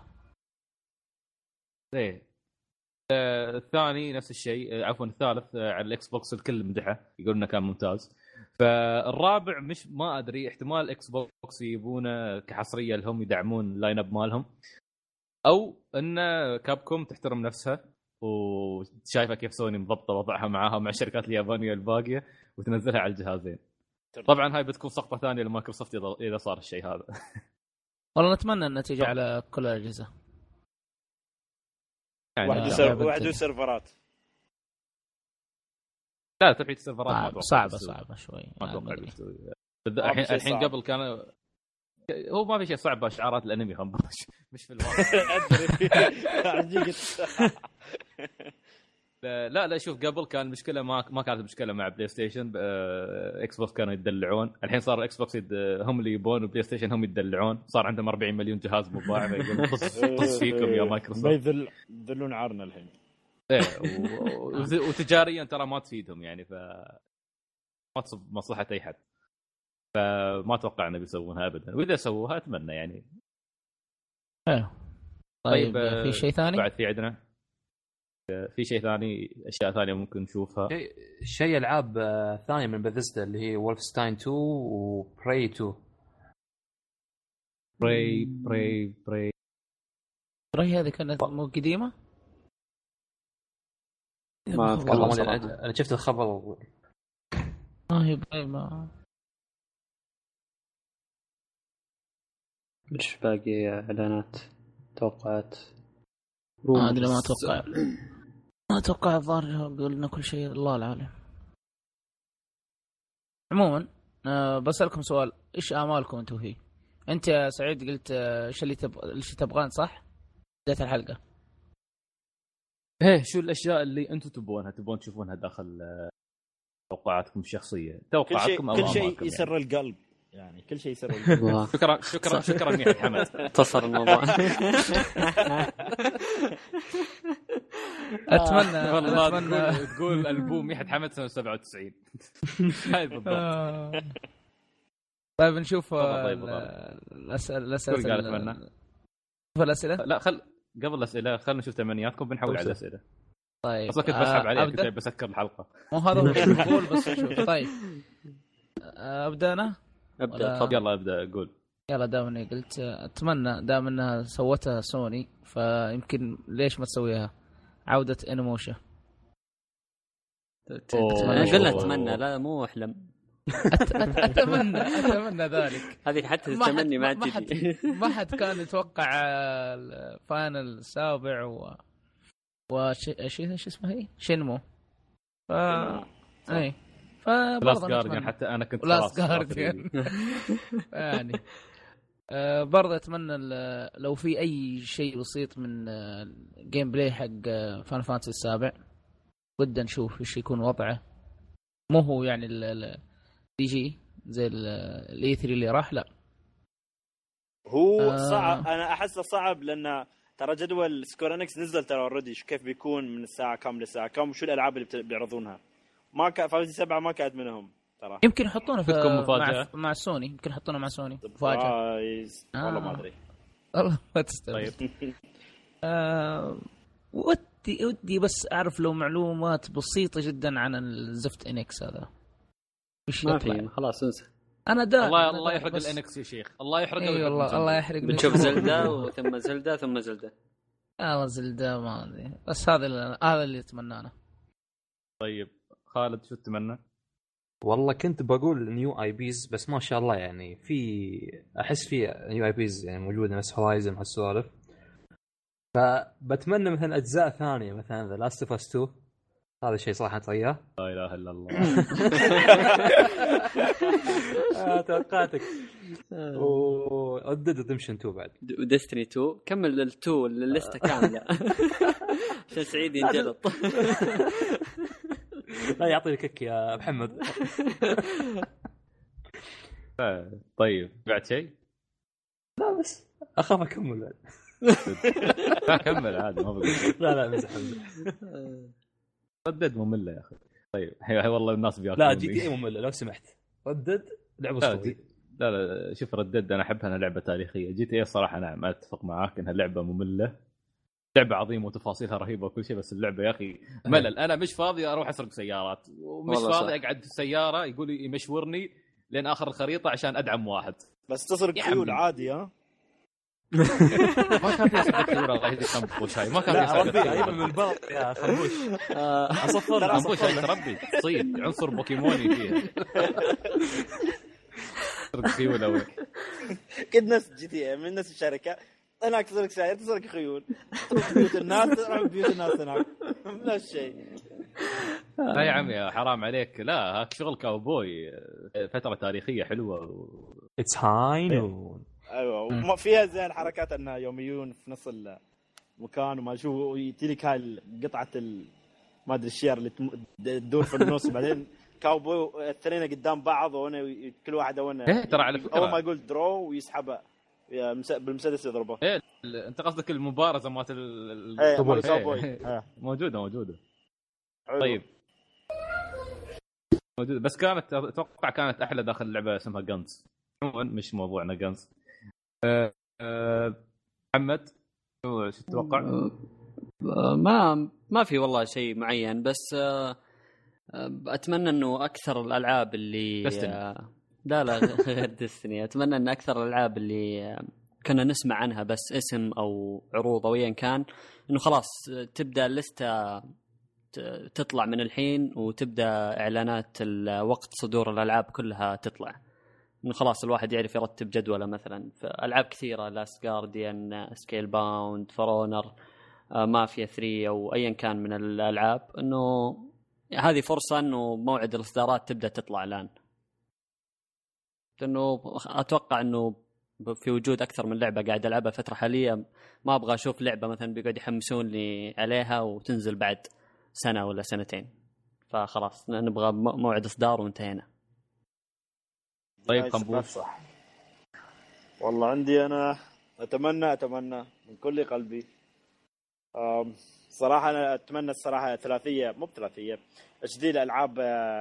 ايه الثاني نفس الشيء عفوا الثالث على الاكس بوكس الكل مدحه يقول انه كان ممتاز. فالرابع مش ما ادري احتمال اكس بوكس يبونه كحصريه لهم يدعمون اللاين اب مالهم، او ان كابكوم تحترم نفسها وشايفه كيف سوني مضبطه وضعها معاها مع الشركات اليابانيه الباقيه وتنزلها على الجهازين. طبعا هاي بتكون سقطه ثانيه لمايكروسوفت اذا صار الشيء هذا. والله نتمنى انها تيجي على كل الاجهزه يعني واحد واحد سيرفرات. لا تبعيد السيرفرات ما اتوقع صعبه صعبه شوي ما اتوقع الحين الحين قبل كان هو ما في شيء صعب باشعارات الانمي هم مش في الواقع. لا لا شوف قبل كان مشكله ما ما كانت مشكله مع بلاي ستيشن اكس بوكس كانوا يدلعون. الحين صار اكس بوكس هم اللي يبون وبلاي ستيشن هم يدلعون. صار عندهم أربعين مليون جهاز مباع فيقول طص طص فيكم يا مايكروسوفت. بيذل يذلون عارنا الحين ايه وتجاريا ترى ما تفيدهم يعني ف ما تصب مصلحه اي حد. فما اتوقع انه بيسوونها ابدا واذا سووها اتمنى يعني. ايه طيب, طيب في شيء ثاني بعد؟ في عندنا في شيء ثاني اشياء ثانيه ممكن نشوفها. شيء شيء العاب ثانيه من بثيسدا اللي هي وولفستاين تو وبراي تو. براي براي براي براي هذه كانت مو قديمه ما والله انا شفت الخبر اه هي براي ما ايش باقي اعلانات توقعات؟ ما ادري ما اتوقع ما اتوقع الظاهر قلنا كل شيء الله العالم. عموما أه بسألكم سؤال، ايش امالكم انتم فيه؟ انت يا سعيد قلت ايش اللي تب... ايش تبغان صح بداية الحلقة؟ ايه شو الاشياء اللي انتم تبونها تبون تشوفونها داخل توقعاتكم الشخصيه؟ توقعاتكم كل شيء كل شيء يسر يعني. القلب يعني كل شيء يسر القلب. شكرا شكرا شكرا يا حمد تصر الموضوع. اتمنى والله اتمنى تقول البوم يحد حمد سنه سبعة وتسعين. هاي بالضبط. طيب نشوف الاسئله الاسئله قال اتمنى الاسئله لا خل قبل الاسئله خلينا نشوف تمنياتكم بنحول على الاسئله. طيب اصلا كنت بسحب عليك كنت بسكر الحلقه مو هذا هو نقول بس نشوف. طيب ابدا انا ابدا تفضل يلا ابدا قول. يلا دامني قلت اتمنى دام انها سوتها سوني فيمكن ليش ما تسويها عوده انيموشا. قلنا اتمنى لا مو احلم. اتمنى اتمنى ذلك. هذه حتى التمني ما تجي. ما حد كان يتوقع الفاينل السابع و وش ايش ايش اسمه هي شينمو ف اي لاست جارديان حتى انا كنت لاست جارديان يعني أه برضه اتمنى لو في اي شيء بسيط من جيم بلاي حق فان فانتسي السابع ودنا نشوف ايش يكون وضعه. مو هو يعني الدي جي زي الاي ثري اللي راح لا هو آه صعب. انا احسه صعب لان ترى جدول سكوير انكس نزل ترى اوريدي كيف بيكون من الساعه كم للساعه كم وشو الالعاب اللي بيعرضونها. ما كان فاوزي سبعة ما كانت منهم ترى. يمكن يحطونه في مع, مع سوني يمكن يحطونه مع سوني مفاجاه. آه. والله ما ادري والله ما تستوعب. طيب آه ودي ودي بس اعرف لو معلومات بسيطه جدا عن الزفت انكس هذا. ما في خلاص انسى. انا دا الله الله يحرق الانكس يا شيخ الله يحرق. اي والله الله يحرق. بنشوف زلدة وثم زلدة ثم زلدة. اه زلدة ما ادري بس هذا اللي هذا اللي اتمناه. طيب خالد شو تتمنى؟ والله كنت بقول نيو اي بيز بس ما شاء الله يعني في احس في نيو اي بيز يعني موجوده نفس هورايزن هالسوالف. فبتمنى مثلا اجزاء ثانيه مثلا ذا لاست اوف اس تو. هذا شيء صراحه طريقه لا اله الا الله. توقعتك. وردد ريدمشن تو بعد ودستني تو كمل التو الليسته كامله عشان سعيد ينجلط. لا يعطيك كيك يا محمد. طيب بعد شيء؟ لا بس اخاف اكمل بعد. لا كمل عادي ما بقول. لا لا مزح ردد ممله يا اخي. طيب هي والله الناس بياكلون. لا جي تي اي ممله لو سمحت. ردد لعبه اسطوريه. لا لا شوف ردد انا احبها انها لعبه تاريخيه. جي تي اي الصراحه نعم اتفق معاك انها لعبه ممله. لعبه عظيمه وتفاصيلها رهيبه وكل شيء بس اللعبه يا اخي ملل. انا مش فاضي اروح اسرق سيارات ومش فاضي اقعد في السياره يقول لي يمشورني لين اخر الخريطه عشان ادعم واحد. بس تسرق خيول عادي ها. ما كان في سرقه خيول الله يهديك خنبوش هاي ما كان في سرقه خيول من الباب يا خنبوش. اصفر خنبوش هاي تربي تصيد عنصر بوكيموني فيها. سرقه خيول اول كد ناس جي تي اي من ناس الشركه هناك تسرق سيارة تسرق خيول تروح بيوت الناس تروح بيوت الناس هناك لا الشيء. لا يا عمي حرام عليك. لا هاك شغل كاوبوي فترة تاريخية حلوة و... It's high noon. أيوة وما فيها زي الحركات أنها يوميون في نص المكان وما شو يتيلك هاي قطعة ال... ما أدري الشير اللي تدور في النص بعدين كاوبوي الثنين قدام بعض وهنا كل واحد هنا ترى على فكرة أول ما يقول درو ويسحبه بالمسدس يضربه. ايه انت قصدك المبارزه مالت الكاوبوي ايه. موجوده موجوده حلو. طيب موجوده بس كانت اتوقع كانت احلى داخل اللعبه اسمها جانز. عموما مش موضوعنا جانز. أه أه محمد شو تتوقع؟ ما ما في والله شيء معين بس اتمنى انه اكثر الالعاب اللي لا لا غير ديستني. أتمنى أن أكثر الألعاب اللي كنا نسمع عنها بس اسم أو عروض أو أيا كان إنه خلاص تبدأ الليستة تطلع من الحين وتبدأ إعلانات وقت صدور الألعاب كلها تطلع. انه خلاص الواحد يعرف يرتب جدوله مثلا في العاب كثيره، لاست جارديان، سكيل باوند، فرونر، مافيا ثري او ايا كان من الالعاب، انه هذه فرصه انه موعد الاصدارات تبدا تطلع الان. لانه اتوقع انه في وجود اكثر من لعبه قاعد العبها فتره حاليه، ما ابغى اشوف لعبه مثلا بيقعد يحمسون لي عليها وتنزل بعد سنه ولا سنتين، فخلاص نبغى موعد اصدار وانتهينا. طيب قنبوش. صح والله عندي انا اتمنى اتمنى من كل قلبي صراحه انا اتمنى الصراحه ثلاثيه مو بثلاثيه تجديد العاب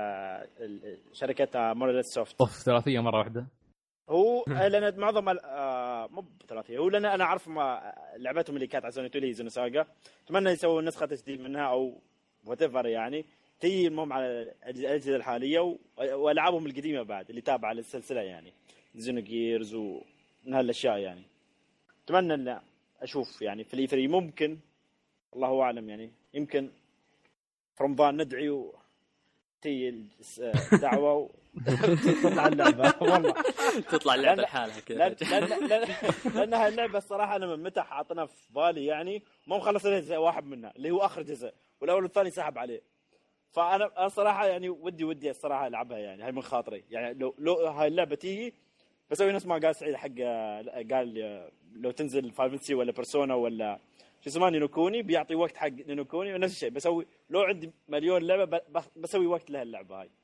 شركه مونوليث سوفت. اوف ثلاثيه مره واحده. هو لان معظم مو بثلاثيه، هو لان انا اعرف ما لعبتهم اللي كانت على سوني تولي زون ساغا، اتمنى يسووا نسخه تجديد منها او وات ايفر يعني تي المهم على الاجهزه الحاليه والعابهم القديمه بعد اللي تابعه للسلسله يعني زينو جيرز ومن هالاشياء يعني. اتمنى ان اشوف يعني في الاي ثري ممكن، الله اعلم يعني، يمكن في رمضان ندعي وتي الدعوه وتطلع اللعبه والله تطلع اللعبه لحالها كذا. لان لان لانها اللعبه الصراحه انا من متى حاطناها في بالي يعني، ما مخلص لها واحد منها اللي هو اخر جزء، والاول والثاني سحب عليه. فانا الصراحه يعني ودي ودي الصراحه العبها يعني، هاي من خاطري يعني. لو لو هاي اللعبه تيجي بسوي نفس ما قال سعيد حق قال لو تنزل فاينل ولا بيرسونا ولا شو اسمه نينوكوني بيعطي وقت حق نينوكوني، ونفس الشيء بسوي لو عندي مليون لعبه بسوي وقت لها اللعبه هاي.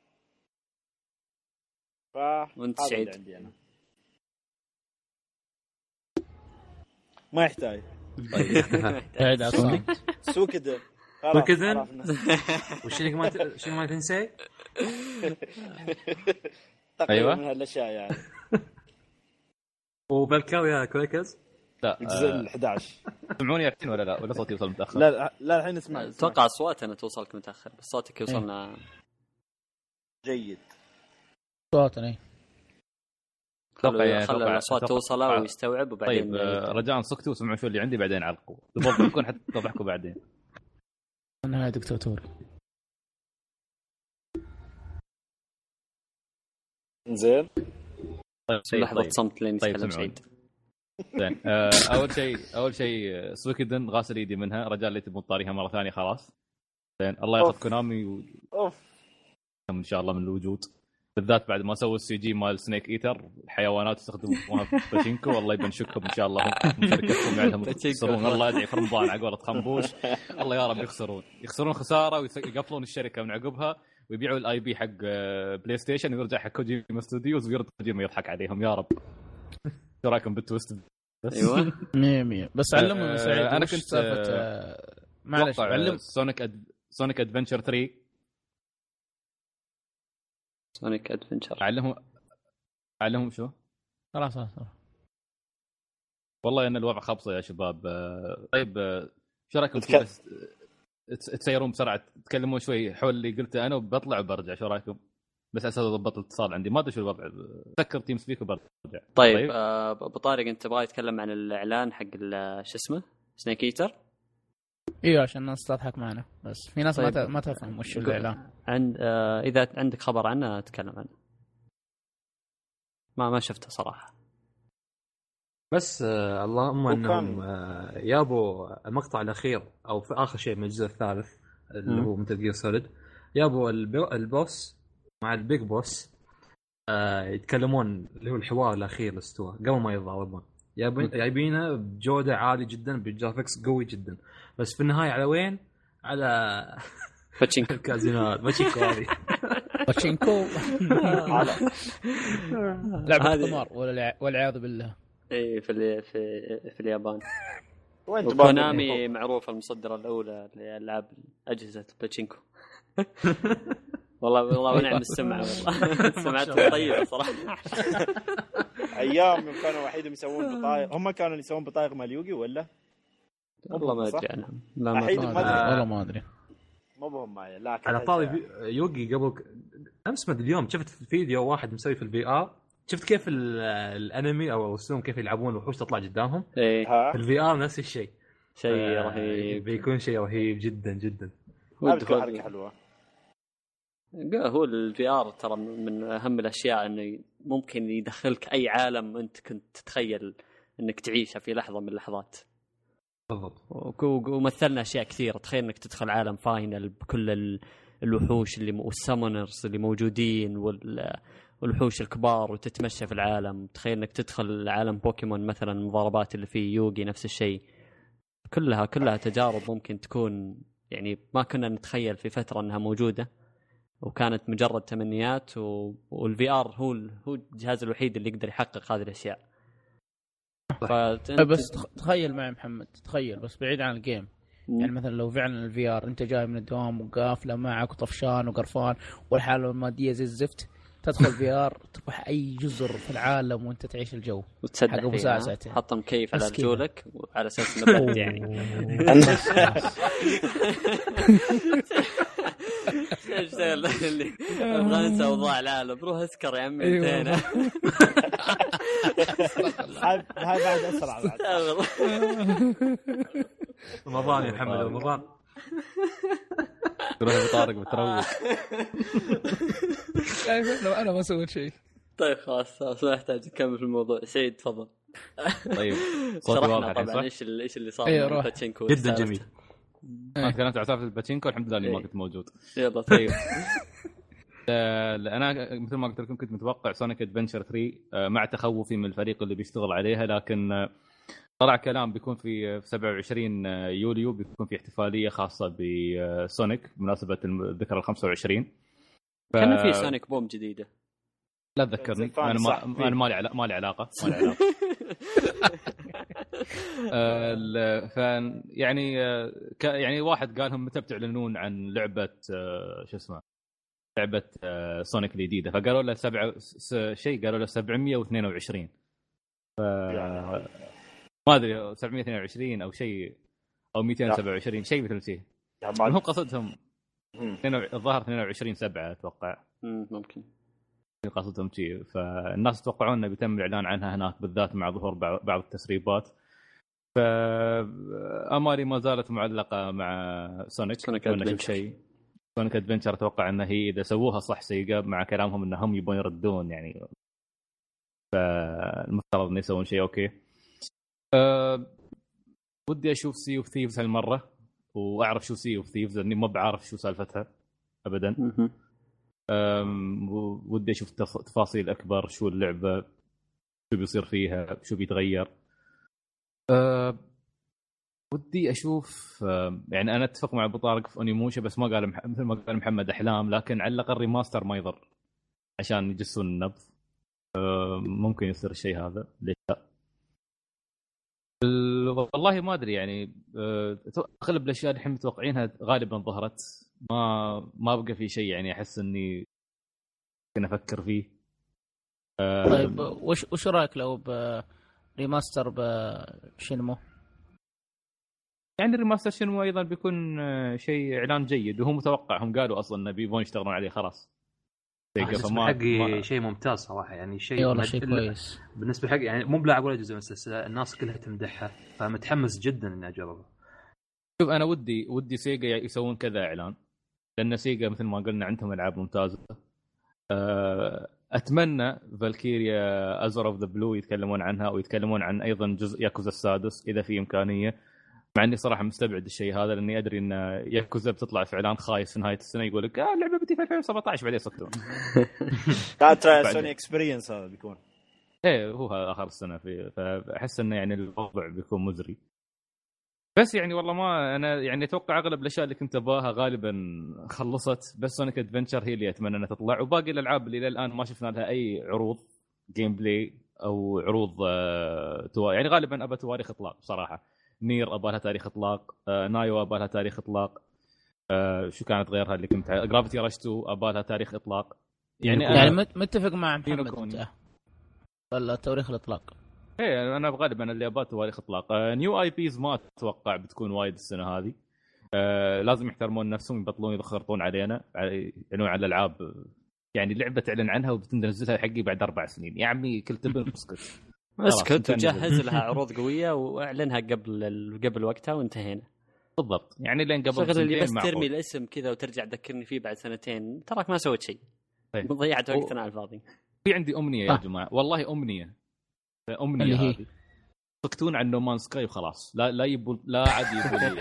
ف وانت سعيد عندي انا ما يحتاج. قاعد اصلا سو كده خلاص كده وش اللي ما شنو ما تنسى. ايوه من هالاشياء يعني. وبالكاويا كويكز لا الجزء أحد عشر سمعوني الحين ولا لا ولا صوتي يوصل متاخر؟ لا لا الحين اسمع. اتوقع اصواتنا توصلك متاخر بس صوتك يوصلنا جيد. صوتنا خلوا خلوا الاصوات توصل ويستوعب وبعدين. طيب رجاء سكتوا وسمعوا شو اللي عندي بعدين علقوا تفضلوا حتى تضحكوا بعدين. انا دكتور توري. زين طيب لحظه صمت لين طيب يتكلم سعيد. زين آه اول شيء اول شيء سويكدن غاسل ايدي منها، رجال اللي تبون طاريها مره ثانيه خلاص. زين الله ياخذ كونامي و... ان شاء الله من الوجود، بالذات بعد ما سووا السي جي مال سنيك ايتر الحيوانات يستخدمونها في باتشينكو. والله يبنشكهم ان شاء الله هم شركتهم عندهم يخسرون. الله يدعي في رمضان على قولة خنبوش الله يا رب يخسرون يخسرون خساره ويقفلون الشركه من عقبها ويبيعوا الاي بي حق بلاي ستيشن ويرجع حق كوجيما ستوديوز ويرد كوجيما يضحك عليهم يا رب. شو رايكم بالتويست؟ بس ايوه مية مية بس علموا سعيد. انا كنت سالفه معلش علم سونيك أد... سونيك ادفنتشر ثري. سونيك ادفنتشر علمهم علمهم شو خلاص خلاص والله ان الوضع خبصه يا شباب. طيب شو رايكم كذا تسيرون بسرعه تتكلمون شوي حول اللي قلته انا وبطلع وبرجع؟ شو رايكم بس اساس اضبط الاتصال عندي ما ادري شو الوضع. سكر تيم سبيك وبرجع. طيب, طيب. آه ابو طارق انت تبغى تتكلم عن الاعلان حق شو اسمه سنيك ايتر؟ ايوه عشان الناس تضحك معنا بس في ناس طيب. ما ما تفهم وش الاعلان. عند آه اذا عندك خبر عنه اتكلم عنه. ما ما شفته صراحه بس آه اللهم انهم آه يابوا المقطع الاخير او في اخر شيء من الجزء الثالث اللي م. هو مثل جير سوليد. يابوا البوس مع البيج بوس آه يتكلمون اللي هو الحوار الاخير الاستوى قبل ما يضربون. جايبينه بجوده عاليه جدا بالجرافيكس قوي جدا بس في النهايه على وين؟ على باتشينكو الكازينو باتشينكو هذه باتشينكو لعبه قمار والعياذ بالله. اي في في في اليابان. وكونامي معروفه المصدره الاولى لالعاب اجهزه باتشينكو. والله والله ونعم السمعه والله سمعتها طيبه صراحه. ايام كانوا وحيدهم يسوون بطايق، هم كانوا يسوون بطايق مال يوغي ولا والله ما ادري عنهم. لا ما ادري والله ما ادري مو بهم معي. لكن على طاري يوغي قبل امس ما اليوم شفت فيديو واحد مسوي في الفي ار، شفت كيف الانمي او الرسوم كيف يلعبون الوحوش تطلع قدامهم ايه في الفي ار نفس الشيء. شيء رهيب بيكون شيء رهيب جدا جدا. حركه حلوه هو الفي ار ترى من اهم الاشياء انه ممكن يدخلك اي عالم انت كنت تتخيل انك تعيشها في لحظه من اللحظات. بالضبط. ومثلنا اشياء كثيره، تخيل انك تدخل عالم فاينل بكل الوحوش اللي والسامونرز اللي موجودين والوحوش الكبار وتتمشى في العالم. تخيل انك تدخل عالم بوكيمون مثلا، المضاربات اللي فيه يوغي نفس الشيء. كلها كلها تجارب ممكن تكون يعني ما كنا نتخيل في فتره انها موجوده، وكانت مجرد تمنيات. والفي ار هو هو الجهاز الوحيد اللي يقدر يحقق هذه الاشياء. فأنت... بس تخيل معي محمد، تخيل بس بعيد عن الجيم. م. يعني مثلا لو فعلا الفي ار انت جاي من الدوام وقافله معك وطفشان وقرفان والحاله الماديه زي الزفت، تدخل في ار تروح اي جزر في العالم وانت تعيش الجو وتسدح فيها، حط مكيف على رجولك على اساس نبات يعني. ايش اللي ابغى ننسى اوضاع العالم، روح اسكر يا عمي انتهينا. هاي هاي بعد اسرع بعد. رمضان يا محمد، رمضان تروح بطارق بتروق. شايف لو انا ما سويت شيء. طيب خلاص خلاص ما يحتاج نكمل في الموضوع. سعيد تفضل. طيب شرحنا طبعا ايش ايش اللي صار في الباتشينكو. جدا جميل. انا تكلمت عن سالفه الباتشينكو، الحمد لله اني ما كنت موجود. يلا طيب. انا مثل ما قلت لكم كنت متوقع سونيك ادفنتشر ثري مع تخوفي من الفريق اللي بيشتغل عليها، لكن طلع كلام بيكون في سبعة وعشرين يوليو بيكون في احتفاليه خاصه بسونيك بمناسبه الذكرى الخمسة وعشرين. ف... كان في سونيك بوم جديده. لا تذكرني انا ما انا ما لي علاقه ما لي علاقه ما لي علاقه. ف يعني ك... يعني واحد قال لهم متى بتعلنون عن لعبه شو اسمه لعبه سونيك الجديده، فقالوا له سبعة شيء قالوا له سبعمية واثنين وعشرين. ف ما ادري سبعمية واثنين وعشرين او شيء او مئتين وسبعة وعشرين شيء مثل شيء. هم قصدهم الظاهر اثنين وعشرين سبعة اتوقع. ممكن قصدهم شيء. فالناس يتوقعون انه بيتم الاعلان عنها هناك بالذات مع ظهور بعض التسريبات. فامالي ما زالت معلقه مع سونيك. سونيك ادفنتشر سونيك ادفنتشر اتوقع انه هي اذا سووها صح سيجا مع كلامهم انهم يبون يردون يعني، فالمفترض ان يسوون شيء اوكي. أه ودي اشوف سي اوف ثيفز هالمره واعرف شو سي اوف ثيفز لاني ما بعرف شو سالفتها ابدا. ودي اشوف تفاصيل اكبر، شو اللعبه، شو بيصير فيها، شو بيتغير. أه ودي اشوف أه يعني انا اتفق مع ابو طارق في اونيموشا، بس ما قال مح... مثل ما قال محمد احلام، لكن على الاقل ريماستر ما يضر عشان يجسون النبض. أه ممكن يصير الشيء هذا، ليش لا؟ والله ما ادري يعني. اغلب الاشياء اللي احنا متوقعينها غالبا ظهرت، ما ما بقى في شيء يعني احس اني كنا افكر فيه. طيب وش وش رايك لو بريماستر بشينمو؟ يعني الريماستر شينمو ايضا بيكون شيء اعلان جيد، وهو متوقع. هم قالوا اصلا ان بيبون يشتغلون عليه خلاص. بالنسبه حقي شيء ممتاز صراحه، يعني شيء والله شيء كويس بالنسبه حقي. يعني مو بلاعب ولا جزء من السلسله، الناس كلها تمدحها، فمتحمس جدا اني اجربه. شوف انا ودي ودي سيجا يسوون كذا اعلان، لان سيجا مثل ما قلنا عندهم العاب ممتازه. اتمنى فالكيريا ازر اوف ذا بلو يتكلمون عنها، او يتكلمون عن ايضا جزء ياكوزا السادس اذا في امكانيه، مع اني صراحه مستبعد الشيء هذا لاني ادري ان ياكوزا بتطلع في اعلان خايس في نهايه السنه يقول لك اه اللعبه بتجي في ألفين وسبعة عشر بعدين يسكتون. كانت سوني اكسبيرينس هذا بيكون ايه هو اخر السنه في، فاحس انه يعني الوضع بيكون مزري. بس يعني والله ما انا يعني اتوقع اغلب الاشياء اللي كنت ابغاها غالبا خلصت، بس سونيك ادفنتشر هي اللي اتمنى انها تطلع، وباقي الالعاب اللي الى الان ما شفنا لها اي عروض جيم بلاي او عروض آه يعني غالبا ابى تواريخ اطلاق بصراحه. نير ابى لها تاريخ اطلاق، آه نايو ابى لها تاريخ اطلاق، آه شو كانت غيرها اللي كنت جرافيتي راش تو ابى لها تاريخ اطلاق. يعني يعني متفق مع محمد ولا تاريخ الاطلاق؟ ايه انا غالبا اللي ابغى تواريخ اطلاق. آه نيو اي بيز ما اتوقع بتكون وايد السنه هذه. آه لازم يحترمون نفسهم، يبطلون يخرطون علينا يعني على الالعاب. يعني لعبه تعلن عنها وبتنزلها حقي بعد اربع سنين يا عمي، كل تبن اسكت اسكت وجهز لها عروض قويه واعلنها قبل قبل وقتها وانتهينا. بالضبط يعني لين قبل شغل اللي بس ترمي الاسم كذا وترجع تذكرني فيه بعد سنتين تراك ما سويت شيء ضيعت وقتنا على الفاضي. في عندي امنيه يا آه. جماعه والله امنيه امنيه هذه سكتون عن نومان سكاي وخلاص لا لا يبول لا عاد يبول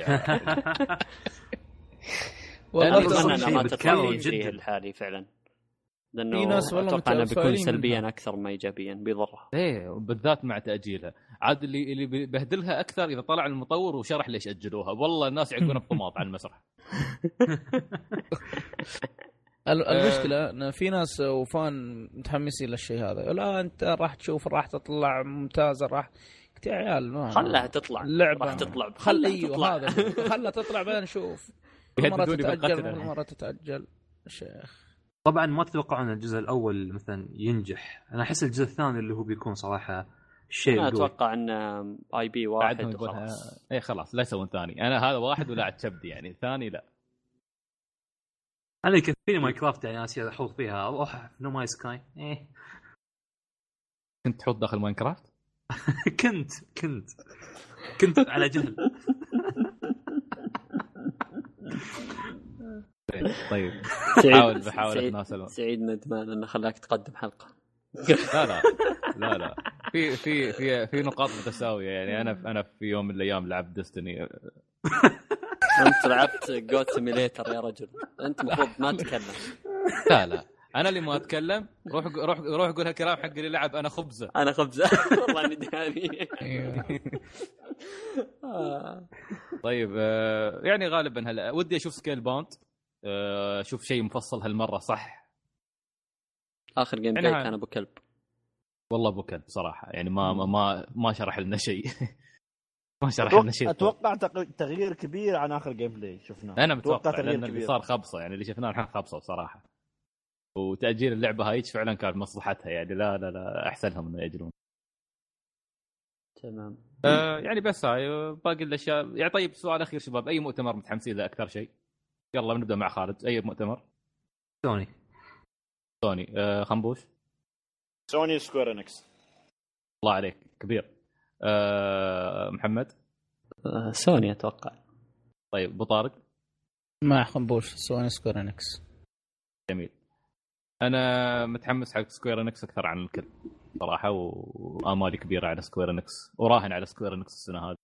والله انا ما تتكلم جدا الحالي فعلا لانه في ناس والله اتوقع انه بيكون سلبيا اكثر ما ايجابيا بيضرها ايه بالذات مع تاجيلها عاد اللي اللي بيبهدلها اكثر اذا طلع المطور وشرح ليش اجلوها والله الناس يعقون بطماط على المسرح. المشكله ان في ناس وفان متحمسين للشيء هذا لا انت راح تشوف راح تطلع ممتازه راح قلت يا عيال ما خلها تطلع اللعبه راح تطلع خل ايوه هذا خلها تطلع بعدين نشوف مره تتاجل مره تتاجل شيخ. طبعا ما تتوقعون الجزء الاول مثلا ينجح انا احس الجزء الثاني اللي هو بيكون صراحه شيء انا اتوقع ان اي بي واحد وخلاص اي خلاص لا يسوون ثاني انا هذا واحد ولا عتشبدي يعني ثاني لا انا كثير ماينكرافت يعني اسيا احوط فيها اروح نو ماي سكاي ايه كنت تحط داخل ماينكرافت كنت كنت كنت على جهل. طيب حاول بحاول اتناسل سعيد ندمان انه خلاك تقدم حلقه. لا لا لا لا في في في في نقاط متساويه يعني انا انا في يوم من الايام لعبت ديستني انت لعبت جوت سيميليتر يا رجل انت المفروض ما تتكلم. لا لا انا اللي ما اتكلم روح روح روح قول هالكلام حق اللي لعب انا خبزه انا خبزه والله اني دهاني. طيب يعني غالبا هلا ودي اشوف سكيل باوند اشوف شيء مفصل هالمره صح. اخر جيم بلاي كان ابو كلب والله ابو كلب صراحه يعني ما ما ما شرح لنا شيء ما شرح لنا شيء. اتوقع تغيير كبير عن اخر جيم بلاي شفناه. انا متوقع لان اللي صار خبصه يعني اللي شفناه الحين خبصه بصراحه وتاجيل اللعبه هاي فعلا كان مصلحتها يعني لا لا لا احسنهم انه ياجلون. تمام آه يعني بس هاي باقي الاشياء يعني. طيب سؤال اخير شباب اي مؤتمر متحمسين له اكثر شيء؟ يلا بنبدا مع خالد. اي مؤتمر؟ سوني سوني آه خنبوش سوني سكوير انكس. الله عليك كبير. آه محمد آه سوني اتوقع. طيب ابو طارق؟ مع خنبوش سوني سكوير انكس. جميل. انا متحمس حق سكوير انكس اكثر عن الكل صراحه وامالي كبيره على سكوير انكس وراهن على سكوير انكس السنه هذه.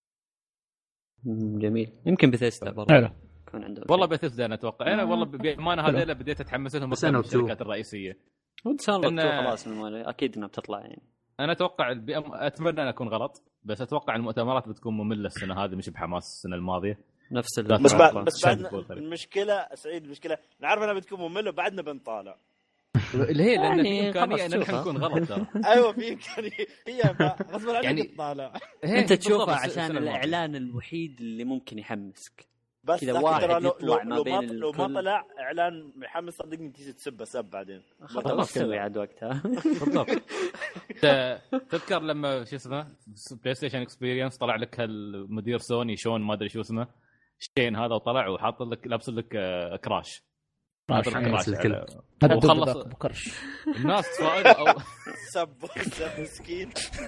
جميل. يمكن بثيستا برضه كان عنده والله بثيستا انا اتوقع انا والله بامانه هذول بديت اتحمس لهم اكثر من الشركات الرئيسيه. وتسالت خلاص اكيد انها بتطلع يعني. انا اتوقع اتمنى ان اكون غلط بس اتوقع المؤتمرات بتكون ممله السنه هذه مش بحماس السنه الماضيه نفس بس بعد بس بعد المشكله سعيد المشكله نعرف انها بتكون ممله وبعدنا بنطالع اللي هي لان في امكانيه ان نحن نكون غلط ترى. ايوه في امكانيه هي غصب عنك يعني تطالع انت تشوفها عشان الاعلان الوحيد اللي ممكن يحمسك بس كذا واحد لو لو, لو, ما لو ما طلع اعلان محمس صدقني تيجي تسبه سب بعدين خلاص تسوي عاد وقتها. بالضبط. تذكر لما شو اسمه بلاي ستيشن اكسبيرينس طلع لك المدير سوني شون ما ادري شو اسمه شين هذا وطلع وحاط لك لابس لك كراش كراش وخلص بكرش الناس تفائل او سب سب مسكين.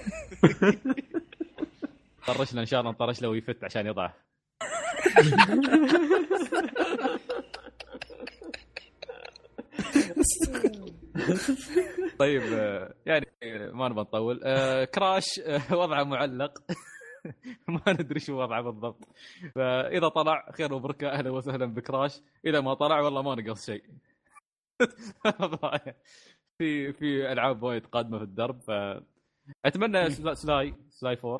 طرش له ان شاء الله نطرش له ويفت عشان يضع. طيب يعني ما نبغى نطول. كراش وضعه معلق ما ندري شو وضعه بالضبط فاذا طلع خير وبركه اهلا وسهلا بكراش اذا ما طلع والله ما نقص شيء. في في العاب وايد قادمه في الدرب اتمنى سلاي سلاي فور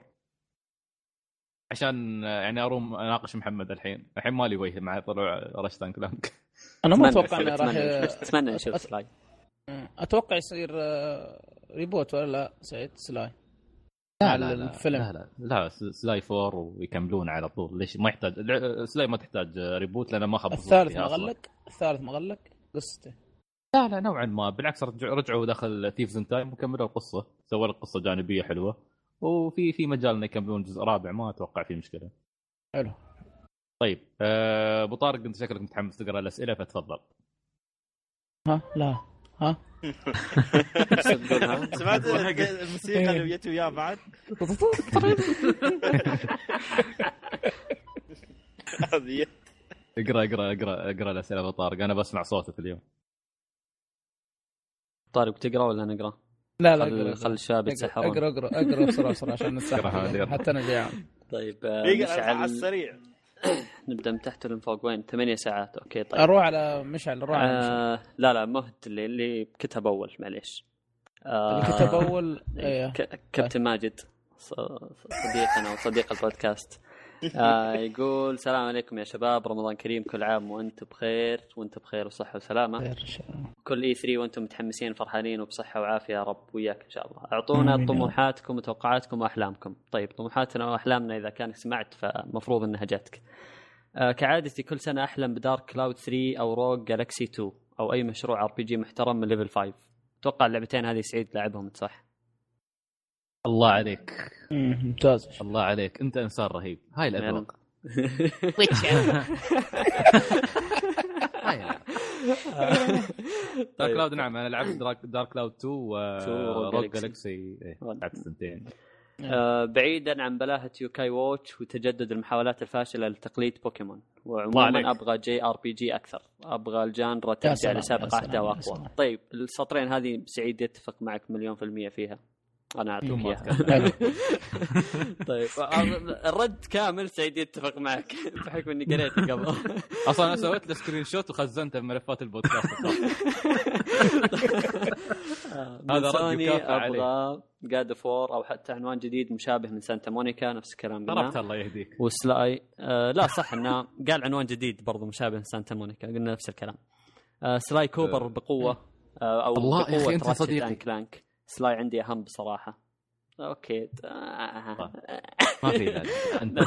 عشان يعني اروم اناقش محمد الحين الحين مالي وجه مع طلوع رشتان كلامك. انا ما اتوقع انه راح اتمنى نشوف سلاي. اتوقع يصير ريبوت ولا لا سعيد سلاي لا لا الفيلم لا لا, لا سلاي فور ويكملون على طول. ليش ما يحتاج سلاي ما تحتاج ريبوت لأنه ما خبص. الثالث مغلق الثالث مغلق قصته لا لا نوعا ما بالعكس رجعوا داخل تيفز ان تايم وكملوا القصة سووا القصة جانبية حلوة وفي في مجال انه يكملون جزء رابع ما اتوقع في مشكلة. حلو. طيب ابو أه طارق انت شكلك متحمس تقرا الاسئلة فتفضل. ها لا ها سمعت الموسيقى اللي جت وياه بعد. هذه اقرا اقرا اقرا اقرا الاسئله ابو طارق، انا بسمع صوتك اليوم. طارق تقرا ولا نقرا؟ لا لا خل, اقرا خل الشباب يتسحرون. اقرا اقرا اقرا بسرعه بسرعه عشان نتسحر حتى انا جاي. طيب مشعل على السريع. نبدا من تحت ولا فوق؟ وين؟ ثمانية ساعات. اوكي طيب اروح على مشعل اروح على مشعل. آه لا لا مهد اللي, اللي كتب اول معليش. آه اللي كتب اول ايه كابتن ماجد صديقنا وصديق البودكاست. آه يقول السلام عليكم يا شباب، رمضان كريم، كل عام وانتم بخير وانتم بخير وصحة وسلامة. كل اي ثري وانتم متحمسين فرحانين وبصحة وعافية يا رب وياك ان شاء الله. اعطونا طموحاتكم وتوقعاتكم واحلامكم. طيب طموحاتنا واحلامنا اذا كانك سمعت فمفروض انها جاتك. آه كعادتي كل سنة احلم بدارك كلاود ثري او روج جالكسي تو او اي مشروع ار بي جي محترم من ليفل فايف. اتوقع اللعبتين هذه سعيد لعبهم صح؟ الله عليك ممتاز، الله عليك، انت انسان رهيب. هاي الاذواق دارك كلاود. نعم انا لعبت دارك, دارك كلاود تو وروج جالكسي لعبت سنتين. آه بعيدا عن بلاهة يوكاي ووتش وتجدد المحاولات الفاشلة لتقليد بوكيمون، وعموما ابغى جي ار بي جي اكثر، ابغى الجانرا ترجع لسابق عهدها واقوى. طيب السطرين هذه سعيد يتفق معك مليون في المية فيها، انا اعطيك اياها. طيب الرد كامل سعيد يتفق معك بحكم اني قريته قبل. اصلا انا سويت له سكرين شوت وخزنته في ملفات البودكاست. هذا رد يكافئ عليه. ابغى جاد فور او حتى عنوان جديد مشابه من سانتا مونيكا، نفس الكلام قلنا. طربت الله يهديك. وسلاي آه لا صح انه قال عنوان جديد برضو مشابه من سانتا مونيكا، قلنا نفس الكلام. آه سلاي كوبر بقوه آه او الله بقوه انت صديقي كلانك. سلاي عندي اهم بصراحه. اوكي ما في انت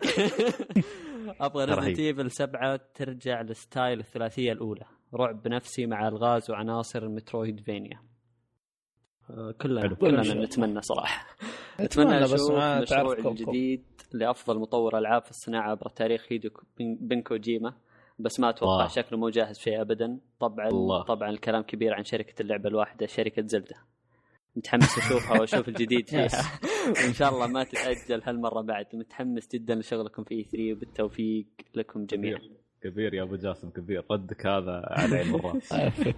ابغى ريزيدنت ايفل سبعة ترجع لستايل الثلاثيه الاولى، رعب نفسي مع الغاز وعناصر المترويدفينيا. كلنا كلنا نتمنى صراحه نتمنى نشوف مشروع جديد لافضل مطور العاب في الصناعه عبر تاريخ هيدو بن كوجيما، بس ما اتوقع شكله مو جاهز فيه ابدا. طبعا الله. طبعا الكلام كبير عن شركه اللعبه الواحده شركه زلدة، متحمس اشوفها واشوف الجديد فيها وان شاء الله ما تتاجل هالمره بعد. متحمس جدا لشغلكم في اي ثري وبالتوفيق لكم جميعا. كبير, كبير يا ابو جاسم كبير، ردك هذا على عين الراس.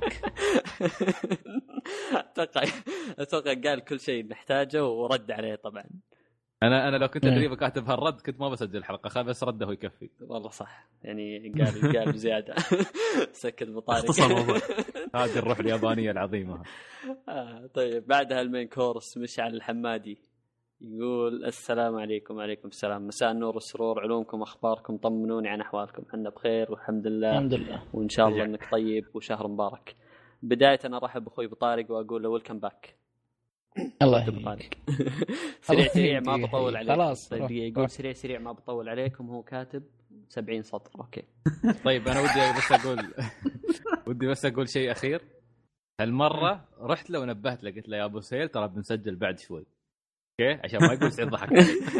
اتوقع اتوقع قال كل شيء نحتاجه ورد عليه. طبعا انا انا لو كنت ادري كاتب هالرد كنت ما بسجل الحلقه، خلاص بس رده هو يكفي. والله صح يعني قال قال زياده. سكت بطارق. هذه الروح اليابانيه العظيمه. آه طيب بعدها المين كورس مشعل الحمادي يقول السلام عليكم. وعليكم السلام، مساء النور والسرور، علومكم اخباركم، طمنوني عن احوالكم. احنا بخير والحمد لله. الحمد لله وان شاء الله انك طيب وشهر مبارك. بدايه انا ارحب باخوي بطارق واقول له ويلكم باك. الله يبارك. سريع سريع ما بطول عليك. خلاص طيب يقول سريع سريع ما بطول عليكم، هو كاتب سبعين سطر. اوكي طيب انا ودي بس اقول ودي بس اقول شيء اخير. هالمره رحت له ونبهت له، قلت له يا ابو سهيل ترى بنسجل بعد شوي، اوكي، عشان ما يقول سعيد ضحك.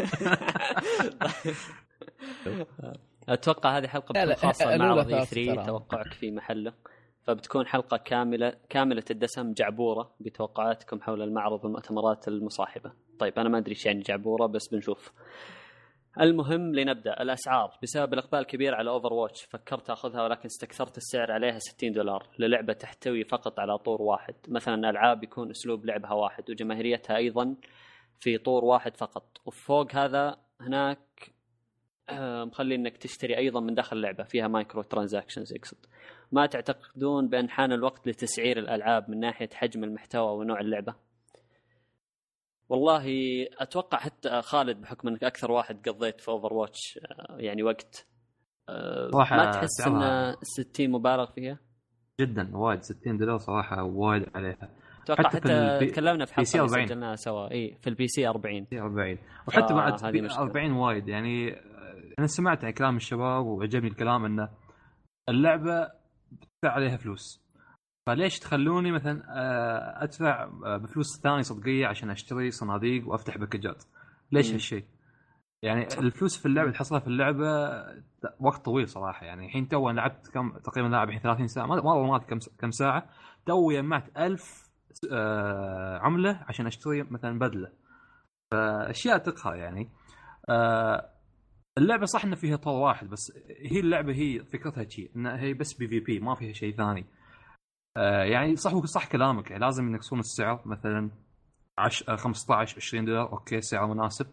اتوقع هذه حلقه خاصه مع اي ثري، توقعك في محله، فبتكون حلقة كاملة كاملة الدسم جعبورة بتوقعاتكم حول المعرض والمؤتمرات المصاحبة. طيب أنا ما أدري إيش يعني جعبورة بس بنشوف. المهم لنبدأ. الأسعار بسبب الإقبال الكبير على أوفر واتش فكرت أخذها، ولكن استكثرت السعر عليها ستين دولار للعبة تحتوي فقط على طور واحد. مثلا ألعاب يكون أسلوب لعبها واحد وجماهيريتها أيضا في طور واحد فقط، وفوق هذا هناك مخلي انك تشتري ايضا من داخل اللعبه فيها مايكرو ترانزاكشنز. يقصد ما تعتقدون بان حان الوقت لتسعير الالعاب من ناحيه حجم المحتوى ونوع اللعبه؟ والله اتوقع حتى خالد بحكم انك اكثر واحد قضيت في اوفر واتش يعني وقت، ما تحس ان ستين مبالغ فيها جدا؟ وايد ستين دولار صراحه وايد عليها. اتوقع حتى, حتى تكلمنا في حلقه سجلناها سوا اي في البي سي أربعين أربعين وحتى بعد أربعين وايد. يعني انا سمعت عن كلام الشباب وعجبني الكلام انه اللعبه بتدفع عليها فلوس، فليش تخلوني مثلا ادفع بفلوس ثانيه صدقيه عشان اشتري صناديق وافتح باكجات؟ ليش هالشيء؟ يعني الفلوس في اللعبه تحصلها في اللعبه وقت طويل صراحه. يعني الحين تو انا لعبت كم تقريبا لاعب الحين ثلاثين ساعه، ما والله ما كم كم ساعه، تو جمعت ألف عمله عشان اشتري مثلا بدله، فاشياء تقهر يعني. اللعبه صح ان فيها طور واحد بس، هي اللعبه هي فكرتها شيء انها هي بس بي في بي ما فيها شيء ثاني. آه يعني صح صح كلامك، يعني لازم ينقصون السعر مثلا عشرة خمسة عشر عشرين دولار، اوكي سعر مناسب.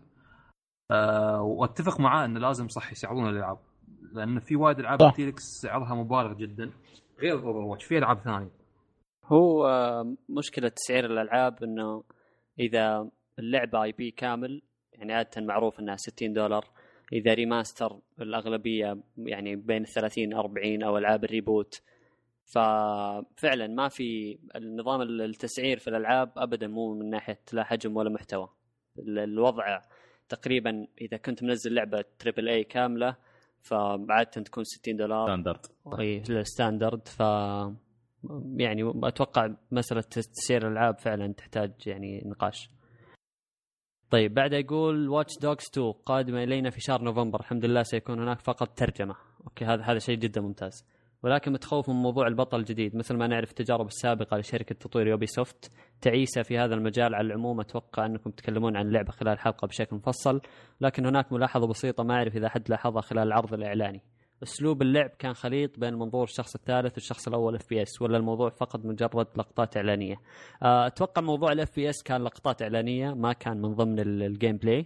آه واتفق معاه انه لازم صح يسعرون الالعاب، لان في وايد العاب تيلكس سعرها مبالغ جدا غير اوفر واتش، في العاب ثانيه. هو مشكله تسعير الالعاب انه اذا اللعبه اي بي كامل يعني عاده معروف انها ستين دولار، اذا ريماستر الاغلبيه يعني بين ثلاثين أربعين او العاب الريبوت، ففعلا ما في النظام التسعير في الالعاب ابدا، مو من ناحيه لا حجم ولا محتوى. الوضع تقريبا اذا كنت منزل لعبه تريبل اي كامله فعاده تكون ستين دولار ستاندرد، اي الستاندرد. ف يعني اتوقع مساله تسعير الالعاب فعلا تحتاج يعني نقاش. طيب بعد يقول واتش دوغز تو قادمه الينا في شهر نوفمبر، الحمد لله سيكون هناك فقط ترجمه. اوكي هذا هذا شيء جدا ممتاز، ولكن متخوف من موضوع البطل الجديد. مثل ما نعرف التجارب السابقه لشركه تطوير يوبي سوفت تعيسه في هذا المجال. على العموم اتوقع انكم تتكلمون عن اللعبه خلال الحلقه بشكل مفصل، لكن هناك ملاحظه بسيطه ما اعرف اذا حد لاحظها خلال العرض الاعلاني. اسلوب اللعب كان خليط بين منظور الشخص الثالث والشخص الاول اف بي اس، ولا الموضوع فقط مجرد لقطات اعلانيه؟ اتوقع موضوع الاف بي اس كان لقطات اعلانيه ما كان من ضمن الجيم بلاي.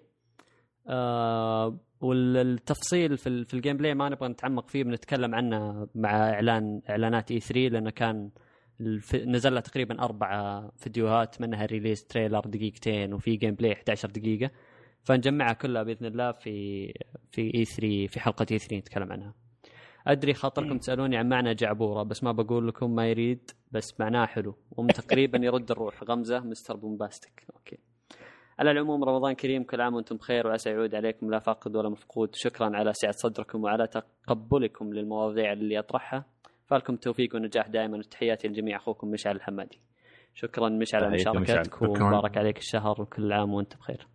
أه والتفصيل في في الجيم بلاي ما نبغى نتعمق فيه، بنتكلم عنه مع اعلان اعلانات اي ثري، لانه كان الف... نزل له تقريبا اربع فيديوهات منها ريليز تريلر دقيقتين وفي جيم بلاي إحدى عشرة دقيقه، فنجمعها كلها باذن الله في في اي ثري في حلقه اي ثري نتكلم عنها. ادري خاطركم تسالوني عن معنى جعبوره، بس ما بقول لكم ما يريد، بس معناه حلو وم تقريبا يرد الروح. غمزه مستر بومباستيك. اوكي على العموم رمضان كريم، كل عام وانتم بخير وعسى يعود عليكم لا فاقد ولا مفقود. شكرا على سعة صدركم وعلى تقبلكم للمواضيع اللي أطرحها، فالكم توفيق ونجاح دائما. وتحياتي للجميع، أخوكم مشعل الحمادي. شكرا مشعل على مشاركتك ومبارك عليك الشهر وكل عام وانت بخير.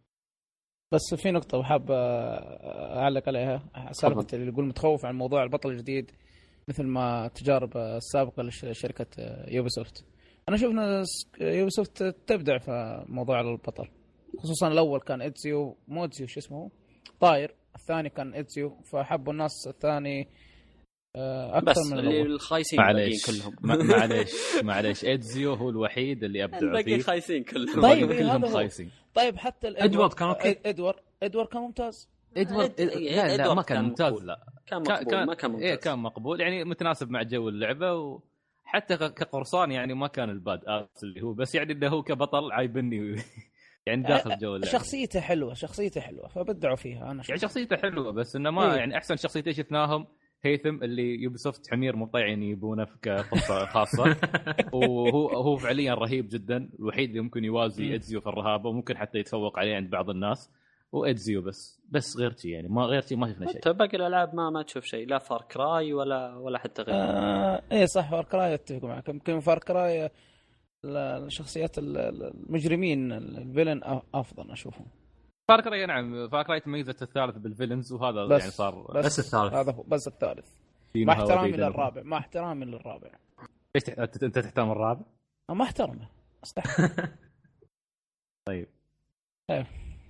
بس في نقطة وحاب أعلق عليها، سالفة اللي يقول متخوف عن موضوع البطل الجديد مثل ما التجارب السابقة لشركة يوبيسوفت. أنا شوف أن يوبيسوفت تبدع في موضوع البطل، خصوصا الأول كان إدزيو مو إدزيو شو اسمه طاير، الثاني كان إدزيو، فحبوا الناس الثاني أكثر بس من اللي الخايسين معليش كلهم. معليش معليش إدزيو هو الوحيد اللي أبدع فيه، الباقيين خايسين كلهم. طيب كلهم خايسين. طيب حتى إدوارد كان أوكي. إدوارد إدوارد كان ممتاز. إدوارد لا لا ما كان ممتاز، لا كان مقبول ما كان ممتاز. إيه كان مقبول يعني متناسب مع جو اللعبة، وحتى كقرصان يعني ما كان الباد آس اللي هو، بس يعني إنه هو كبطل عايبني يعني داخل جو اللعبة. شخصيته حلوة شخصيته حلوة فبدعوا فيها. أنا يعني شخصيته حلوة بس إنه ما إيه؟ يعني أحسن شخصيتين شفناهم هيثم اللي يوبيسوفت حمير مطيعين يبونه كقصة خاصة وهو هو فعليا رهيب جدا، الوحيد اللي ممكن يوازي إدزيو في الرهابة وممكن حتى يتفوق عليه عند بعض الناس، وإدزيو بس بس غير شيء يعني ما غير شيء ما شفنا شيء. باقي الألعاب ما ما تشوف شيء، لا فار كراي ولا ولا حتى غير. آه إيه صح فار كراي أتفق معك، يمكن فار كراي الشخصيات المجرمين الفيلن أفضل أشوفهم. فار كراي نعم فار كراي تميزت الثالث بالفيلنز وهذا يعني صار بس, بس الثالث هذا هو بس الثالث. ما احترامي للرابع ما احترامي للرابع. ليش انت تحترم الرابع؟ ما احترمه استحق. طيب طيب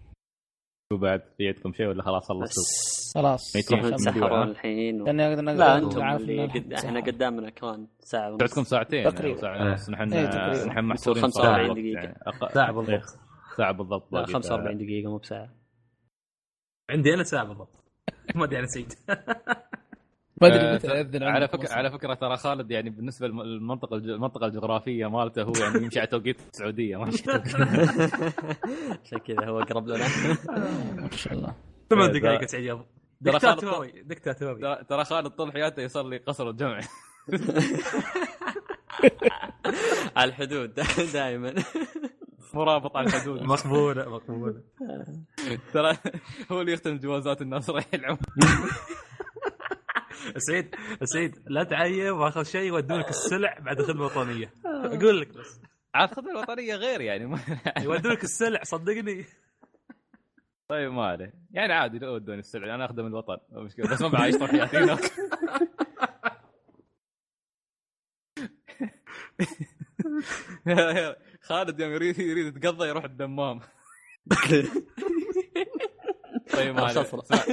وبعد في عندكم شيء ولا خلاص خلصتوا؟ خلاص نسحرون الحين و... لا انتم اللي قد... احنا قدامنا كمان ساعه ونص. عندكم ساعتين تقريبا ساعه ونص. نحن نحن محصورين خمسة وأربعين دقيقه ساعه بالضبط. ساعه بالضبط لا خمسة وأربعين دقيقه مو بساعه. عندي انا ساعه بالضبط. ما ادري انا سعيد. ما ادري متى اذن. على فكره على فكره ترى خالد يعني بالنسبه للمنطقه المنطقه الجغرافيه مالته هو يعني يمشي على توقيت السعوديه ما عشان كذا هو قرب لنا. ما شاء الله. ثمان دقائق سعيد يا ابو. دكتاتوري دكتاتوري. ترى خالد طول حياته يصلي قصر الجمع على الحدود دائما مرابط على الحدود. مقبوله مقبوله. ترى هو اللي يختم جوازات الناس رايح العمر. سعيد سعيد لا تعيب واخر شيء يودونك السلع بعد الخدمه الوطنيه. اقول لك بس عاد الخدمه الوطنيه غير يعني ما يودونك السلع صدقني. طيب ما عليه يعني عادي لو ودوني السلع انا اخدم الوطن مشكله بس ما بعيش طول حياتي هناك. خالد يوم يريد يريد يتقضى يروح الدمام. طيب ما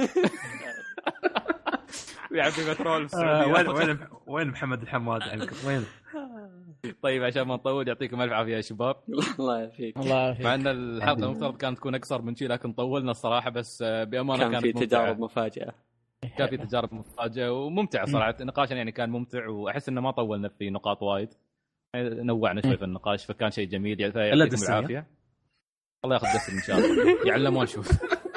يعبي بترول وين وين وين محمد الحماد عندكم وين؟ طيب عشان ما نطول يعطيكم الف عافيه يا شباب. الله يعافيك. الله يعافيك. مع ان الحلقه المفترض كانت تكون اكثر من شيء لكن طولنا الصراحه بس بامانه كان كانت في تجارب مفاجئه. كان في تجارب مفاجئه وممتعه صراحه. نقاشنا يعني كان ممتع واحس انه ما طولنا في نقاط وايد نوعنا شوي في النقاش فكان شيء جميل. يعطيكم العافيه. الله ياخذ دسم ان شاء الله يعلم ما نشوف.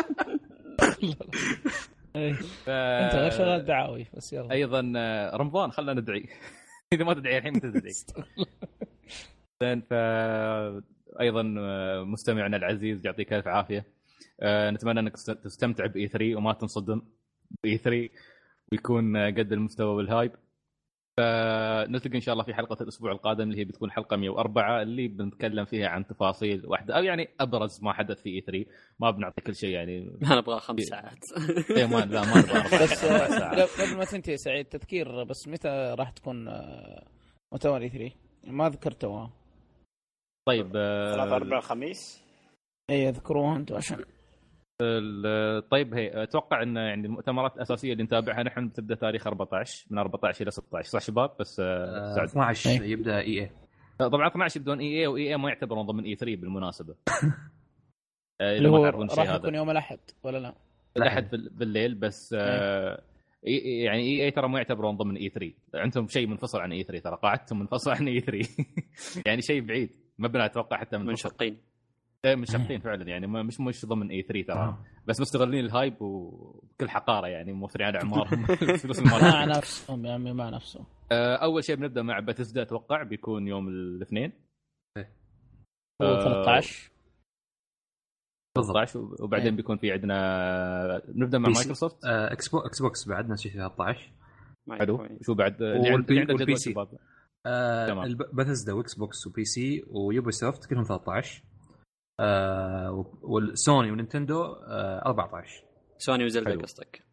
ف... انت غير شغال دعاوي بس يلا. ايضا رمضان خلنا ندعي. اذا ما تدعي الحين تدعي. زين ف ايضا مستمعنا العزيز يعطيك الف عافيه. نتمنى انك تستمتع باي ثري وما تنصدم باي ثري ويكون قد المستوى والهايب. فنلتقي ان شاء الله في حلقه الاسبوع القادم اللي هي بتكون حلقه مية وأربعة اللي بنتكلم فيها عن تفاصيل واحده او يعني ابرز ما حدث في اي ثري. ما بنعطي كل شيء يعني ما نبغى خمس ساعات. اي ما لا ما نبغى بس قبل ما تنتهي سعيد تذكير بس متى راح تكون مؤتمر اي ثري ما ذكرته. طيب ثلاثة أربعة خميس اي اذكروه انتم عشان طيب هي اتوقع ان يعني المؤتمرات الاساسيه اللي نتابعها نحن بتبدا تاريخ أربعة عشر من أربعة عشر الى ستة عشر صح شباب بس أه اثنا عشر أي. يبدا اي اي طبعا اثنا عشر يبدون اي اي واي اي ما يعتبرون ضمن اي ثري بالمناسبه. اللي هو راح يكون يوم الاحد ولا لا الاحد بالليل بس آه يعني اي اي ترى ما يعتبرون ضمن اي ثري. عندهم شيء منفصل عن اي ثري ترى قاعدتهم منفصل عن اي ثري. يعني شيء بعيد ما بنا اتوقع حتى من منشقين منشقين فعلا يعني مش مش ضمن اي ثري ترى بس مستغلين الهايب وبكل حقاره يعني موفرين على اعمارهم فلوس المال مع نفسهم يعني مع نفسهم. اول شيء بنبدا مع باتيسدا اتوقع بيكون يوم الاثنين ثلاثة عشر ثلاثة عشر وبعدين بيكون في عندنا نبدا مع مايكروسوفت اكس بوكس اكس بوكس بعدنا شيء ثلاثة عشر حلو. شو بعد والبي سي باتيسدا واكس بوكس وبي سي ويوبي سوفت كلهم ثلاثة عشر. آه والسوني ونينتندو آه أربعة عشر. سوني وزلدا قصدك.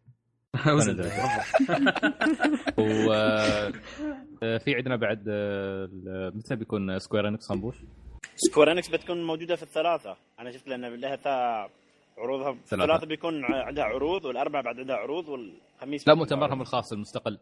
وفي عندنا بعد متى بيكون سكوير انكس خنبوش. سكوير انكس بتكون موجوده في الثلاثه انا شفت لان لها عروضها الثلاثه بيكون عندها عروض والاربعه بعد عندها عروض والخميس لا مؤتمرهم الخاص المستقل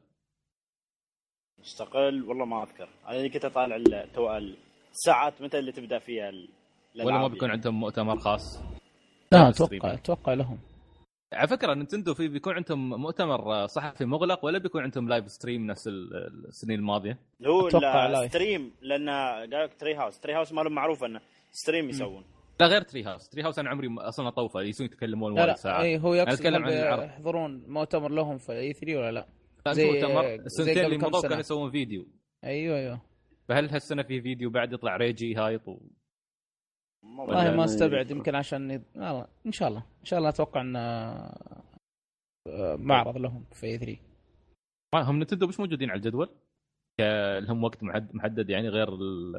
مستقل والله ما اذكر انا كنت اطالع الساعات متى اللي تبدا فيها ولا ما بيكون عندهم مؤتمر خاص. لا اتوقع اتوقع لهم على فكره نينتندو في بيكون عندهم مؤتمر صحفي مغلق ولا بيكون عندهم لايف ستريم نفس السنين الماضيه. هو ستريم لان قالك تري هاوس تري هاوس مالهم معروف انه ستريم يسوون. لا غير تري هاوس تري هاوس انا عمري اصلا طوفه يسوون يتكلمون وايد ساعات. اي هو يقصد يحضرون مؤتمر لهم في اي ثري ولا لا زي مؤتمر السنتين اللي مضوا كانوا يسوون فيديو. ايوه ايوه فهل هالسنه في فيديو بعد يطلع ريجي هايط و... والله ما استبعد يمكن عشان ي... والله ان شاء الله ان شاء الله اتوقع ان معرض لهم في اي ثري. هم نينتندو مش موجودين على الجدول لهم وقت محدد يعني غير ال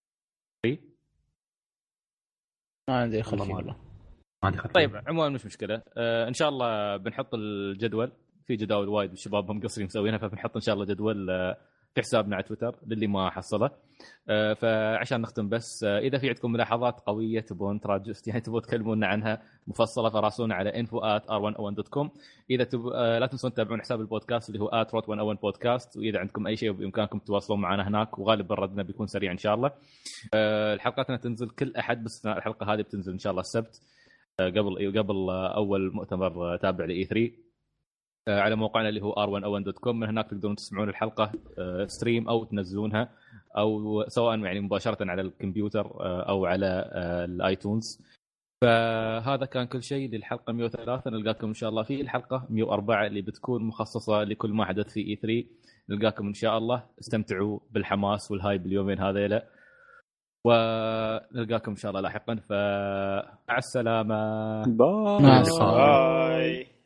ما عندي خلفيه والله ما عندي خلفيه. طيب عموما مش مشكله آه ان شاء الله بنحط الجدول في جداول وايد الشباب هم قصرين مسوينها فبنحط ان شاء الله جدول آه في حسابنا على تويتر للي ما حصله. آه فعشان نختم بس آه اذا في عندكم ملاحظات قويه تبون تراجعوا يعني تبون تكلمونا عنها مفصله فراسلونا على info at r one oh one dot com. اذا تب... آه لا تنسون تتابعون حساب البودكاست اللي هو at rot one oh one podcast واذا عندكم اي شيء بامكانكم تواصلون معنا هناك وغالبا ردنا بيكون سريع ان شاء الله. آه الحلقاتنا تنزل كل احد بس الحلقه هذه بتنزل ان شاء الله السبت آه قبل قبل آه اول مؤتمر آه تابع لاي ثري على موقعنا اللي هو r one oh one dot com. من هناك تقدرون تسمعون الحلقة ستريم أو تنزلونها أو سواء يعني مباشرة على الكمبيوتر أو على الآيتونز. فهذا كان كل شيء للحلقة مية وثلاثة. نلقاكم إن شاء الله في الحلقة مية وأربعة اللي بتكون مخصصة لكل ما حدث في إي ثري. نلقاكم إن شاء الله استمتعوا بالحماس والهايب اليومين هذيلا ونلقاكم إن شاء الله لاحقا. فمع السلامة باي. باي.